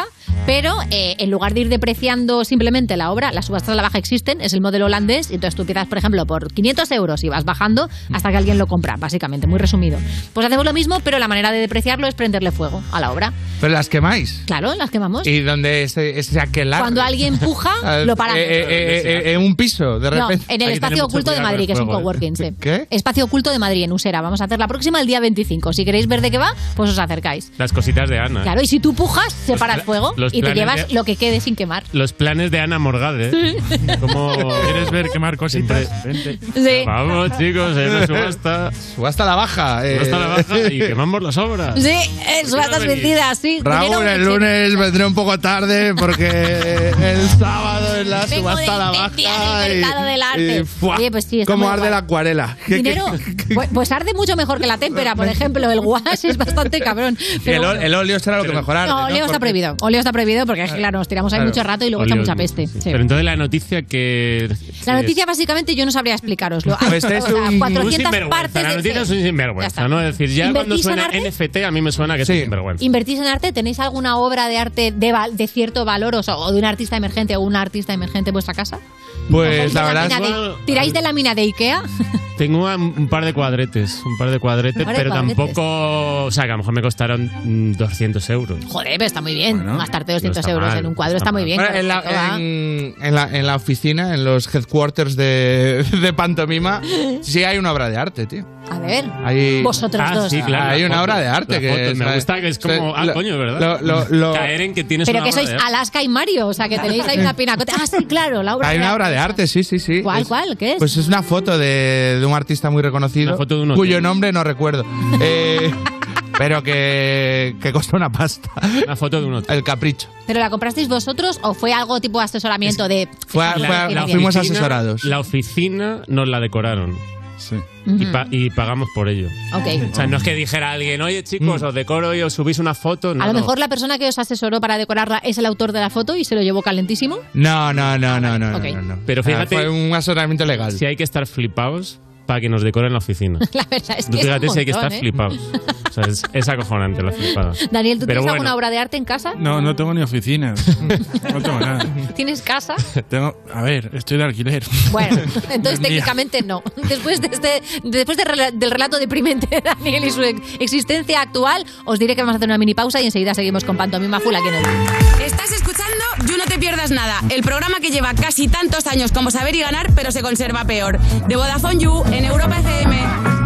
Pero eh, en lugar de ir depreciando simplemente la obra, las subastas a la baja existen, es el modelo holandés, y entonces tú empiezas, por ejemplo, por quinientos euros y vas bajando hasta que alguien lo compra, básicamente, muy resumido. Pues hacemos lo mismo, pero la manera de depreciarlo es prenderle fuego a la obra. ¿Pero las quemáis? Claro, las quemamos. ¿Y dónde es ese aquelarre? Cuando alguien puja, lo paramos. Eh, eh, eh, eh, en un piso, de No, repente. en el espacio oculto de Madrid, que es un coworking, sí. ¿Qué? Espacio oculto de Madrid, en Usera. Vamos a hacer la próxima el día veinticinco. Si queréis ver de qué va, pues os acercáis. Las cositas de Ana. Claro, y si tú pujas, se para el fuego los y te planes llevas de- lo que quede sin quemar. Los planes de Ana Morgade. ¿eh? Como... ¿Quieres ver quemar cositas? Vente. Sí. Vamos, chicos, en la subasta. Subasta a la baja. Eh. Subasta a la baja y quemamos las obras. Sí, eh, subastas vencidas, sí. Raúl, Dinero el que- lunes vendré un poco tarde porque el sábado es la Vengo subasta a la de baja. incendiar el mercado del arte. y, ¡fua! Oye, pues sí, está Como muy arde guay. la acuarela. ¿Qué- Dinero, qué- pues, pues arde mucho mejor que la témpera, por ejemplo. El guas es bastante cabrón. Pero el, bueno. el óleo será lo que mejor arde, No, ¿no? óleo está Porque- prohibido. Óleo está prohibido porque es que, claro, nos tiramos ahí Claro. mucho rato y luego echa Óleo, mucha peste. sí. Sí. Pero entonces la noticia que... La noticia, básicamente, yo no sabría explicaroslo. Pues este es O sea, un, un cuatrocientas sinvergüenza. partes La de- noticia es un Ya sinvergüenza, está. ¿no? Es decir, ya cuando ¿Invertís en suena arte? N F T a mí me suena que es un sinvergüenza. ¿Invertís en arte? ¿Tenéis alguna obra de arte de, val- de cierto valor o, sea, o de un artista emergente o una artista emergente en vuestra casa? Pues la ¿De verdad lámina es de- ¿Tiráis de lámina de Ikea? Tengo un un par de cuadretes, un par de cuadretes, Un par de pero cuadretes. tampoco... O sea, que a lo mejor me costaron mm, doscientos euros. Joder, pero está muy bien. Gastarte doscientos no está euros mal, en un cuadro no está, está muy mal. bien. Bueno, en, la, perfecto, va. en, en la, en la oficina, en los headquarters de, de Pantomima, sí hay una obra de arte, tío. A ver, Hay, vosotros Ah, dos. sí, claro. hay la una foto, obra de arte la que foto, es- me gusta que es como... o sea, Ah, lo- coño, ¿verdad? lo- lo- lo- Caer en que tienes Pero una que obra sois de arte. Alaska y Mario, o sea, que tenéis ahí una pinacota. Ah, sí, claro, la obra Hay de una arte. obra de arte, sí, sí, sí. ¿Cuál, Es- cuál? ¿Qué es? Pues es una foto de, de un artista muy reconocido, Una foto de un hotel. cuyo nombre no recuerdo. Eh, pero que, que costó una pasta. Una foto de un hotel. El capricho. ¿Pero la comprasteis vosotros o fue algo tipo asesoramiento de... Fue a- esta fue a- foto tiene que fuimos ir? asesorados. La oficina nos la decoraron. Sí. Y, Ujú. pa- y pagamos por ello. Ok. O sea, no es que dijera alguien, oye chicos, os decoro y os subís una foto. No, A lo no. mejor la persona que os asesoró para decorarla es el autor de la foto y se lo llevó calentísimo. No, no, no, no, no, Ok. no, no. Pero Ah, fíjate- fue un asesoramiento legal. Si hay que estar flipados para que nos decoren la oficina. La verdad es Tú que es fíjate un si hay que montón, estar ¿eh? flipados. O sea, es, es acojonante la flipada. Daniel, ¿tú Pero tienes bueno, alguna obra de arte en casa? No, no tengo ni oficina. No tengo nada. ¿Tienes casa? Tengo, a ver, estoy de alquiler. Bueno, entonces Mía. técnicamente no. Después, de este, después de rela- del relato deprimente de Daniel y su ex- existencia actual, os diré que vamos a hacer una mini pausa y enseguida seguimos con Pantomima Full aquí en el... Estás escuchando You No Te Pierdas Nada, el programa que lleva casi tantos años como Saber y Ganar, pero se conserva peor. De Vodafone You en Europa F M.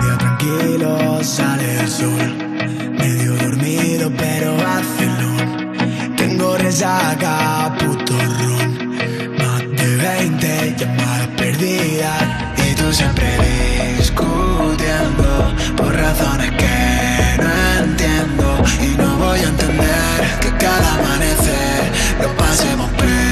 Tranquilo, sale el sol. Medio dormido, pero vacilón. Tengo resaca, puto ron. Más de veinte llamadas perdidas. Y tú siempre discutiendo por razones que no entiendo. Y no voy a entender que cada amanecer lo pasemos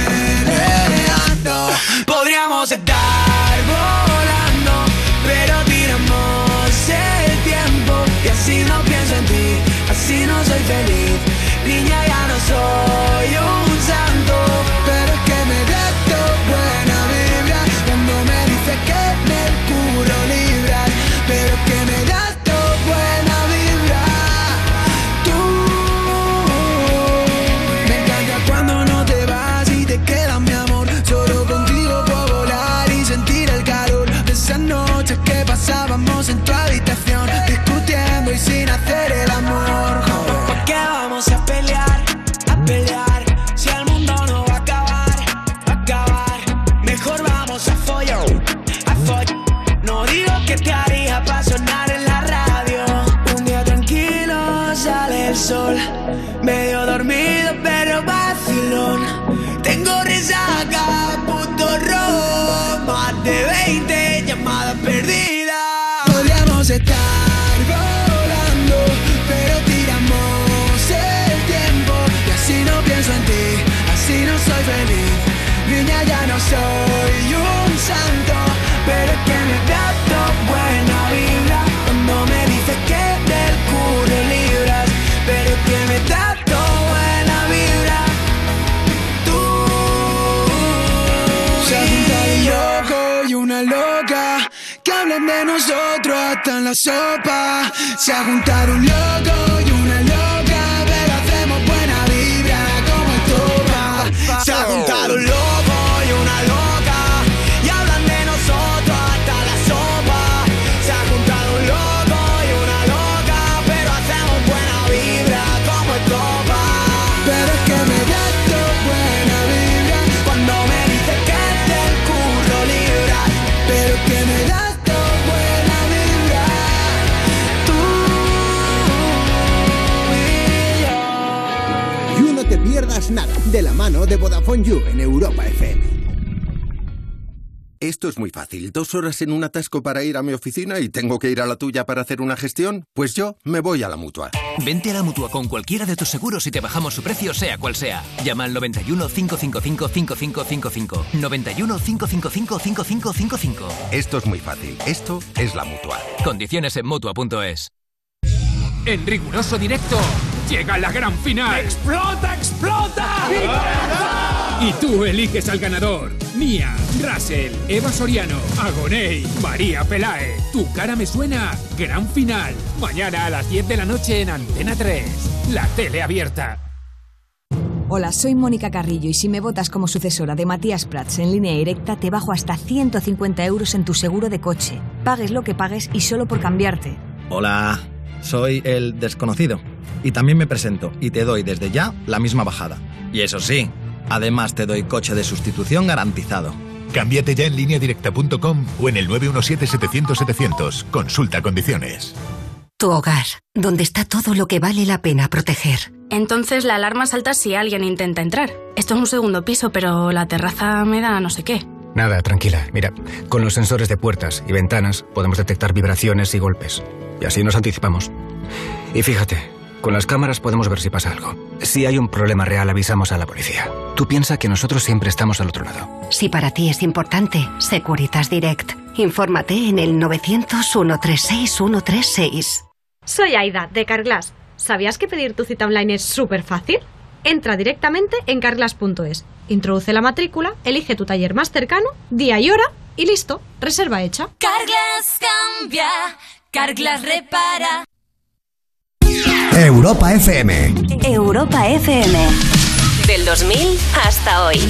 peleando. Podríamos estar volando, pero tiramos el tiempo. Y así no pienso en ti, así no soy feliz. Niña, ya no soy un santo, pero es que me da buena vibra cuando me dices que me curo libras. Pero es que me da buena vibra. Tú me encanta cuando no te vas y te quedas, mi amor. Solo contigo puedo volar y sentir el calor de esas noches que pasábamos en tu habitación, discutiendo y sin hacer el amor. ¿Por qué vamos a pelear, a pelear? Si el mundo no va a acabar, va a acabar. Mejor vamos a follar, a follar. No digo que te haría para sonar en la radio. Un día tranquilo sale el sol, medio dormido pero vacilón. Tengo resaca, puto ron. Más de veinte llamadas perdidas. Podríamos estar volando, pero tiramos el tiempo. Y así no pienso en ti, así no soy feliz. Niña, ya no soy un santo, pero es que me da buena vibra cuando me dices que del culo libras. Pero es que me da buena vibra. Tú se junta un loco y una loca que hablan de nosotros hasta en la sopa. Se ha juntado un loco y una loca, pero hacemos buena vibra como esto. Se ha juntado un loco y una loca y hablan de nosotros hasta la sopa. Se ha juntado un loco y una loca, pero hacemos buena vibra como estopa. Pero es que me da esto buena vibra cuando me dices que del curro libra. Pero es que me da esto buena vibra. Tú y yo. You No Te Pierdas Nada, de la mano de Vodafone You en Europa F M. Esto es muy fácil. ¿Dos horas en un atasco para ir a mi oficina y tengo que ir a la tuya para hacer una gestión? Pues yo me voy a la Mutua. Vente a la Mutua con cualquiera de tus seguros y te bajamos su precio sea cual sea. Llama al noventa y uno, cinco cinco cinco, cinco cinco cinco cinco. noventa y uno, cinco cinco cinco, cinco cinco cinco cinco. Esto es muy fácil. Esto es la Mutua. Condiciones en Mutua punto es. En riguroso directo, llega la gran final. ¡Explota, explota! Y tú eliges al ganador. Mía, Russell, Eva Soriano, Agoney, María Pelae. Tu cara me suena. Gran final. Mañana a las diez de la noche en Antena tres. La tele abierta. Hola, soy Mónica Carrillo y si me votas como sucesora de Matías Prats en Línea Directa te bajo hasta ciento cincuenta euros en tu seguro de coche. Pagues lo que pagues y solo por cambiarte. Hola, soy el desconocido. Y también me presento y te doy desde ya la misma bajada. Y eso sí, además te doy coche de sustitución garantizado. Cámbiate ya en línea directa punto com o en el nueve uno siete, setecientos, setecientos. Consulta condiciones. Tu hogar, donde está todo lo que vale la pena proteger. Entonces la alarma salta si alguien intenta entrar. Esto es un segundo piso, pero la terraza me da no sé qué. Nada, tranquila. Mira, con los sensores de puertas y ventanas podemos detectar vibraciones y golpes. Y así nos anticipamos. Y fíjate, con las cámaras podemos ver si pasa algo. Si hay un problema real, avisamos a la policía. Tú piensa que nosotros siempre estamos al otro lado. Si para ti es importante, Securitas Direct. Infórmate en el novecientos, ciento treinta y seis, ciento treinta y seis. Soy Aida, de Carglass. ¿Sabías que pedir tu cita online es súper fácil? Entra directamente en carglass punto es, introduce la matrícula, elige tu taller más cercano, día y hora y listo, reserva hecha. Carglass cambia, Carglass repara. Europa F M. Europa F M. Del dos mil hasta hoy.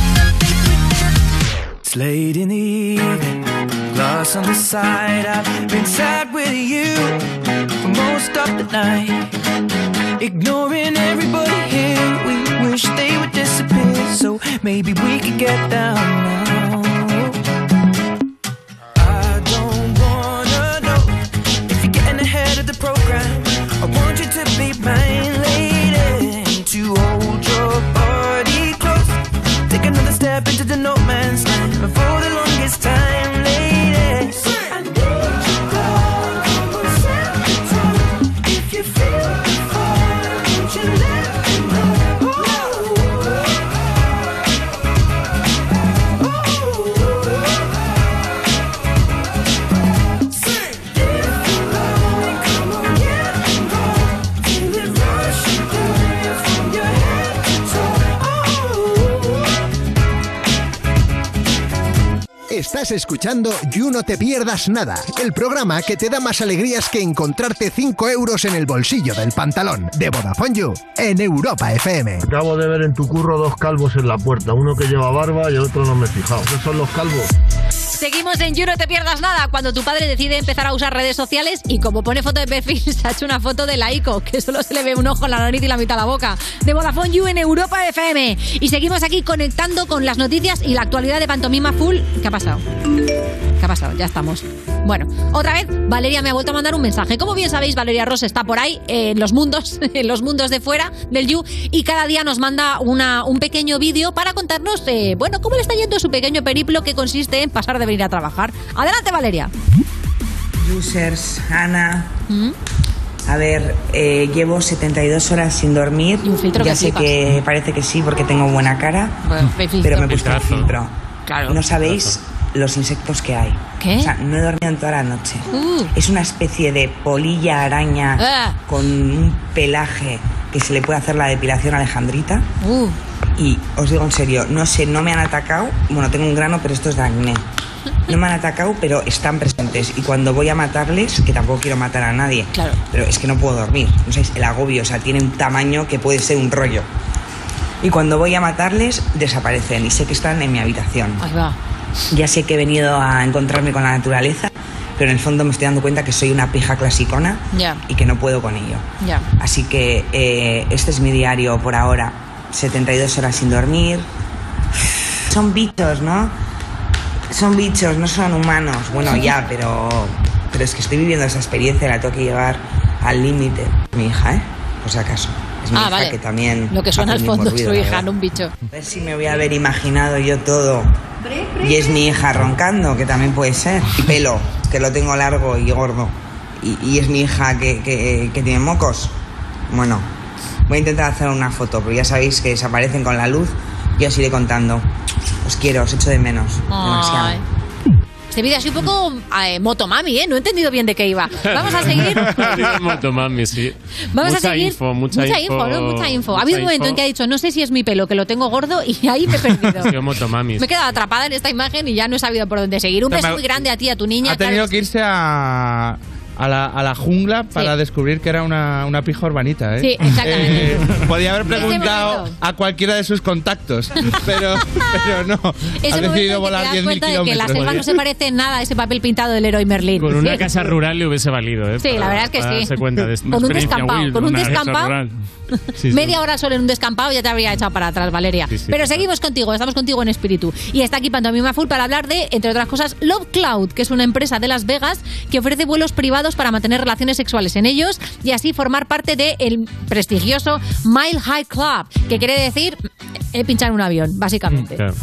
It's late in the evening, glass on the side. I've been sad with you for most of the night. Ignoring everybody here, we wish they would disappear. So maybe we could get down now. I don't wanna know if you're getting ahead of the program. I want you to be mine, lady, to hold your body close. Take another step into the no man's land for the longest time, lady. I need you down, come on, set the tone. If you feel the fire, won't you let me know? Estás escuchando You No Te Pierdas Nada, el programa que te da más alegrías que encontrarte cinco euros en el bolsillo del pantalón, de Vodafone You en Europa F M. Acabo de ver en tu curro dos calvos en la puerta, uno que lleva barba y el otro no me he fijado. ¿Qué son los calvos? Seguimos en You No Te Pierdas Nada, cuando tu padre decide empezar a usar redes sociales y como pone foto de perfil se ha hecho una foto de la Ico, que solo se le ve un ojo, la nariz y la mitad de la boca, de Vodafone You en Europa F M. Y seguimos aquí conectando con las noticias y la actualidad de Pantomima Full. ¿Qué ha pasado? ¿Qué ha pasado? Ya estamos. Bueno, otra vez Valeria me ha vuelto a mandar un mensaje. Como bien sabéis, Valeria Ross está por ahí en los mundos, en los mundos de fuera del You, y cada día nos manda una, un pequeño vídeo para contarnos, eh, bueno, cómo le está yendo su pequeño periplo que consiste en pasar de venir a trabajar. Adelante, Valeria. Users, Ana. ¿Mm? A ver, eh, llevo setenta y dos horas sin dormir. Y un filtro ya que sé flipas. que parece que sí porque tengo buena cara, bueno, pero me he puesto un filtro. Claro. No sabéis los insectos que hay. ¿Qué? O sea, no he dormido en toda la noche. Uh. Es una especie de polilla araña Ah. con un pelaje que se le puede hacer la depilación a Alejandrita. Uh. Y os digo en serio, no sé, no me han atacado. Bueno, tengo un grano, pero esto es de acné. No me han atacado, pero están presentes. Y cuando voy a matarles, que tampoco quiero matar a nadie, claro, pero es que no puedo dormir. No sabéis, el agobio, o sea, tiene un tamaño que puede ser un rollo. Y cuando voy a matarles, desaparecen y sé que están en mi habitación. Ahí va. Ya sé que he venido a encontrarme con la naturaleza, pero en el fondo me estoy dando cuenta que soy una pija clasicona Ya, y que no puedo con ello. ya. Así que eh, este es mi diario por ahora. setenta y dos horas sin dormir. Son bichos, ¿no? Son bichos, no son humanos. Bueno, ya, pero, pero es que estoy viviendo esa experiencia, la tengo que llevar al límite. Mi hija, ¿eh? Por si acaso. Es mi Ah, hija vale. que también... Lo que suena al hace el mismo fondo es ruido, su la hija, verdad. no un bicho. A ver si me voy a haber imaginado yo todo. Y es mi hija roncando, que también puede ser. Y pelo, que lo tengo largo y gordo. Y, y es mi hija que, que, que tiene mocos. Bueno, voy a intentar hacer una foto, pero ya sabéis que desaparecen con la luz y os iré contando. Os quiero, os echo de menos. Demasiado. Ay. Este vídeo ha sido un poco eh, motomami, ¿eh? No he entendido bien de qué iba. Vamos a seguir. Motomami, sí. Vamos mucha a seguir. info, mucha, info, ¿no? Mucha info. Ha mucha habido un momento info. en que ha dicho, no sé si es mi pelo, que lo tengo gordo, y ahí me he perdido. Ha sido Motomami. Me he quedado atrapada en esta imagen y ya no he sabido por dónde seguir. Un No, beso me- muy grande a ti, a tu niña. Ha tenido claro. que irse a, a, la, a la jungla para descubrir que era una, una pija urbanita, ¿eh? Sí, exactamente. Eh, podía haber Ese preguntado momento. a cualquiera de sus contactos, pero, pero no. Ese ha momento decidido en que volar te das diez mil cuenta de que la kilómetros. selva no se parece en nada a ese papel pintado del héroe Merlín. Con una Sí. casa rural le hubiese valido, ¿eh? Sí, la Para- verdad es que para sí. darse cuenta de esto. Con un descampado, con un descampado. Sí, sí. Media hora solo en un descampado ya te habría echado para atrás, Valeria. Sí, sí, Pero total. seguimos contigo, estamos contigo en espíritu. Y está aquí Pantomima Full para hablar de, entre otras cosas, Love Cloud, que es una empresa de Las Vegas que ofrece vuelos privados para mantener relaciones sexuales en ellos y así formar parte del prestigioso Mile High Club, que quiere decir eh, pinchar en un avión, básicamente. Claro.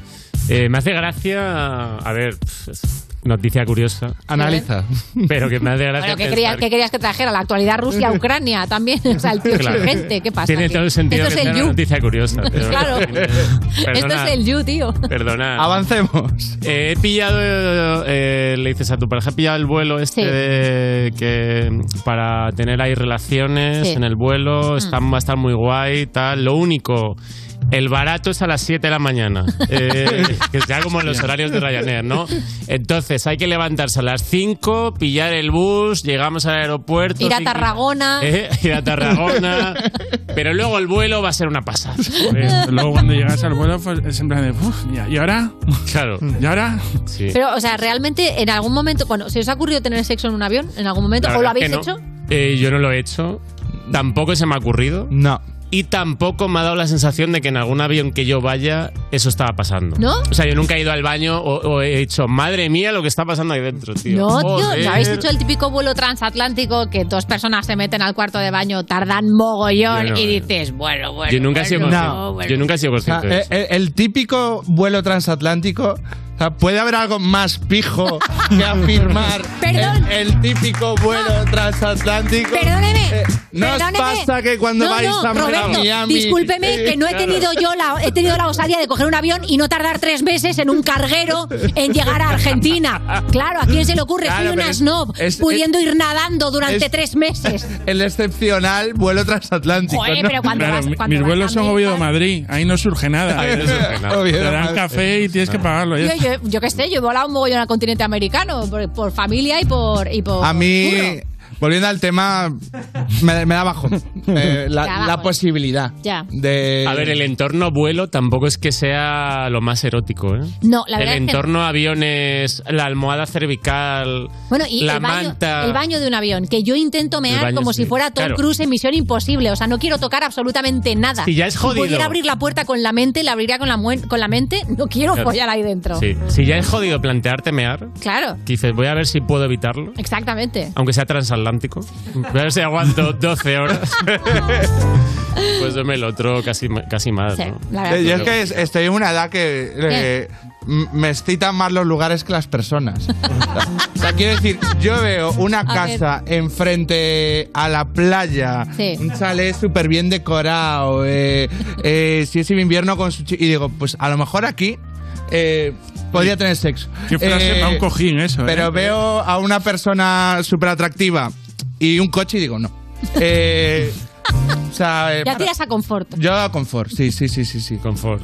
Eh, me hace gracia, a ver, pf, noticia curiosa. Analiza. Pero que me hace gracia Bueno, ¿qué, pensar quería- qué querías que trajera? La actualidad Rusia-Ucrania también. O sea, el tío Claro. exigente, ¿qué pasa? Tiene aquí? todo el sentido Esto que es sea el una You. noticia curiosa. pero- Claro. Esto Perdona, es el You, tío. Perdona. Avancemos. Eh, he pillado, eh, le dices a tu pareja, he pillado el vuelo este Sí. de que para tener ahí relaciones Sí. en el vuelo, Mm. está, va a estar muy guay, tal. Lo único, el barato es a las siete de la mañana, eh, que sea como en los horarios de Ryanair, ¿no? Entonces hay que levantarse a las cinco, pillar el bus, llegamos al aeropuerto. Ir a cinco- Tarragona. Eh, ir a Tarragona. Pero luego el vuelo va a ser una pasada. Joder, luego cuando llegas al vuelo pues, es en plan de, "Uf, ¿y y ahora? Claro. ¿Y ahora? Sí. Pero, o sea, realmente, en algún momento, bueno, ¿se os ha ocurrido tener sexo en un avión? ¿En algún momento? La ¿O lo verdad habéis es que no. hecho? Eh, yo no lo he hecho. Tampoco se me ha ocurrido. No. Y tampoco me ha dado la sensación de que en algún avión que yo vaya eso estaba pasando. ¿No? O sea, yo nunca he ido al baño o, o he dicho, madre mía, lo que está pasando ahí dentro, tío. No, tío, Joder. ¿no habéis hecho el típico vuelo transatlántico que dos personas se meten al cuarto de baño, tardan mogollón Yo no, y eh. dices, bueno, bueno. Yo nunca he sido bueno, consciente. bueno. Yo nunca he sido O sea, consciente de eh, eso. el, el típico vuelo transatlántico. O sea, ¿puede haber algo más pijo que afirmar Perdón. el, el típico vuelo transatlántico? Perdóneme. Eh, ¿No perdóneme. os pasa que cuando No, vais no, a Roberto, Miami... discúlpeme que no he tenido yo la, he tenido la osadía de coger un avión y no tardar tres meses en un carguero en llegar a Argentina. Claro, ¿a quién se le ocurre? Claro, Soy una pero es- snob, es- pudiendo ir nadando durante es- tres meses. El excepcional vuelo transatlántico. Joder, ¿no? pero cuando Claro, vas- mi- cuando mis vas vuelos a son América- Oviedo-Madrid. Ahí no surge nada. Ahí no surge nada. Te dan café y tienes que pagarlo. ya Yo, está. yo, yo qué sé, yo he volado un mogollón al continente americano por, por familia y por, y por A mí, curro. volviendo al tema, me, me da bajo eh, la, Te da la bajón. posibilidad Ya. de... A ver, el entorno vuelo tampoco es que sea lo más erótico, ¿eh? No, la el verdad es que entorno aviones, la almohada cervical, Bueno, y la el, baño, manta. el baño de un avión, que yo intento mear baño, como sí. si fuera Tom Claro. Cruise en Misión Imposible. O sea, no quiero tocar absolutamente nada. Si ya es Si jodido. pudiera abrir la puerta con la mente, la abriría con la, muen- con la mente. No quiero Claro. follar ahí dentro. Sí. Si ya es jodido plantearte mear, Claro, que dices, voy a ver si puedo evitarlo, exactamente. aunque sea transatlántico. Voy a ver si aguanto doce horas. Pues dame el otro casi, casi más, Sí, ¿no? la verdad. Eh, Yo es que es- estoy en una edad que eh, m- me excitan más los lugares que las personas. O sea, quiero decir, yo veo una A casa enfrente a la playa, Sí. un chalet súper bien decorado, eh, eh, si es invierno con su chi- y digo, pues a lo mejor aquí eh, podría tener sexo. Qué frase para un cojín eso, ¿eh? Pero veo a una persona súper atractiva y un coche y digo, no. Eh, o sea, eh, Ya tiras a confort. yo a confort, sí, sí, sí, sí, sí. Confort.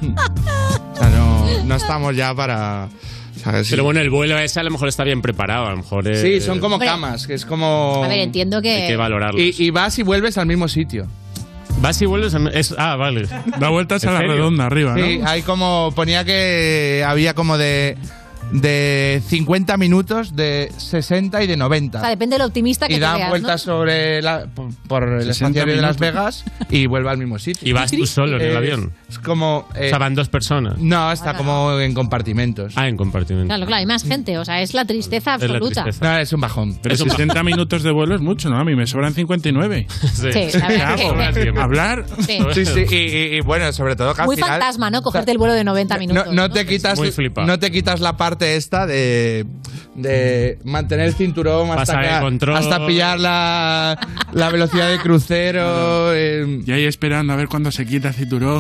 O sea, no, no estamos ya para... o sea, sí. Pero bueno, el vuelo ese a lo mejor está bien preparado, a lo mejor... eh, Sí, son como Hombre. camas, que es como... A ver, entiendo que... Hay que valorarlo. Y, y vas y vuelves al mismo sitio. Vas y vuelves. En, es, ah, vale. Da vueltas a la serio? redonda arriba, ¿no? Sí, hay como. Ponía que había como de. De cincuenta minutos, de sesenta y de noventa. O sea, depende del optimista que y te dan veas, vueltas ¿no? sobre la, por, por el sesenta espacio de Las minutos. Vegas y vuelve al mismo sitio. Y vas tú solo en el Es- avión. Es como. eh, O sea, van dos personas. no, está como en compartimentos. Ah, en compartimento. Claro, claro, hay más gente. O sea, es la tristeza Es la absoluta. tristeza. No, es un bajón. Pero sesenta minutos de vuelo es mucho, ¿no? A mí me sobran cincuenta y nueve. Sí, Sí, la ¿Qué verdad hago? que- ¿Hablar? Sí. Sí, sí, y, y- y bueno, sobre todo que al Muy final. fantasma, ¿no? Cogerte el vuelo de noventa minutos. No, no te quitas, Muy flipado. no te quitas la parte esta de, de mantener el cinturón hasta, Pasar el que- control. hasta pillar la, la velocidad de crucero eh, Y ahí esperando a ver cuándo se quita el cinturón.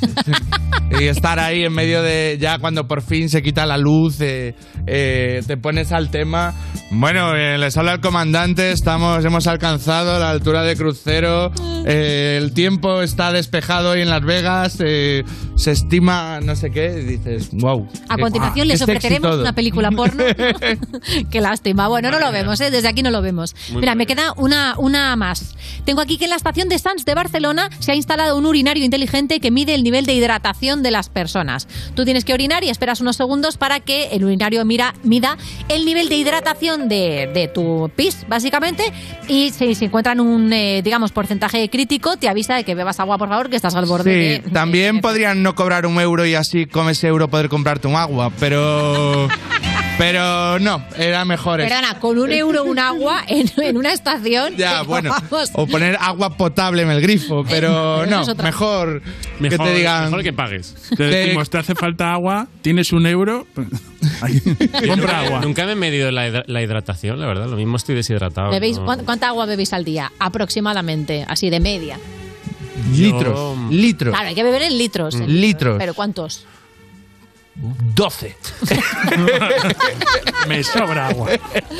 y estar ahí en medio de ya cuando por fin se quita la luz, eh, eh, te pones al tema. Bueno, eh, les habla el comandante, estamos, hemos alcanzado la altura de crucero, eh, el tiempo está despejado hoy en Las Vegas, eh, se estima no sé qué, y dices, wow. A continuación les ofreceremos una película porno. Qué lástima. Bueno, no lo vemos, ¿eh? Desde aquí no lo vemos. Muy Mira, mal. me queda una, una más. Tengo aquí que en la estación de Sants de Barcelona se ha instalado un urinario inteligente que mide el nivel de hidratación de las personas. Tú tienes que orinar y esperas unos segundos para que el urinario mira, mida el nivel de hidratación de, de tu pis, básicamente, y si se encuentra en un, eh, digamos, porcentaje crítico, te avisa de que bebas agua, por favor, que estás al borde de... Sí, también podrían no cobrar un euro y así con ese euro poder comprarte un agua, pero pero no, era mejor eso. Perdona, con un euro un agua en, en una estación... Ya, pero bueno, vamos. o poner agua potable en el grifo, pero Eso no, es otra. mejor, que Mejor, te digan mejor que pagues. Te decimos, te hace falta agua, tienes un euro, pues, ahí, Yo compra nunca, agua. nunca me he medido la, hidra- la hidratación, la verdad. Lo mismo estoy deshidratado. ¿Bebéis, ¿no? cuán- ¿Cuánta agua bebéis al día? Aproximadamente, así de media. litros, litros. Claro, hay que beber en litros. en Litros. ¿Pero cuántos? doce. Me sobra agua.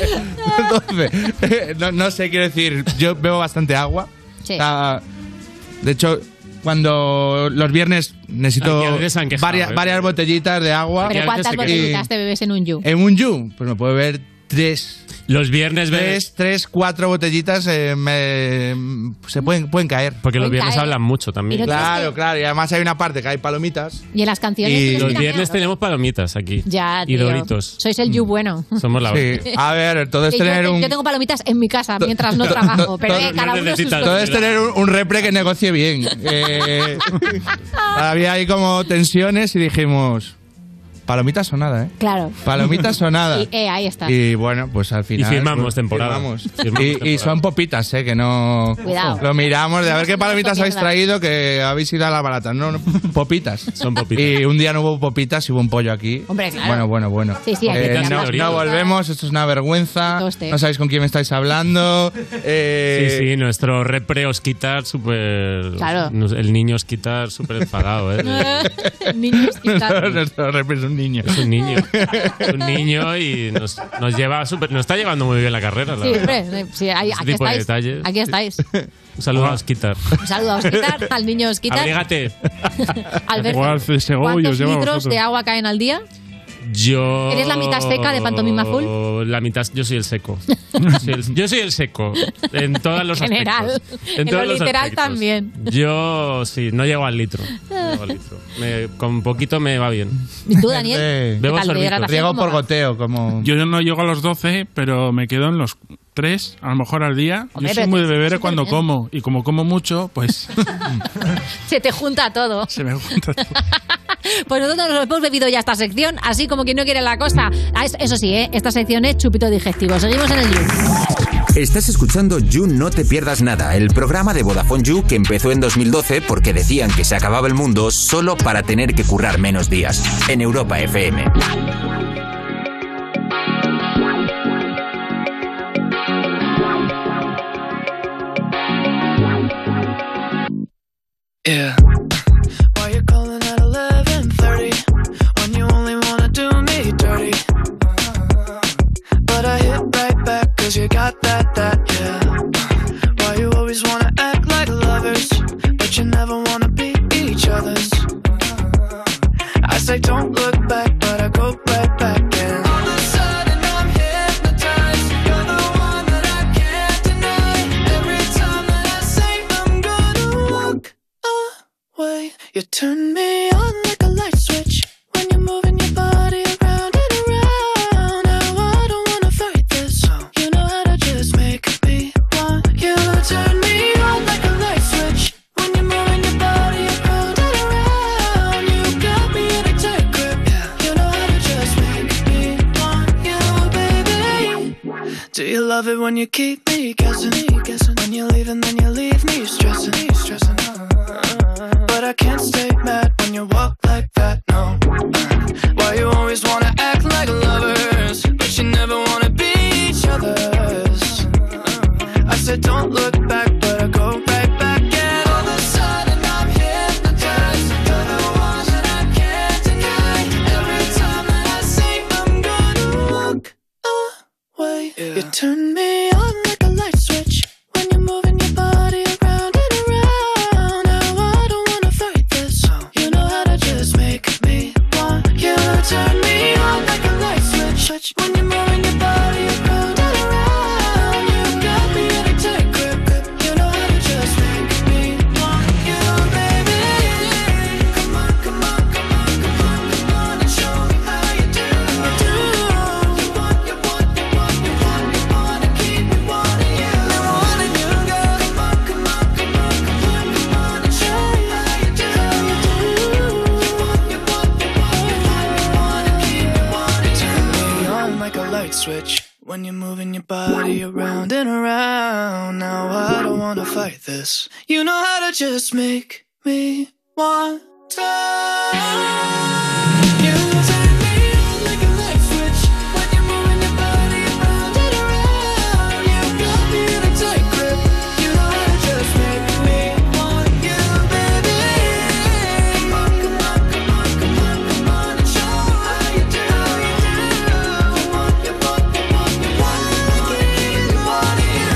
doce. No, no sé, quiero decir, yo bebo bastante agua. Sí. O sea, de hecho, cuando los viernes necesito Aquí a veces han quejado, varias, ¿eh? varias botellitas de agua. ¿Pero a veces cuántas se botellitas te bebes en un yu? En un yu, pues me puedo beber tres. Los viernes ves. Tres, tres, cuatro botellitas eh, me- se pueden, pueden caer. Porque los Pueden viernes caer. hablan mucho también. Y no tienes Claro, que- claro. Y además hay una parte que hay palomitas. Y en las canciones... Y tienes Los que ir a viernes mear, tenemos palomitas aquí. Ya, Y tío. Doritos. Sois el yu bueno. Somos la Sí. hostia. A ver, todo es Que yo, tener un... yo tengo palomitas en mi casa mientras no trabajo, pero eh, todo- cada no uno sus necesitas- Todo cosas. es tener un, un repre que negocie bien. Eh, había ahí como tensiones y dijimos... Palomitas o nada, ¿eh? Claro. Palomitas o nada. Y, eh, ahí está. Y bueno, pues al final... Y firmamos pues, temporada. firmamos. Firmamos Y, y temporada. son popitas, ¿eh? Que no... Cuidado. Lo miramos de a ver qué palomitas habéis Mierda. traído que habéis ido a la barata. No, no, popitas. Son popitas. Y un día no hubo popitas y hubo un pollo aquí. Hombre, claro. Bueno, bueno, bueno. Sí, sí, aquí Eh, hay no, ambas no cosas. volvemos, esto es una vergüenza. Toste. No sabéis con quién me estáis hablando. Eh, Sí, sí, nuestro repre Osquitar súper... Claro. El niño Osquitar súper enfadado, ¿eh? Niños Nuestro, quitando. nuestro repre es un niño. Es un niño. Es un niño y nos, nos lleva súper... Nos está llevando muy bien la carrera, la Sí, verdad. hombre, sí, ahí- Ese aquí tipo de estáis. detalles. Aquí estáis. Un saludo a Osquitar. Un saludo a Osquitar, al niño Osquitar. Abrígate. Alberto, Jugar C S G O y os ¿cuántos lleva a litros vosotros. de agua caen al día? Yo... ¿Eres la mitad seca de Pantomima Azul? La mitad... Yo soy el seco. Yo soy el, yo soy el seco. En todos los General. aspectos. En todos lo los literal aspectos. también. Yo sí, no llego al litro. No llego al litro. Me- con poquito me va bien. ¿Y tú, Daniel? Eh, ¿Qué Bebo tal de sorbitos. hidratación? Riego ¿Cómo por va? goteo, como... Yo no llego a los doce, pero me quedo en los tres, a lo mejor al día. Hombre, Yo soy pero muy te- de beber súper cuando bien. como. Y como como mucho, pues Se te junta todo. se me junta todo. Pues nosotros nos hemos bebido ya esta sección, así como quien no quiere la cosa. Ah, es- Eso sí, ¿eh? Esta sección es chupito digestivo. Seguimos en el You. Estás escuchando You No Te Pierdas Nada, el programa de Vodafone You que empezó en dos mil doce porque decían que se acababa el mundo solo para tener que currar menos días. En Europa F M. Yeah. Why you calling at eleven thirty when you only wanna do me dirty? But I hit right back cause you got that, that, yeah. Why you always wanna act like lovers but you never wanna be each other's? I say don't look back but I go right back and all of a sudden I'm hypnotized. You're the one that I can't deny. Every time that I say I'm gonna walk Do you love it when you keep me guessing? When you leave and then you leave me stressing. But I can't stay mad when you walk like that, no. Why you always wanna act like lovers, but you never wanna be each other's? I said don't look back, but I go right back. And all of a sudden I'm hypnotized. You're the one that I can't deny. Every time that I say I'm gonna walk away, yeah. You turn me on like a light switch when you're moving your body around and around. Now I don't wanna fight this. You know how to just make me want you. Turn me on like a light switch when you're moving your body around and around. You got me in a tight grip. You know how to just make me want you, baby. Come on, come on, come on, come on, come on and show me how you do. do. You want, you want, you want, you want, you want to keep me wanting you. Wanting you, girl. Come on, come on, come on, come on, come on and show me how you do. You want, you want, you want, you want, you want to keep me wanting you. Turn me on like a light switch when you're moving your body around and around. Now I don't wanna fight this. You know how to just make me want to. You turn me on like a light switch when you're moving your body around and around. You got me in a tight grip. You know how to just make me want you, baby. Come on, come on, come on, come on, come on and show me how you do. You want, you want, you want, you want, you want to keep me wanting you.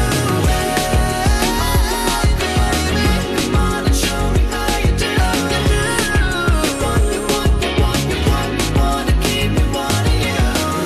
Come on and show me how you do. You want, you want, you want, you want, you want to keep me wanting you.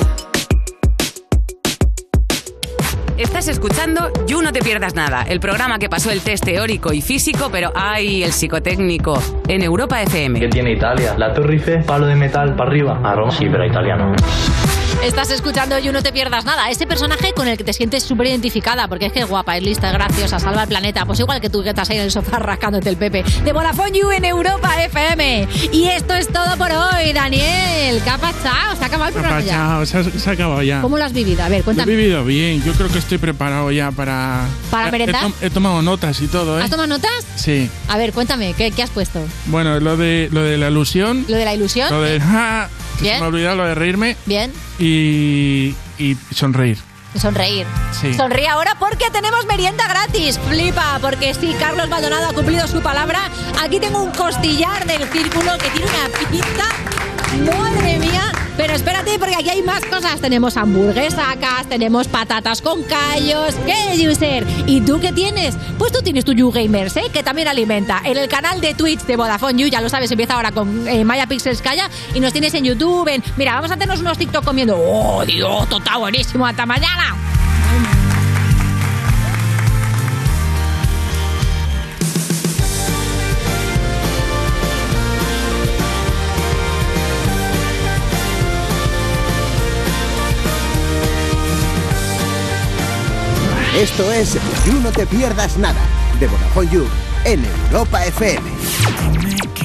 Estás escuchando You No Te Pierdas Nada, el programa que pasó el test teórico y físico, pero ¡ay! El psicotécnico, en Europa F M. ¿Qué tiene Italia? La Torre Eiffel, palo de metal para arriba. A Roma. Sí, pero italiano. Estás escuchando You No Te Pierdas Nada, ese personaje con el que te sientes súper identificada, porque es que es guapa, es lista, es graciosa, salva el planeta, pues igual que tú que estás ahí en el sofá rascándote el pepe. De Vodafone You en Europa F M. Y esto es todo por hoy, Daniel. ¿Qué ha pasado? Se ha acabado el programa ya. Chao, se ha, se ha acabado ya. ¿Cómo lo has vivido? A ver, Lo he cuéntame. vivido bien. Yo creo que estoy preparado ya para... ¿Para He- merendar? He, tom- he tomado notas y todo, ¿eh? ¿Has tomado notas? Sí. A ver, cuéntame, ¿qué, qué has puesto? Bueno, lo de, lo de la ilusión, ¿Lo de la ilusión? lo de... ja, que Bien. se me ha olvidado lo de reírme Bien. y, y sonreír. Sonreír. Sí. Sonríe ahora porque tenemos merienda gratis. Flipa, porque sí, Carlos Maldonado ha cumplido su palabra. Aquí tengo un costillar del círculo que tiene una pinta. Madre mía. Pero espérate, porque aquí hay más cosas. Tenemos hamburguesacas, tenemos patatas con callos. ¿Qué, user? ¿Y tú qué tienes? Pues tú tienes tu YouGamers, ¿eh? Que también alimenta. En el canal de Twitch de Vodafone You, ya lo sabes, empieza ahora con eh, Maya Pixels Calla. Y nos tienes en YouTube. En... Mira, vamos a hacernos unos TikTok comiendo. ¡Oh, Dios! Esto está buenísimo. ¡Hasta mañana! Esto es You No Te Pierdas Nada, de Vodafone You, en Europa F M.